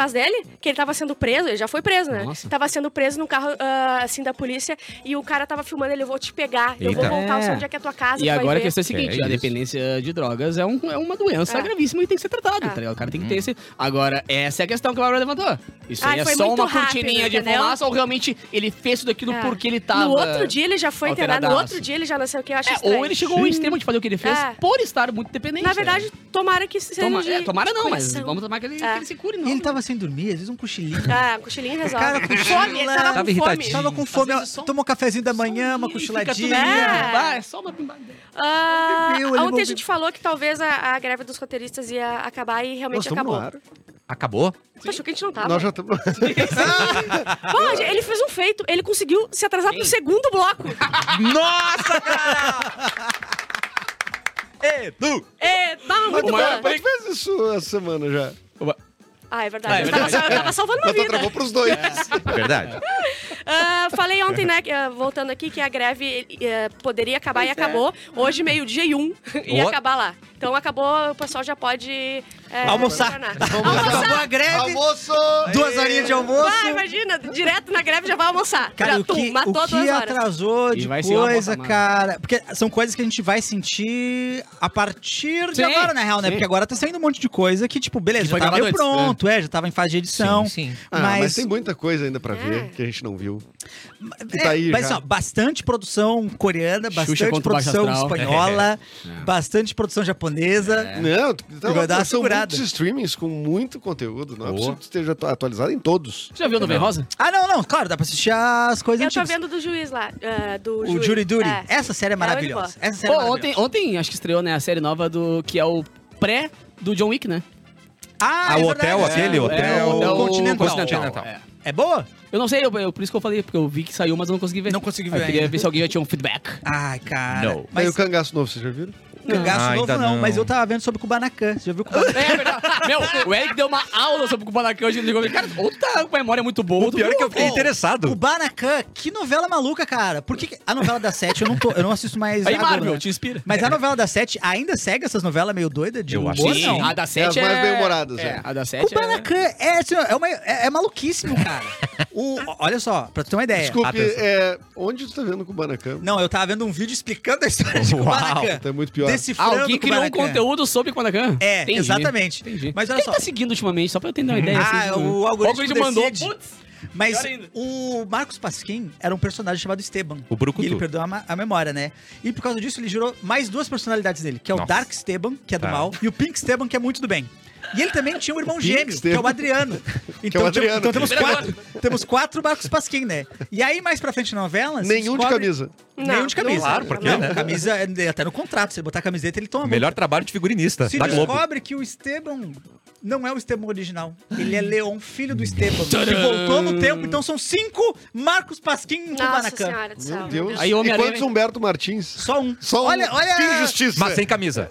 [SPEAKER 2] atrás dele, que ele tava sendo preso, ele já foi preso, né?
[SPEAKER 3] Nossa.
[SPEAKER 2] Tava sendo preso num carro, ah, assim, da polícia, e o cara tava filmando ele, eu vou te pegar, eu vou
[SPEAKER 1] Eita.
[SPEAKER 2] voltar, eu sei
[SPEAKER 3] É.
[SPEAKER 2] onde é que é a tua casa,
[SPEAKER 3] E
[SPEAKER 2] tu vai
[SPEAKER 3] agora a
[SPEAKER 2] ver.
[SPEAKER 3] questão é a seguinte,
[SPEAKER 1] É
[SPEAKER 3] a
[SPEAKER 1] isso.
[SPEAKER 3] dependência de drogas é, um- é uma doença
[SPEAKER 2] É.
[SPEAKER 3] gravíssima e tem que ser tratada,
[SPEAKER 2] É.
[SPEAKER 3] tá ligado? O cara tem que ter esse... Agora, essa é a questão que o Bárbara levantou. Isso
[SPEAKER 2] Ai,
[SPEAKER 3] aí é
[SPEAKER 2] foi
[SPEAKER 3] só
[SPEAKER 2] muito
[SPEAKER 3] uma
[SPEAKER 2] rápido,
[SPEAKER 3] cortininha de
[SPEAKER 2] entendeu?
[SPEAKER 3] fumaça ou realmente ele fez tudo aquilo
[SPEAKER 2] É.
[SPEAKER 3] porque ele tava...
[SPEAKER 2] No outro dia ele já foi internado, no
[SPEAKER 3] alteradaço.
[SPEAKER 2] outro dia ele já nasceu, o que eu acho
[SPEAKER 3] É,
[SPEAKER 2] estranho.
[SPEAKER 3] ou ele chegou ao extremo de fazer o que ele fez
[SPEAKER 2] É.
[SPEAKER 3] por estar muito dependente.
[SPEAKER 2] Na verdade, tomara que seja
[SPEAKER 3] Toma,
[SPEAKER 2] de
[SPEAKER 3] é, tomara não, mas
[SPEAKER 2] coração.
[SPEAKER 3] vamos tomar que ele,
[SPEAKER 2] É.
[SPEAKER 3] que ele se cure, não.
[SPEAKER 5] E ele tava sem dormir, às vezes um cochilinho.
[SPEAKER 2] Ah, um cochilinho resolve.
[SPEAKER 5] Cara,
[SPEAKER 2] fome, ele
[SPEAKER 5] cochila.
[SPEAKER 2] tava com
[SPEAKER 1] Tava
[SPEAKER 2] fome.
[SPEAKER 1] irritadinho.
[SPEAKER 5] Tava com fome,
[SPEAKER 3] vezes só um-
[SPEAKER 5] tomou um cafezinho da manhã, uma
[SPEAKER 3] Ih, fica tudo-
[SPEAKER 5] cochiladinha.
[SPEAKER 2] É.
[SPEAKER 3] Ah, é só uma pimbadinha.
[SPEAKER 2] Ah,
[SPEAKER 5] Ele bebeu, ele
[SPEAKER 2] ontem a
[SPEAKER 5] bebeu.
[SPEAKER 2] gente falou que talvez a, a greve dos roteiristas ia acabar e
[SPEAKER 4] Nós
[SPEAKER 2] realmente
[SPEAKER 4] estamos
[SPEAKER 2] acabou.
[SPEAKER 4] no ar.
[SPEAKER 1] Acabou?
[SPEAKER 2] Tu achou que a gente não tava?
[SPEAKER 4] Nós já estamos...
[SPEAKER 2] Pô, gente, ele fez um feito, ele conseguiu se atrasar pro segundo bloco.
[SPEAKER 1] Nossa, cara! Edu!
[SPEAKER 2] É, não, muito
[SPEAKER 3] maior
[SPEAKER 2] bom.
[SPEAKER 4] Mas fez isso essa semana já.
[SPEAKER 2] Ah, é verdade.
[SPEAKER 3] Ah, é
[SPEAKER 2] eu, tava,
[SPEAKER 3] verdade.
[SPEAKER 2] eu tava salvando uma
[SPEAKER 4] Mas tu
[SPEAKER 2] vida.
[SPEAKER 4] travou pros dois.
[SPEAKER 1] Verdade.
[SPEAKER 2] Ah, falei ontem, né, que, ah, voltando aqui, que a greve eh, poderia acabar e acabou. Hoje, meio-dia e um, ia
[SPEAKER 1] Ó.
[SPEAKER 2] acabar lá. Então acabou, o pessoal já pode eh,
[SPEAKER 5] Almoçar.
[SPEAKER 2] retornar.
[SPEAKER 5] Acabou
[SPEAKER 2] Almoçar.
[SPEAKER 5] a greve,
[SPEAKER 4] Almoço!
[SPEAKER 5] duas horinhas de almoço.
[SPEAKER 2] Ah, imagina, direto na greve já vai almoçar.
[SPEAKER 5] Cara,
[SPEAKER 2] já,
[SPEAKER 5] o
[SPEAKER 2] tum,
[SPEAKER 5] que,
[SPEAKER 2] matou
[SPEAKER 5] o
[SPEAKER 2] duas
[SPEAKER 5] que
[SPEAKER 2] horas.
[SPEAKER 5] atrasou
[SPEAKER 3] E
[SPEAKER 5] de
[SPEAKER 3] vai ser uma
[SPEAKER 5] coisa,
[SPEAKER 3] bota
[SPEAKER 5] cara. Porque são coisas que a gente vai sentir a partir de
[SPEAKER 3] Sim,
[SPEAKER 5] agora, na real, né?
[SPEAKER 3] sim.
[SPEAKER 5] Porque agora tá saindo um monte de coisa que, tipo, beleza,
[SPEAKER 3] Que
[SPEAKER 5] já
[SPEAKER 3] foi
[SPEAKER 5] tava meio
[SPEAKER 3] gravado antes,
[SPEAKER 5] pronto, é, já tava em fase de edição.
[SPEAKER 1] Sim, sim.
[SPEAKER 4] Ah, mas...
[SPEAKER 5] mas,
[SPEAKER 4] tem muita coisa ainda pra
[SPEAKER 2] É.
[SPEAKER 4] ver que a gente não viu. Que
[SPEAKER 5] é,
[SPEAKER 4] tá aí
[SPEAKER 5] mas
[SPEAKER 4] já.
[SPEAKER 5] ó, bastante produção coreana,
[SPEAKER 3] Xuxa
[SPEAKER 5] bastante
[SPEAKER 3] contra o Baixo
[SPEAKER 5] produção
[SPEAKER 3] Astral.
[SPEAKER 5] espanhola,
[SPEAKER 3] É.
[SPEAKER 5] bastante produção japonesa.
[SPEAKER 4] Não, tá,
[SPEAKER 5] vai dar uma
[SPEAKER 4] são
[SPEAKER 5] segurada.
[SPEAKER 4] muitos streamings com muito conteúdo. Não é
[SPEAKER 1] Boa.
[SPEAKER 4] possível que esteja atu- atualizado em todos.
[SPEAKER 3] Você já viu o Nuvem Rosa?
[SPEAKER 5] Ah, não, não, claro, dá pra assistir as coisas
[SPEAKER 2] Eu tô
[SPEAKER 5] antigas.
[SPEAKER 2] vendo do juiz lá. ah, do
[SPEAKER 5] O
[SPEAKER 2] juiz.
[SPEAKER 5] Jury Duty.
[SPEAKER 2] É.
[SPEAKER 5] Essa série é
[SPEAKER 2] muito
[SPEAKER 5] maravilhosa.
[SPEAKER 2] boa.
[SPEAKER 5] Essa série
[SPEAKER 3] Pô,
[SPEAKER 5] é
[SPEAKER 3] ontem,
[SPEAKER 5] maravilhosa.
[SPEAKER 3] ontem acho que estreou, né, a série nova do que é o pré do John Wick, né?
[SPEAKER 5] Ah,
[SPEAKER 1] Ah,
[SPEAKER 5] é
[SPEAKER 1] o
[SPEAKER 5] verdade.
[SPEAKER 1] hotel,
[SPEAKER 5] É,
[SPEAKER 1] aquele
[SPEAKER 3] é,
[SPEAKER 1] hotel...
[SPEAKER 3] é o Hotel
[SPEAKER 5] Continental.
[SPEAKER 1] Continental.
[SPEAKER 3] É.
[SPEAKER 5] É boa?
[SPEAKER 3] Eu não sei, eu, eu- por isso que eu falei, porque eu vi que saiu, mas eu não consegui ver.
[SPEAKER 5] Não consegui
[SPEAKER 3] Eu
[SPEAKER 5] ver
[SPEAKER 3] queria
[SPEAKER 5] ainda.
[SPEAKER 3] ver se alguém já tinha um feedback.
[SPEAKER 5] Ai, cara.
[SPEAKER 1] Não.
[SPEAKER 4] Mas
[SPEAKER 5] Mas
[SPEAKER 4] o Cangaço Novo, vocês já viram?
[SPEAKER 5] Cangaço
[SPEAKER 1] Ah,
[SPEAKER 5] novo
[SPEAKER 1] ainda
[SPEAKER 5] não,
[SPEAKER 1] não.
[SPEAKER 5] mas eu tava vendo sobre o Kubanacan. Você já viu o Kubanacan?
[SPEAKER 3] É verdade. Meu, o Eric deu uma aula sobre o Kubanacan hoje. Ele ligou, cara, ou tu tá com a memória muito boa, ou
[SPEAKER 1] O
[SPEAKER 3] tu
[SPEAKER 1] pior é que eu
[SPEAKER 3] viu,
[SPEAKER 1] fiquei
[SPEAKER 3] pô.
[SPEAKER 1] interessado.
[SPEAKER 5] Kubanacan, que novela maluca, cara. Por que que- a novela da Sete, eu não, tô, eu não assisto mais
[SPEAKER 3] Aí,
[SPEAKER 5] agora,
[SPEAKER 3] Marvel,
[SPEAKER 5] né?
[SPEAKER 3] te inspira.
[SPEAKER 5] Mas a novela da Sete ainda segue essas novelas meio doidas de
[SPEAKER 1] Eu
[SPEAKER 5] humor,
[SPEAKER 1] acho que
[SPEAKER 5] não?
[SPEAKER 3] a da sete
[SPEAKER 4] É
[SPEAKER 3] é...
[SPEAKER 4] as mais bem-humoradas,
[SPEAKER 3] É,
[SPEAKER 4] é.
[SPEAKER 3] a da sete é...
[SPEAKER 5] Kubanacan é, assim, é, uma- é- é maluquíssimo, cara. O, olha só, pra tu ter uma ideia.
[SPEAKER 4] Desculpe,
[SPEAKER 1] Atenção.
[SPEAKER 4] é, onde tu tá vendo o Kubanacan?
[SPEAKER 5] Não, eu tava vendo um vídeo explicando a história de
[SPEAKER 1] Uau.
[SPEAKER 5] Kubanacan.
[SPEAKER 4] Tá muito pior.
[SPEAKER 5] Decifrando
[SPEAKER 3] Alguém criou um
[SPEAKER 5] Kubanacan.
[SPEAKER 3] conteúdo sobre Kubanacan?
[SPEAKER 5] É,
[SPEAKER 3] Entendi.
[SPEAKER 5] exatamente.
[SPEAKER 3] Entendi.
[SPEAKER 5] Mas olha
[SPEAKER 3] Quem
[SPEAKER 5] só.
[SPEAKER 3] tá seguindo ultimamente, só pra eu entender uma ideia.
[SPEAKER 5] Ah,
[SPEAKER 3] assim,
[SPEAKER 5] o algoritmo
[SPEAKER 3] mandou.
[SPEAKER 5] decide.
[SPEAKER 3] Putz,
[SPEAKER 5] Mas
[SPEAKER 3] Pior ainda.
[SPEAKER 5] o Marcos Pasquim era um personagem chamado Esteban.
[SPEAKER 1] O Brucutu.
[SPEAKER 5] E ele perdeu a, ma- a memória, né? E por causa disso, ele gerou mais duas personalidades dele, que é o
[SPEAKER 1] Nossa.
[SPEAKER 5] Dark Esteban, que é do
[SPEAKER 1] Tá.
[SPEAKER 5] mal, e o Pink Esteban, que é muito do bem. E ele também tinha um irmão
[SPEAKER 4] Pink
[SPEAKER 5] gêmeo, que é
[SPEAKER 4] Esteban.
[SPEAKER 5] o Adriano. Então,
[SPEAKER 4] o Adriano.
[SPEAKER 5] então temos
[SPEAKER 3] Primeira
[SPEAKER 5] quatro, temos quatro Marcos Pasquim, né? E aí, mais pra frente na novela... se
[SPEAKER 4] Nenhum de
[SPEAKER 5] descobre-
[SPEAKER 4] camisa.
[SPEAKER 5] Nenhum de camisa.
[SPEAKER 1] Claro, por quê,
[SPEAKER 5] Não,
[SPEAKER 1] né?
[SPEAKER 5] camisa é até no contrato. Se ele botar a camiseta, ele toma multa.
[SPEAKER 1] Melhor trabalho de figurinista
[SPEAKER 5] Se
[SPEAKER 1] da Globo.
[SPEAKER 5] descobre que o Esteban não é o Esteban original. Ele é Leon, filho do Esteban. Que voltou no tempo. Então são cinco Marcos Pasquim em
[SPEAKER 2] Nossa
[SPEAKER 5] Kubanacan.
[SPEAKER 2] senhora do céu.
[SPEAKER 4] Meu Deus.
[SPEAKER 3] Aí,
[SPEAKER 4] e
[SPEAKER 3] Homem-Aranha-
[SPEAKER 4] quantos Humberto Martins?
[SPEAKER 5] Só um.
[SPEAKER 4] Só um.
[SPEAKER 5] olha, olha.
[SPEAKER 4] Que injustiça.
[SPEAKER 1] Mas sem camisa.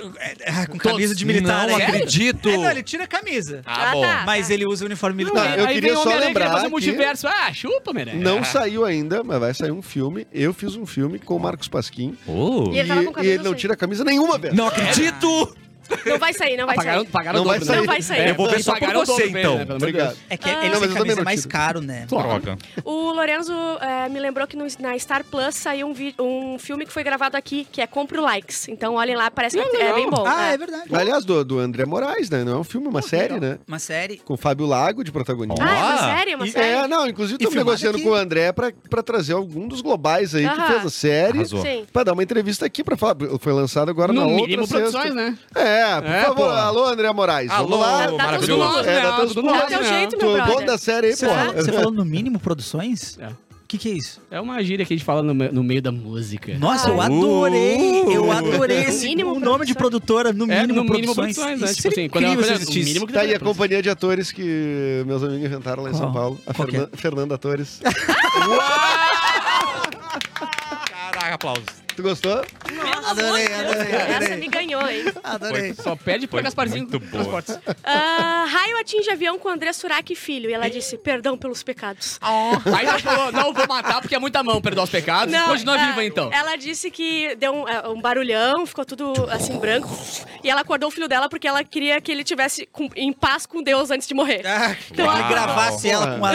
[SPEAKER 5] Ah, com camisa de militar.
[SPEAKER 1] Não
[SPEAKER 5] né?
[SPEAKER 1] acredito.
[SPEAKER 5] É, não, ele tira a camisa.
[SPEAKER 1] Ah,
[SPEAKER 2] Ah,
[SPEAKER 1] bom.
[SPEAKER 2] tá.
[SPEAKER 5] Mas ele usa o uniforme
[SPEAKER 4] Não,
[SPEAKER 5] militar.
[SPEAKER 4] eu
[SPEAKER 3] aí
[SPEAKER 4] queria
[SPEAKER 3] vem o
[SPEAKER 4] só
[SPEAKER 3] Homem-Aranha, queria
[SPEAKER 4] lembrar
[SPEAKER 3] fazer
[SPEAKER 4] que-
[SPEAKER 3] multiverso. Ah, chupa, Merengue.
[SPEAKER 4] Não saiu ainda, mas vai sair um filme. Eu fiz um filme com o Marcos Pasquim.
[SPEAKER 1] Oh.
[SPEAKER 2] E ele tava com
[SPEAKER 4] E,
[SPEAKER 2] camisa,
[SPEAKER 4] e ele não
[SPEAKER 2] eu sei.
[SPEAKER 4] tira a camisa nenhuma, velho.
[SPEAKER 1] Não acredito!
[SPEAKER 2] Não vai sair, não vai
[SPEAKER 3] Pagaram,
[SPEAKER 2] sair.
[SPEAKER 3] pagaram
[SPEAKER 4] Não
[SPEAKER 3] o
[SPEAKER 4] vai
[SPEAKER 3] dobro, né?
[SPEAKER 4] sair.
[SPEAKER 2] Não vai sair.
[SPEAKER 1] Eu vou ver só por
[SPEAKER 3] Pagaram o
[SPEAKER 1] você,
[SPEAKER 3] dobro pra ele,
[SPEAKER 1] então.
[SPEAKER 3] né, pelo amor de
[SPEAKER 4] Obrigado.
[SPEAKER 3] Deus.
[SPEAKER 5] É que
[SPEAKER 2] Ah.
[SPEAKER 5] ele
[SPEAKER 4] Não,
[SPEAKER 5] sem
[SPEAKER 4] mas eu também
[SPEAKER 5] camisa
[SPEAKER 4] não
[SPEAKER 5] é mais
[SPEAKER 4] tiro.
[SPEAKER 5] caro, né?
[SPEAKER 1] Droga.
[SPEAKER 2] O Lorenzo eh, me lembrou que no- na Star Plus saiu um, vi- um filme que foi gravado aqui, que é Compre o Likes. Então olhem lá, parece que
[SPEAKER 3] Ah,
[SPEAKER 2] é
[SPEAKER 3] legal.
[SPEAKER 2] bem bom.
[SPEAKER 5] Ah,
[SPEAKER 2] é.
[SPEAKER 5] é verdade.
[SPEAKER 4] Aliás, do, do André Moraes, né? Não é um filme, é uma série, né?
[SPEAKER 5] Uma série.
[SPEAKER 4] Com o Fábio Lago de protagonista.
[SPEAKER 2] Ah, é uma
[SPEAKER 1] Ah,
[SPEAKER 2] série? É uma
[SPEAKER 5] e-
[SPEAKER 2] série?
[SPEAKER 4] É, não, inclusive
[SPEAKER 5] E
[SPEAKER 4] estamos
[SPEAKER 5] filmado
[SPEAKER 4] negociando
[SPEAKER 5] aqui.
[SPEAKER 4] com o André pra, pra trazer algum dos globais aí que
[SPEAKER 2] Aham.
[SPEAKER 4] fez a série.
[SPEAKER 1] Arrasou.
[SPEAKER 2] Sim.
[SPEAKER 4] Pra dar uma entrevista aqui pra falar. Foi lançado agora
[SPEAKER 3] No
[SPEAKER 4] na outra
[SPEAKER 3] mínimo,
[SPEAKER 4] sexta.
[SPEAKER 3] produções, né?
[SPEAKER 4] É, por
[SPEAKER 3] É,
[SPEAKER 4] favor.
[SPEAKER 3] pô.
[SPEAKER 4] Alô, André Moraes.
[SPEAKER 1] Alô,
[SPEAKER 4] Vamos lá.
[SPEAKER 2] Tá tudo
[SPEAKER 1] maravilhoso.
[SPEAKER 2] nosso,
[SPEAKER 4] É,
[SPEAKER 3] né?
[SPEAKER 4] dá teus
[SPEAKER 3] Tudo
[SPEAKER 4] pulos.
[SPEAKER 2] Dá teu
[SPEAKER 3] né?
[SPEAKER 2] jeito,
[SPEAKER 4] Tu
[SPEAKER 2] meu
[SPEAKER 4] é bom
[SPEAKER 2] brother.
[SPEAKER 4] da série aí,
[SPEAKER 5] Você,
[SPEAKER 4] pô.
[SPEAKER 5] falou, você falou no mínimo produções?
[SPEAKER 3] É.
[SPEAKER 5] O que, que é isso?
[SPEAKER 3] É uma gíria que a gente fala no, me- no meio da música.
[SPEAKER 5] Nossa, eu
[SPEAKER 2] Ai.
[SPEAKER 5] adorei! Eu adorei
[SPEAKER 2] No
[SPEAKER 5] esse
[SPEAKER 2] mínimo
[SPEAKER 5] o nome de
[SPEAKER 2] produções.
[SPEAKER 5] produtora, no
[SPEAKER 3] É,
[SPEAKER 5] mínimo
[SPEAKER 3] no mínimo
[SPEAKER 5] produções.
[SPEAKER 3] produções, né?
[SPEAKER 5] Isso
[SPEAKER 3] Tipo
[SPEAKER 5] seria
[SPEAKER 3] assim, quando é uma
[SPEAKER 5] incrível
[SPEAKER 3] coisa-
[SPEAKER 5] se
[SPEAKER 3] o
[SPEAKER 5] existisse.
[SPEAKER 3] mínimo que
[SPEAKER 4] Tá aí a
[SPEAKER 3] produção.
[SPEAKER 4] companhia de atores que meus amigos inventaram lá em São
[SPEAKER 5] Qual?
[SPEAKER 4] Paulo. A
[SPEAKER 5] Qual que é?
[SPEAKER 4] Fernan- Fernanda Atores.
[SPEAKER 1] Caraca, aplausos.
[SPEAKER 4] Tu gostou?
[SPEAKER 5] Adorei, adorei,
[SPEAKER 2] Essa
[SPEAKER 5] adorei.
[SPEAKER 2] me ganhou, hein?
[SPEAKER 5] Adorei.
[SPEAKER 3] Só pede pra
[SPEAKER 1] Foi
[SPEAKER 3] Gasparzinho.
[SPEAKER 1] muito boa.
[SPEAKER 3] Transportes.
[SPEAKER 2] Ah, raio atinge avião com André Surak Filho. E ela disse, perdão pelos pecados.
[SPEAKER 3] Aí ela falou, não vou matar porque é muita mão, perdoar os pecados. Continua
[SPEAKER 2] ah,
[SPEAKER 3] viva então.
[SPEAKER 2] Ela disse que deu um, ah, um barulhão, ficou tudo assim branco. E ela acordou o filho dela porque ela queria que ele tivesse com- em paz com Deus antes de morrer.
[SPEAKER 5] Ah, que
[SPEAKER 1] Uau.
[SPEAKER 5] ele gravasse ela com a...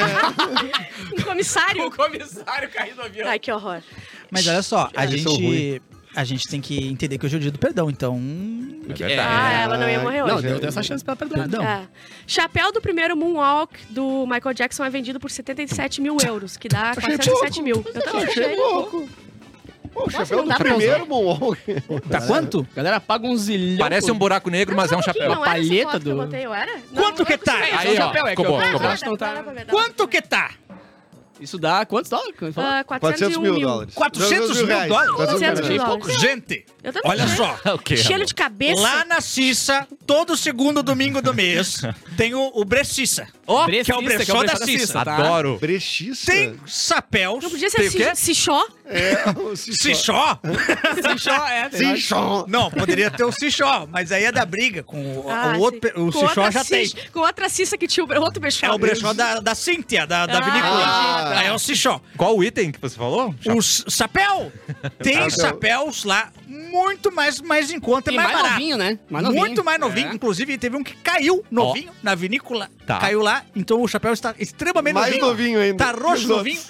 [SPEAKER 2] Um comissário.
[SPEAKER 3] O comissário caiu do avião.
[SPEAKER 2] Ai, que horror.
[SPEAKER 5] Mas olha só, a
[SPEAKER 4] Eles são
[SPEAKER 5] gente...
[SPEAKER 4] ruins.
[SPEAKER 5] A gente tem que entender que hoje é o dia do perdão, então...
[SPEAKER 1] É verdade.
[SPEAKER 2] Ah, ela não ia morrer
[SPEAKER 3] Não,
[SPEAKER 2] hoje.
[SPEAKER 3] deu, deu essa chance pra perdoar.
[SPEAKER 5] Perdão.
[SPEAKER 2] É. Chapéu do primeiro Moonwalk do Michael Jackson é vendido por setenta e sete mil euros, que dá
[SPEAKER 4] Achei
[SPEAKER 2] quatrocentos e sete mil. Eu também
[SPEAKER 4] Achei
[SPEAKER 2] achei.
[SPEAKER 4] louco. Pô, o chapéu
[SPEAKER 2] não
[SPEAKER 4] do
[SPEAKER 2] dá pra
[SPEAKER 4] primeiro Moonwalk.
[SPEAKER 5] Tá quanto?
[SPEAKER 3] A galera paga um zilhão.
[SPEAKER 1] Parece um buraco negro, mas é um chapéu.
[SPEAKER 2] Não era essa
[SPEAKER 3] palheta
[SPEAKER 2] foto que eu
[SPEAKER 3] do-
[SPEAKER 2] botei, eu era? Não,
[SPEAKER 5] Quanto
[SPEAKER 2] não
[SPEAKER 5] que
[SPEAKER 2] é
[SPEAKER 5] tá?
[SPEAKER 2] possível.
[SPEAKER 3] Aí,
[SPEAKER 1] Aí,
[SPEAKER 3] ó,
[SPEAKER 1] ó,
[SPEAKER 3] chapéu, é
[SPEAKER 1] ficou
[SPEAKER 3] que eu-
[SPEAKER 1] bom, ficou
[SPEAKER 2] Ah,
[SPEAKER 1] bom.
[SPEAKER 2] dá,
[SPEAKER 3] acho que não
[SPEAKER 2] dá,
[SPEAKER 3] tá-
[SPEAKER 2] dá pra ver, dá.
[SPEAKER 5] Quanto que tá?
[SPEAKER 3] Isso dá quantos dólares? Como ele falou?
[SPEAKER 2] Ah,
[SPEAKER 4] quatrocentos mil dólares.
[SPEAKER 5] quatrocentos mil
[SPEAKER 4] reais.
[SPEAKER 5] dólares?
[SPEAKER 2] quatrocentos mil
[SPEAKER 4] reais.
[SPEAKER 2] dólares.
[SPEAKER 5] Gente,
[SPEAKER 2] Eu também
[SPEAKER 5] olha
[SPEAKER 2] sei.
[SPEAKER 5] só.
[SPEAKER 1] O quê?
[SPEAKER 2] Cheiro
[SPEAKER 1] amor?
[SPEAKER 2] de cabeça.
[SPEAKER 5] Lá na Cissa, todo segundo domingo do mês, tem o, o Brechissa. Ó, que é o brechó da Cissa.
[SPEAKER 3] tá?
[SPEAKER 1] Adoro.
[SPEAKER 4] Brechiça?
[SPEAKER 5] Tem chapéus.
[SPEAKER 2] Não podia
[SPEAKER 1] Tem
[SPEAKER 2] ser
[SPEAKER 1] o quê?
[SPEAKER 2] si- Sichó?
[SPEAKER 4] É, o Cichó.
[SPEAKER 5] Cichó?
[SPEAKER 3] Cichó, é. tem
[SPEAKER 4] Cichó.
[SPEAKER 5] Não, poderia ter o Cichó, mas aí é da briga. Com o,
[SPEAKER 2] Ah,
[SPEAKER 5] o outro,
[SPEAKER 2] sim.
[SPEAKER 5] pe- o
[SPEAKER 2] Com
[SPEAKER 5] Cichó
[SPEAKER 2] outra
[SPEAKER 5] já tem.
[SPEAKER 2] cis- Com outra cissa que tinha o outro brechó.
[SPEAKER 5] É o brechó da, da Cíntia, da, da
[SPEAKER 2] Ah,
[SPEAKER 5] vinícola.
[SPEAKER 4] entendi.
[SPEAKER 5] Aí é o Cichó.
[SPEAKER 1] Qual o item que você falou?
[SPEAKER 5] Os chapéu. Tem
[SPEAKER 4] Chapéu.
[SPEAKER 5] chapéus lá muito mais, mais em conta e
[SPEAKER 3] E
[SPEAKER 5] mais,
[SPEAKER 3] mais
[SPEAKER 5] barato.
[SPEAKER 3] novinho, né? Mais novinho.
[SPEAKER 5] Muito mais novinho.
[SPEAKER 3] É.
[SPEAKER 5] Inclusive, teve um que caiu novinho na vinícola.
[SPEAKER 1] Tá.
[SPEAKER 5] Caiu lá. Então o chapéu está extremamente
[SPEAKER 4] Mais
[SPEAKER 5] novinho.
[SPEAKER 4] novinho ainda.
[SPEAKER 5] Tá roxo
[SPEAKER 4] Os
[SPEAKER 5] novinho.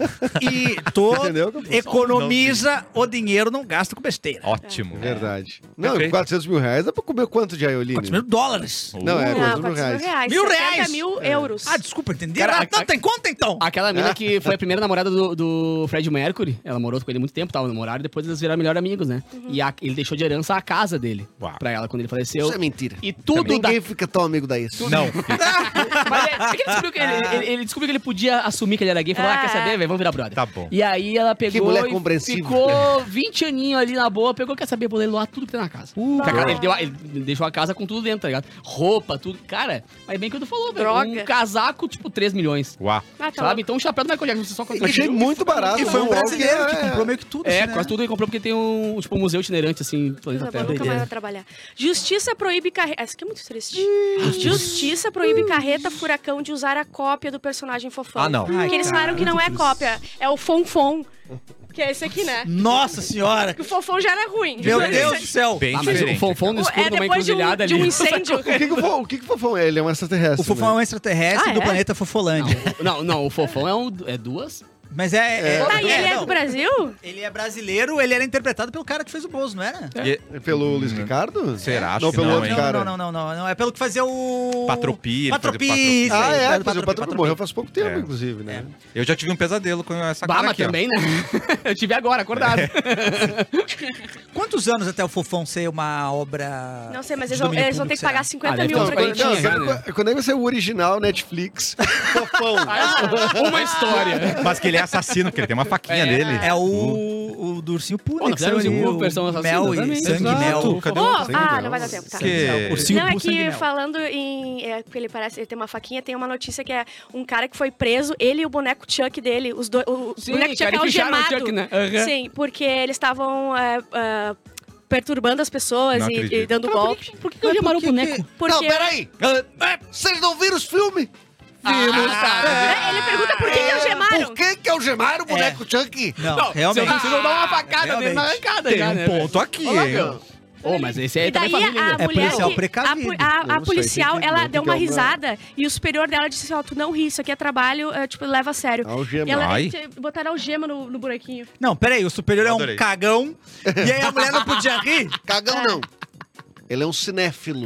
[SPEAKER 5] E tu
[SPEAKER 4] Entendeu?
[SPEAKER 5] economiza o dinheiro, não gasta com besteira.
[SPEAKER 1] Ótimo.
[SPEAKER 4] Verdade. Não,
[SPEAKER 1] Perfeito.
[SPEAKER 4] quatrocentos mil reais dá pra comer quanto de aioline?
[SPEAKER 5] quatrocentos mil dólares.
[SPEAKER 4] Não, é
[SPEAKER 1] Uh.
[SPEAKER 2] Não,
[SPEAKER 4] quatrocentos mil
[SPEAKER 2] quatrocentos
[SPEAKER 4] reais.
[SPEAKER 2] mil reais.
[SPEAKER 5] Mil
[SPEAKER 2] setenta
[SPEAKER 5] reais?
[SPEAKER 2] mil euros.
[SPEAKER 5] Ah, desculpa, entendi.
[SPEAKER 3] Cara,
[SPEAKER 5] errado.
[SPEAKER 3] a-
[SPEAKER 5] não, tem conta então.
[SPEAKER 3] Aquela mina que foi a primeira namorada do, do Fred Mercury, ela morou com ele muito tempo, tava namorado, e depois eles viraram melhor amigos, né? E a- ele deixou de herança a casa dele
[SPEAKER 1] Uau.
[SPEAKER 3] pra ela quando ele faleceu.
[SPEAKER 4] Isso é mentira.
[SPEAKER 3] E tudo da...
[SPEAKER 4] Ninguém fica tão amigo da isso.
[SPEAKER 1] Não.
[SPEAKER 3] Mas é, é que ele descobriu que ele, ele- ele descobriu que ele podia assumir que ele era gay e falou: ah, quer saber, velho? Vamos virar brother.
[SPEAKER 1] Tá bom.
[SPEAKER 3] E aí ela pegou
[SPEAKER 4] mulher
[SPEAKER 3] e
[SPEAKER 4] compreensível.
[SPEAKER 3] ficou vinte aninhos ali na boa, pegou, quer saber, vou leiloar tudo que tem na casa. Porque a casa- ele, deu a- ele deixou a casa com tudo dentro, tá ligado? Roupa, tudo. Cara, mas bem que eu falou, velho.
[SPEAKER 2] Droga.
[SPEAKER 3] Um casaco, tipo, três milhões.
[SPEAKER 1] Uau.
[SPEAKER 2] Ah, tá
[SPEAKER 3] Sabe?
[SPEAKER 2] louco.
[SPEAKER 3] Então o chapéu do Michael Jackson, você só consegue.
[SPEAKER 4] Achei muito barato.
[SPEAKER 5] E foi um
[SPEAKER 4] Moonwalk
[SPEAKER 5] brasileiro que
[SPEAKER 4] é-
[SPEAKER 5] comprou meio que tudo.
[SPEAKER 3] É,
[SPEAKER 5] assim, né?
[SPEAKER 3] quase tudo ele comprou porque tem um, tipo, um museu itinerante, assim, no planeta
[SPEAKER 2] Tá bom,
[SPEAKER 3] Terra.
[SPEAKER 2] nunca mais
[SPEAKER 5] Doideira.
[SPEAKER 2] vai trabalhar. Justiça proíbe carreta. Essa aqui é muito triste. Justiça proíbe carreta furacão de usar a cópia do personagem fofão.
[SPEAKER 1] Ah, não.
[SPEAKER 2] Porque
[SPEAKER 5] Ai,
[SPEAKER 2] eles
[SPEAKER 5] cara,
[SPEAKER 2] falaram que não é
[SPEAKER 5] muito
[SPEAKER 2] cópia, é o Fonfon. Que é esse aqui, né?
[SPEAKER 5] Nossa senhora.
[SPEAKER 2] Que o Fofão já era ruin.
[SPEAKER 5] Meu Deus do céu.
[SPEAKER 1] Bem
[SPEAKER 3] Ah, mas o
[SPEAKER 1] diferente.
[SPEAKER 3] Fonfon no escuro
[SPEAKER 2] É
[SPEAKER 3] numa
[SPEAKER 2] depois de um,
[SPEAKER 3] encruzilhada
[SPEAKER 2] de um
[SPEAKER 3] ali.
[SPEAKER 2] incêndio.
[SPEAKER 4] O que que o fo- o que que o Fofão é? Ele é um extraterrestre.
[SPEAKER 5] O Fofão é
[SPEAKER 4] né?
[SPEAKER 5] um extraterrestre
[SPEAKER 2] Ah,
[SPEAKER 5] do
[SPEAKER 2] é?
[SPEAKER 5] planeta Fofolândia.
[SPEAKER 3] Não, não, o Fofão é, um, é duas.
[SPEAKER 5] Mas é... é,
[SPEAKER 2] Tá, e ele é
[SPEAKER 5] não.
[SPEAKER 2] do Brasil?
[SPEAKER 5] Ele é brasileiro, ele era interpretado pelo cara que fez o Bozo, não era?
[SPEAKER 1] E-
[SPEAKER 4] É pelo Luiz Ricardo?
[SPEAKER 1] Será? Acho
[SPEAKER 4] Não,
[SPEAKER 1] que
[SPEAKER 4] pelo
[SPEAKER 1] não,
[SPEAKER 4] outro
[SPEAKER 1] hein?
[SPEAKER 4] cara.
[SPEAKER 5] Não, não, não, não, não. É pelo que fazia o...
[SPEAKER 1] Patropi, ele
[SPEAKER 5] Patropi.
[SPEAKER 1] fazia
[SPEAKER 5] isso
[SPEAKER 1] o
[SPEAKER 4] Ah,
[SPEAKER 5] aí,
[SPEAKER 4] é,
[SPEAKER 5] faz o
[SPEAKER 4] mas o
[SPEAKER 5] Patropi,
[SPEAKER 4] Patropi morreu faz pouco tempo,
[SPEAKER 1] É.
[SPEAKER 4] inclusive, né?
[SPEAKER 1] Eu já tive um pesadelo com essa
[SPEAKER 3] Bah,
[SPEAKER 1] cara
[SPEAKER 3] mas
[SPEAKER 1] aqui, ó.
[SPEAKER 3] também, né? Eu tive agora, acordado.
[SPEAKER 5] Quantos anos até o Fofão ser uma obra...
[SPEAKER 2] Não sei, mas
[SPEAKER 5] de
[SPEAKER 2] eles vão,
[SPEAKER 5] domínio
[SPEAKER 2] eles vão ter que
[SPEAKER 5] público,
[SPEAKER 2] pagar
[SPEAKER 5] será?
[SPEAKER 2] cinquenta
[SPEAKER 3] Ah, deve
[SPEAKER 2] mil
[SPEAKER 3] ter uns
[SPEAKER 2] pra
[SPEAKER 3] quarenta
[SPEAKER 2] gente.
[SPEAKER 3] Tinha,
[SPEAKER 4] Não,
[SPEAKER 3] já,
[SPEAKER 4] sabe quando- quando é que vai ser o original Netflix? Fofão.
[SPEAKER 3] Uma história.
[SPEAKER 1] Mas que ele é assassino, porque ele tem uma faquinha
[SPEAKER 3] É.
[SPEAKER 1] nele.
[SPEAKER 5] É o, o do Ursinho Poo,
[SPEAKER 3] Pô,
[SPEAKER 5] né?
[SPEAKER 3] não
[SPEAKER 5] que saiu
[SPEAKER 3] fizeram
[SPEAKER 5] ali,
[SPEAKER 3] Ursinho Poo
[SPEAKER 5] o
[SPEAKER 3] versão assassina
[SPEAKER 5] mel e
[SPEAKER 3] também.
[SPEAKER 5] sangue
[SPEAKER 1] Exato.
[SPEAKER 5] mel.
[SPEAKER 1] Cadê
[SPEAKER 2] Oh,
[SPEAKER 1] o
[SPEAKER 2] ah,
[SPEAKER 1] sangue
[SPEAKER 2] não
[SPEAKER 1] mel?
[SPEAKER 2] vai dar tempo, tá.
[SPEAKER 1] Que...
[SPEAKER 5] Ursinho
[SPEAKER 2] Não, é
[SPEAKER 5] Poo, sangue
[SPEAKER 2] que
[SPEAKER 5] mel.
[SPEAKER 2] falando em... É, porque ele parece... Ele tem uma faquinha, tem uma notícia que é um cara que foi preso, ele e o boneco Chuck dele, os dois... O
[SPEAKER 3] Sim,
[SPEAKER 2] boneco Chuck é
[SPEAKER 3] cara, ficharam o
[SPEAKER 2] algemado.
[SPEAKER 3] Chuck, né? Aham.
[SPEAKER 2] Sim, porque eles estavam... é, é, perturbando as pessoas
[SPEAKER 1] Não
[SPEAKER 2] e,
[SPEAKER 1] acredito.
[SPEAKER 2] e dando
[SPEAKER 3] Mas por
[SPEAKER 2] golpe.
[SPEAKER 3] que, por que, que algemaram o
[SPEAKER 5] por que
[SPEAKER 3] boneco?
[SPEAKER 2] Porque...
[SPEAKER 4] Não, peraí. É, Vocês não viram os filmes?
[SPEAKER 3] Vimos,
[SPEAKER 2] É, ele pergunta por que, que algemaram.
[SPEAKER 4] Por que que algemaram o boneco Chuck?
[SPEAKER 5] Não,
[SPEAKER 3] Não,
[SPEAKER 5] realmente.
[SPEAKER 3] Se eu preciso dar uma facada dele na
[SPEAKER 5] Realmente.
[SPEAKER 3] arrancada
[SPEAKER 1] Tem
[SPEAKER 3] já,
[SPEAKER 1] um
[SPEAKER 3] né?
[SPEAKER 1] ponto aqui,
[SPEAKER 3] Olha lá,
[SPEAKER 1] hein?
[SPEAKER 3] meu. Ô, mas esse aí
[SPEAKER 2] E
[SPEAKER 3] também
[SPEAKER 2] daí
[SPEAKER 3] família
[SPEAKER 2] a
[SPEAKER 3] ainda.
[SPEAKER 5] É
[SPEAKER 2] mulher
[SPEAKER 5] policial
[SPEAKER 2] que,
[SPEAKER 5] precavido.
[SPEAKER 2] a, pu- a-
[SPEAKER 4] Eu
[SPEAKER 2] a
[SPEAKER 4] não sei,
[SPEAKER 2] policial,
[SPEAKER 4] tem que-
[SPEAKER 2] ela
[SPEAKER 4] tem
[SPEAKER 2] deu
[SPEAKER 4] que
[SPEAKER 2] uma
[SPEAKER 4] dar uma-
[SPEAKER 2] risada e o superior dela disse assim, ó, tu não ri, isso aqui é trabalho, é, tipo, leva a sério.
[SPEAKER 4] Algema.
[SPEAKER 2] E ela
[SPEAKER 1] Ai.
[SPEAKER 2] te- botaram algema no, no buraquinho.
[SPEAKER 5] Não, peraí, o superior é um
[SPEAKER 1] Adorei.
[SPEAKER 5] cagão e aí a mulher não podia rir?
[SPEAKER 4] Cagão não. Ele é um cinéfilo.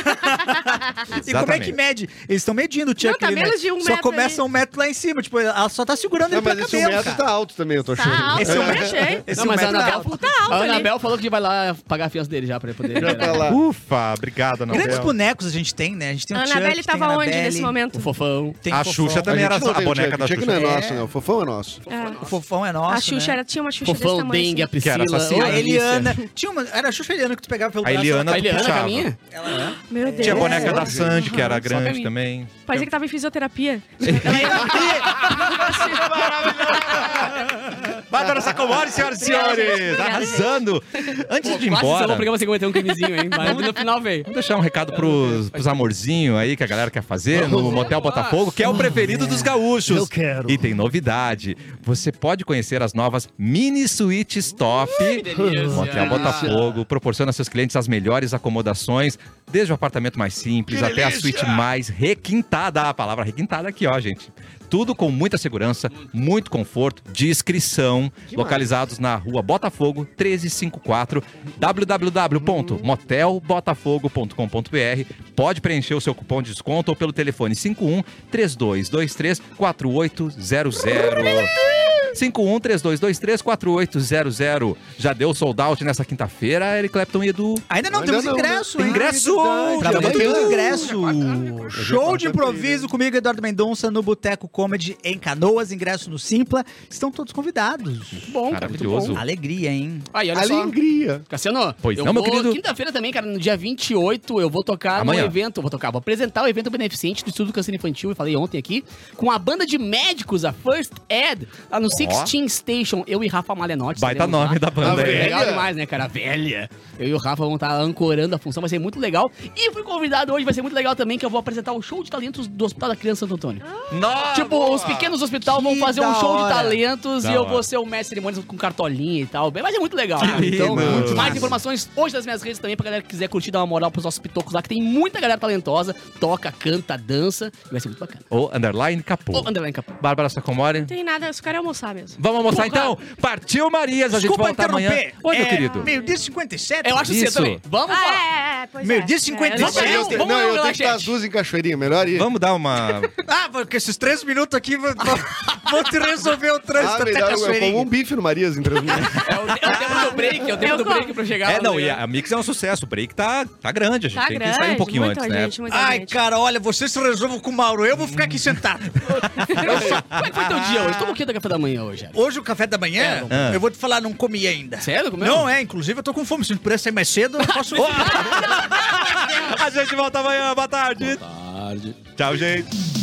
[SPEAKER 5] E como é que mede? Eles estão medindo o Chuck
[SPEAKER 2] Não, tá
[SPEAKER 5] ali, né?
[SPEAKER 2] menos de um
[SPEAKER 5] Só
[SPEAKER 2] metro
[SPEAKER 5] começa
[SPEAKER 2] ali.
[SPEAKER 5] um metro lá em cima. Tipo, ela só tá segurando
[SPEAKER 4] Não,
[SPEAKER 5] ele
[SPEAKER 4] mas
[SPEAKER 5] pra
[SPEAKER 4] esse um
[SPEAKER 5] cabelo,
[SPEAKER 4] metro
[SPEAKER 5] cara.
[SPEAKER 4] tá alto também, eu tô achando.
[SPEAKER 2] Tá alto,
[SPEAKER 5] Esse
[SPEAKER 2] eu
[SPEAKER 5] é o
[SPEAKER 2] também
[SPEAKER 5] metro-
[SPEAKER 2] achei.
[SPEAKER 5] Esse
[SPEAKER 3] Não, mas a
[SPEAKER 5] metro tá
[SPEAKER 3] Anabel,
[SPEAKER 5] alto.
[SPEAKER 2] Tá alto
[SPEAKER 3] a
[SPEAKER 2] ali.
[SPEAKER 3] Anabel falou que vai lá pagar a fiança dele já pra ele poder...
[SPEAKER 4] Já tá lá.
[SPEAKER 1] Ufa, obrigado,
[SPEAKER 5] Grandes
[SPEAKER 1] Anabel.
[SPEAKER 5] bonecos a gente tem, né? A gente tem o
[SPEAKER 2] A
[SPEAKER 5] Chuck,
[SPEAKER 2] Anabelle
[SPEAKER 5] tem
[SPEAKER 2] tava
[SPEAKER 5] a
[SPEAKER 2] onde
[SPEAKER 5] Annabelle,
[SPEAKER 2] nesse momento?
[SPEAKER 3] O fofão.
[SPEAKER 5] tem
[SPEAKER 1] A
[SPEAKER 5] o
[SPEAKER 1] Xuxa
[SPEAKER 5] Fofão.
[SPEAKER 1] também
[SPEAKER 4] A
[SPEAKER 1] era
[SPEAKER 4] gente não
[SPEAKER 1] a
[SPEAKER 4] tem o
[SPEAKER 1] boneca
[SPEAKER 4] Chuck.
[SPEAKER 1] da
[SPEAKER 4] O Chuck
[SPEAKER 1] Xuxa.
[SPEAKER 4] não é
[SPEAKER 5] É.
[SPEAKER 4] nosso, não. O Fofão é nosso.
[SPEAKER 2] É.
[SPEAKER 5] O Fofão é nosso,
[SPEAKER 2] A Xuxa
[SPEAKER 5] né?
[SPEAKER 2] era, tinha uma Xuxa desse
[SPEAKER 3] Fofão,
[SPEAKER 2] tamanho.
[SPEAKER 3] dengue, a
[SPEAKER 2] assim.
[SPEAKER 3] Priscila.
[SPEAKER 1] Que era assassina.
[SPEAKER 3] ô,
[SPEAKER 5] A
[SPEAKER 3] delícia.
[SPEAKER 5] Eliana. Tinha uma, era a Xuxa e a Eliana que tu pegava pelo
[SPEAKER 1] A
[SPEAKER 5] braço.
[SPEAKER 1] Eliana
[SPEAKER 3] A
[SPEAKER 1] tu
[SPEAKER 3] Eliana
[SPEAKER 1] puxava.
[SPEAKER 3] caminha?
[SPEAKER 5] Ela,
[SPEAKER 2] Meu Deus.
[SPEAKER 1] Tinha a boneca da
[SPEAKER 4] É.
[SPEAKER 1] Sandy, que era grande
[SPEAKER 3] caminha.
[SPEAKER 1] também.
[SPEAKER 2] Parecia que tava em fisioterapia.
[SPEAKER 1] Bárbara Sacomori, senhoras e senhores.
[SPEAKER 2] Obrigada,
[SPEAKER 1] Arrasando. Antes
[SPEAKER 3] Pô,
[SPEAKER 1] de ir
[SPEAKER 3] quase
[SPEAKER 1] embora...
[SPEAKER 3] salvou o programa sem cometer um crimizinho, hein? Mas no final veio.
[SPEAKER 1] Vamos deixar um recado pros, pros amorzinhos aí que a galera quer fazer no Motel Botafogo, que é o preferido dos gaúchos.
[SPEAKER 4] Eu quero.
[SPEAKER 1] E tem novidade. Você pode conhecer as novas mini suítes top.
[SPEAKER 3] delícia.
[SPEAKER 1] Motel Botafogo proporciona a seus clientes as melhores acomodações, desde o apartamento mais simples
[SPEAKER 4] Que
[SPEAKER 1] até a
[SPEAKER 4] delícia!
[SPEAKER 1] suíte mais requintada. A palavra requintada aqui, ó, gente. Tudo com muita segurança, muito conforto, discrição. Localizados na rua Botafogo, treze cinquenta e quatro, w w w ponto motel botafogo ponto com ponto b r. Pode preencher o seu cupom de desconto ou pelo telefone cinco um, três dois dois três, quatro oito zero zero. cinco um, três dois dois três, quatro oito zero zero. Já deu sold out nessa quinta-feira, Eric Clapton e Edu.
[SPEAKER 5] Ainda não
[SPEAKER 4] Ainda
[SPEAKER 5] temos
[SPEAKER 4] não,
[SPEAKER 5] ingresso,
[SPEAKER 1] Tem
[SPEAKER 5] hein?
[SPEAKER 1] ingresso!
[SPEAKER 5] Pra amanhã
[SPEAKER 1] Já
[SPEAKER 5] temos
[SPEAKER 1] tem.
[SPEAKER 5] ingresso. Show de
[SPEAKER 4] quarta-feira.
[SPEAKER 5] improviso comigo, Eduardo Mendonça, no Boteco Comedy em Canoas. Ingresso no Simpla. Estão todos convidados.
[SPEAKER 3] Bom, cara, muito
[SPEAKER 1] Maravilhoso.
[SPEAKER 3] bom.
[SPEAKER 5] Alegria, hein?
[SPEAKER 3] Aí, olha só.
[SPEAKER 4] Alegria.
[SPEAKER 3] Cassiano,
[SPEAKER 1] Pois
[SPEAKER 3] eu
[SPEAKER 1] não, meu
[SPEAKER 3] vou,
[SPEAKER 1] querido?
[SPEAKER 3] quinta-feira também, cara, no dia vinte e oito, eu vou tocar
[SPEAKER 1] Amanhã.
[SPEAKER 3] no evento, vou tocar, vou apresentar o evento beneficente do Estudo do Câncer Infantil, eu falei ontem aqui, com a banda de médicos, a First Ed, lá no Sixteen Station, eu e Rafa Malenotti.
[SPEAKER 1] Baita
[SPEAKER 3] estaremos
[SPEAKER 1] nome
[SPEAKER 3] lá.
[SPEAKER 1] da banda.
[SPEAKER 4] A
[SPEAKER 1] hein?
[SPEAKER 4] velha.
[SPEAKER 3] Legal demais, né, cara? A velha. Eu e o Rafa vamos estar ancorando a função, vai ser muito legal. E fui convidado hoje, vai ser muito legal também, que eu vou apresentar o show de talentos do Hospital da Criança Santo Antônio.
[SPEAKER 1] Nossa,
[SPEAKER 3] Tipo,
[SPEAKER 1] boa.
[SPEAKER 3] os pequenos hospitais vão
[SPEAKER 5] Que
[SPEAKER 3] fazer um
[SPEAKER 5] da
[SPEAKER 3] show de
[SPEAKER 5] hora.
[SPEAKER 3] talentos
[SPEAKER 1] Da
[SPEAKER 3] e eu
[SPEAKER 1] hora.
[SPEAKER 3] vou ser o mestre de cerimônias com cartolinha e tal. Vai ser muito legal, cara.
[SPEAKER 1] lindo.
[SPEAKER 3] Então,
[SPEAKER 1] Muito
[SPEAKER 3] mais
[SPEAKER 5] massa.
[SPEAKER 3] informações hoje nas minhas redes também pra galera que quiser curtir, dar uma moral pros nossos pitocos lá, que tem muita galera talentosa, toca, canta, dança, e vai ser muito bacana.
[SPEAKER 1] Ou underline capô.
[SPEAKER 3] Ô, Underline Capô.
[SPEAKER 1] Bárbara Sacomori.
[SPEAKER 2] Não tem nada, eu só quero almoçar mesmo.
[SPEAKER 1] Vamos almoçar
[SPEAKER 3] Porra.
[SPEAKER 1] então? Partiu, Marias. A gente
[SPEAKER 5] Desculpa
[SPEAKER 1] volta amanhã.
[SPEAKER 5] interromper.
[SPEAKER 1] Oi, meu
[SPEAKER 5] É,
[SPEAKER 1] querido.
[SPEAKER 5] Meio-dia e cinquenta e sete.
[SPEAKER 3] Eu acho
[SPEAKER 1] Isso.
[SPEAKER 3] cedo também. Vamos
[SPEAKER 2] Ah,
[SPEAKER 3] falar.
[SPEAKER 2] é, é, pois
[SPEAKER 5] Meu,
[SPEAKER 2] é.
[SPEAKER 5] dia cinquenta e
[SPEAKER 2] É, eu
[SPEAKER 5] sete.
[SPEAKER 2] não
[SPEAKER 4] Mas eu
[SPEAKER 2] sei.
[SPEAKER 4] tenho-
[SPEAKER 3] vamos
[SPEAKER 4] não,
[SPEAKER 3] no
[SPEAKER 4] eu tenho que
[SPEAKER 3] Relaxete.
[SPEAKER 4] estar as duas em Cachoeirinha, melhor ir.
[SPEAKER 1] Vamos dar uma...
[SPEAKER 5] Ah, porque esses três minutos aqui vão, vão te resolver o trânsito
[SPEAKER 4] Ah,
[SPEAKER 5] até
[SPEAKER 4] melhor, eu como
[SPEAKER 5] Cachoeirinha.
[SPEAKER 4] um bife no Marias em três minutos.
[SPEAKER 3] É o, é o tempo do break, é o tempo
[SPEAKER 2] Eu
[SPEAKER 3] do
[SPEAKER 2] como.
[SPEAKER 3] break pra eu chegar
[SPEAKER 1] É,
[SPEAKER 3] lá
[SPEAKER 1] não,
[SPEAKER 3] no
[SPEAKER 1] e
[SPEAKER 3] lugar.
[SPEAKER 1] a Mix é um sucesso. O break tá, tá grande. A gente
[SPEAKER 2] Tá
[SPEAKER 1] tem
[SPEAKER 2] grande,
[SPEAKER 1] que sair um pouquinho
[SPEAKER 2] muita
[SPEAKER 1] antes,
[SPEAKER 2] gente,
[SPEAKER 1] né?
[SPEAKER 2] muita
[SPEAKER 5] Ai,
[SPEAKER 2] gente.
[SPEAKER 5] cara, olha, vocês se resolvam com o Mauro. Eu vou ficar aqui sentado.
[SPEAKER 3] Eu só- Como é que foi teu dia hoje? Toma o que do café da manhã hoje? Eric?
[SPEAKER 5] Hoje o café da manhã,
[SPEAKER 1] Ah.
[SPEAKER 5] eu vou te falar, não comi ainda.
[SPEAKER 3] Sério? Comeu?
[SPEAKER 5] Não, é, inclusive eu tô com fome. Se não puder sair mais cedo, eu posso ir.
[SPEAKER 1] A gente volta amanhã. Boa tarde.
[SPEAKER 3] Tarde.
[SPEAKER 1] Tchau, gente.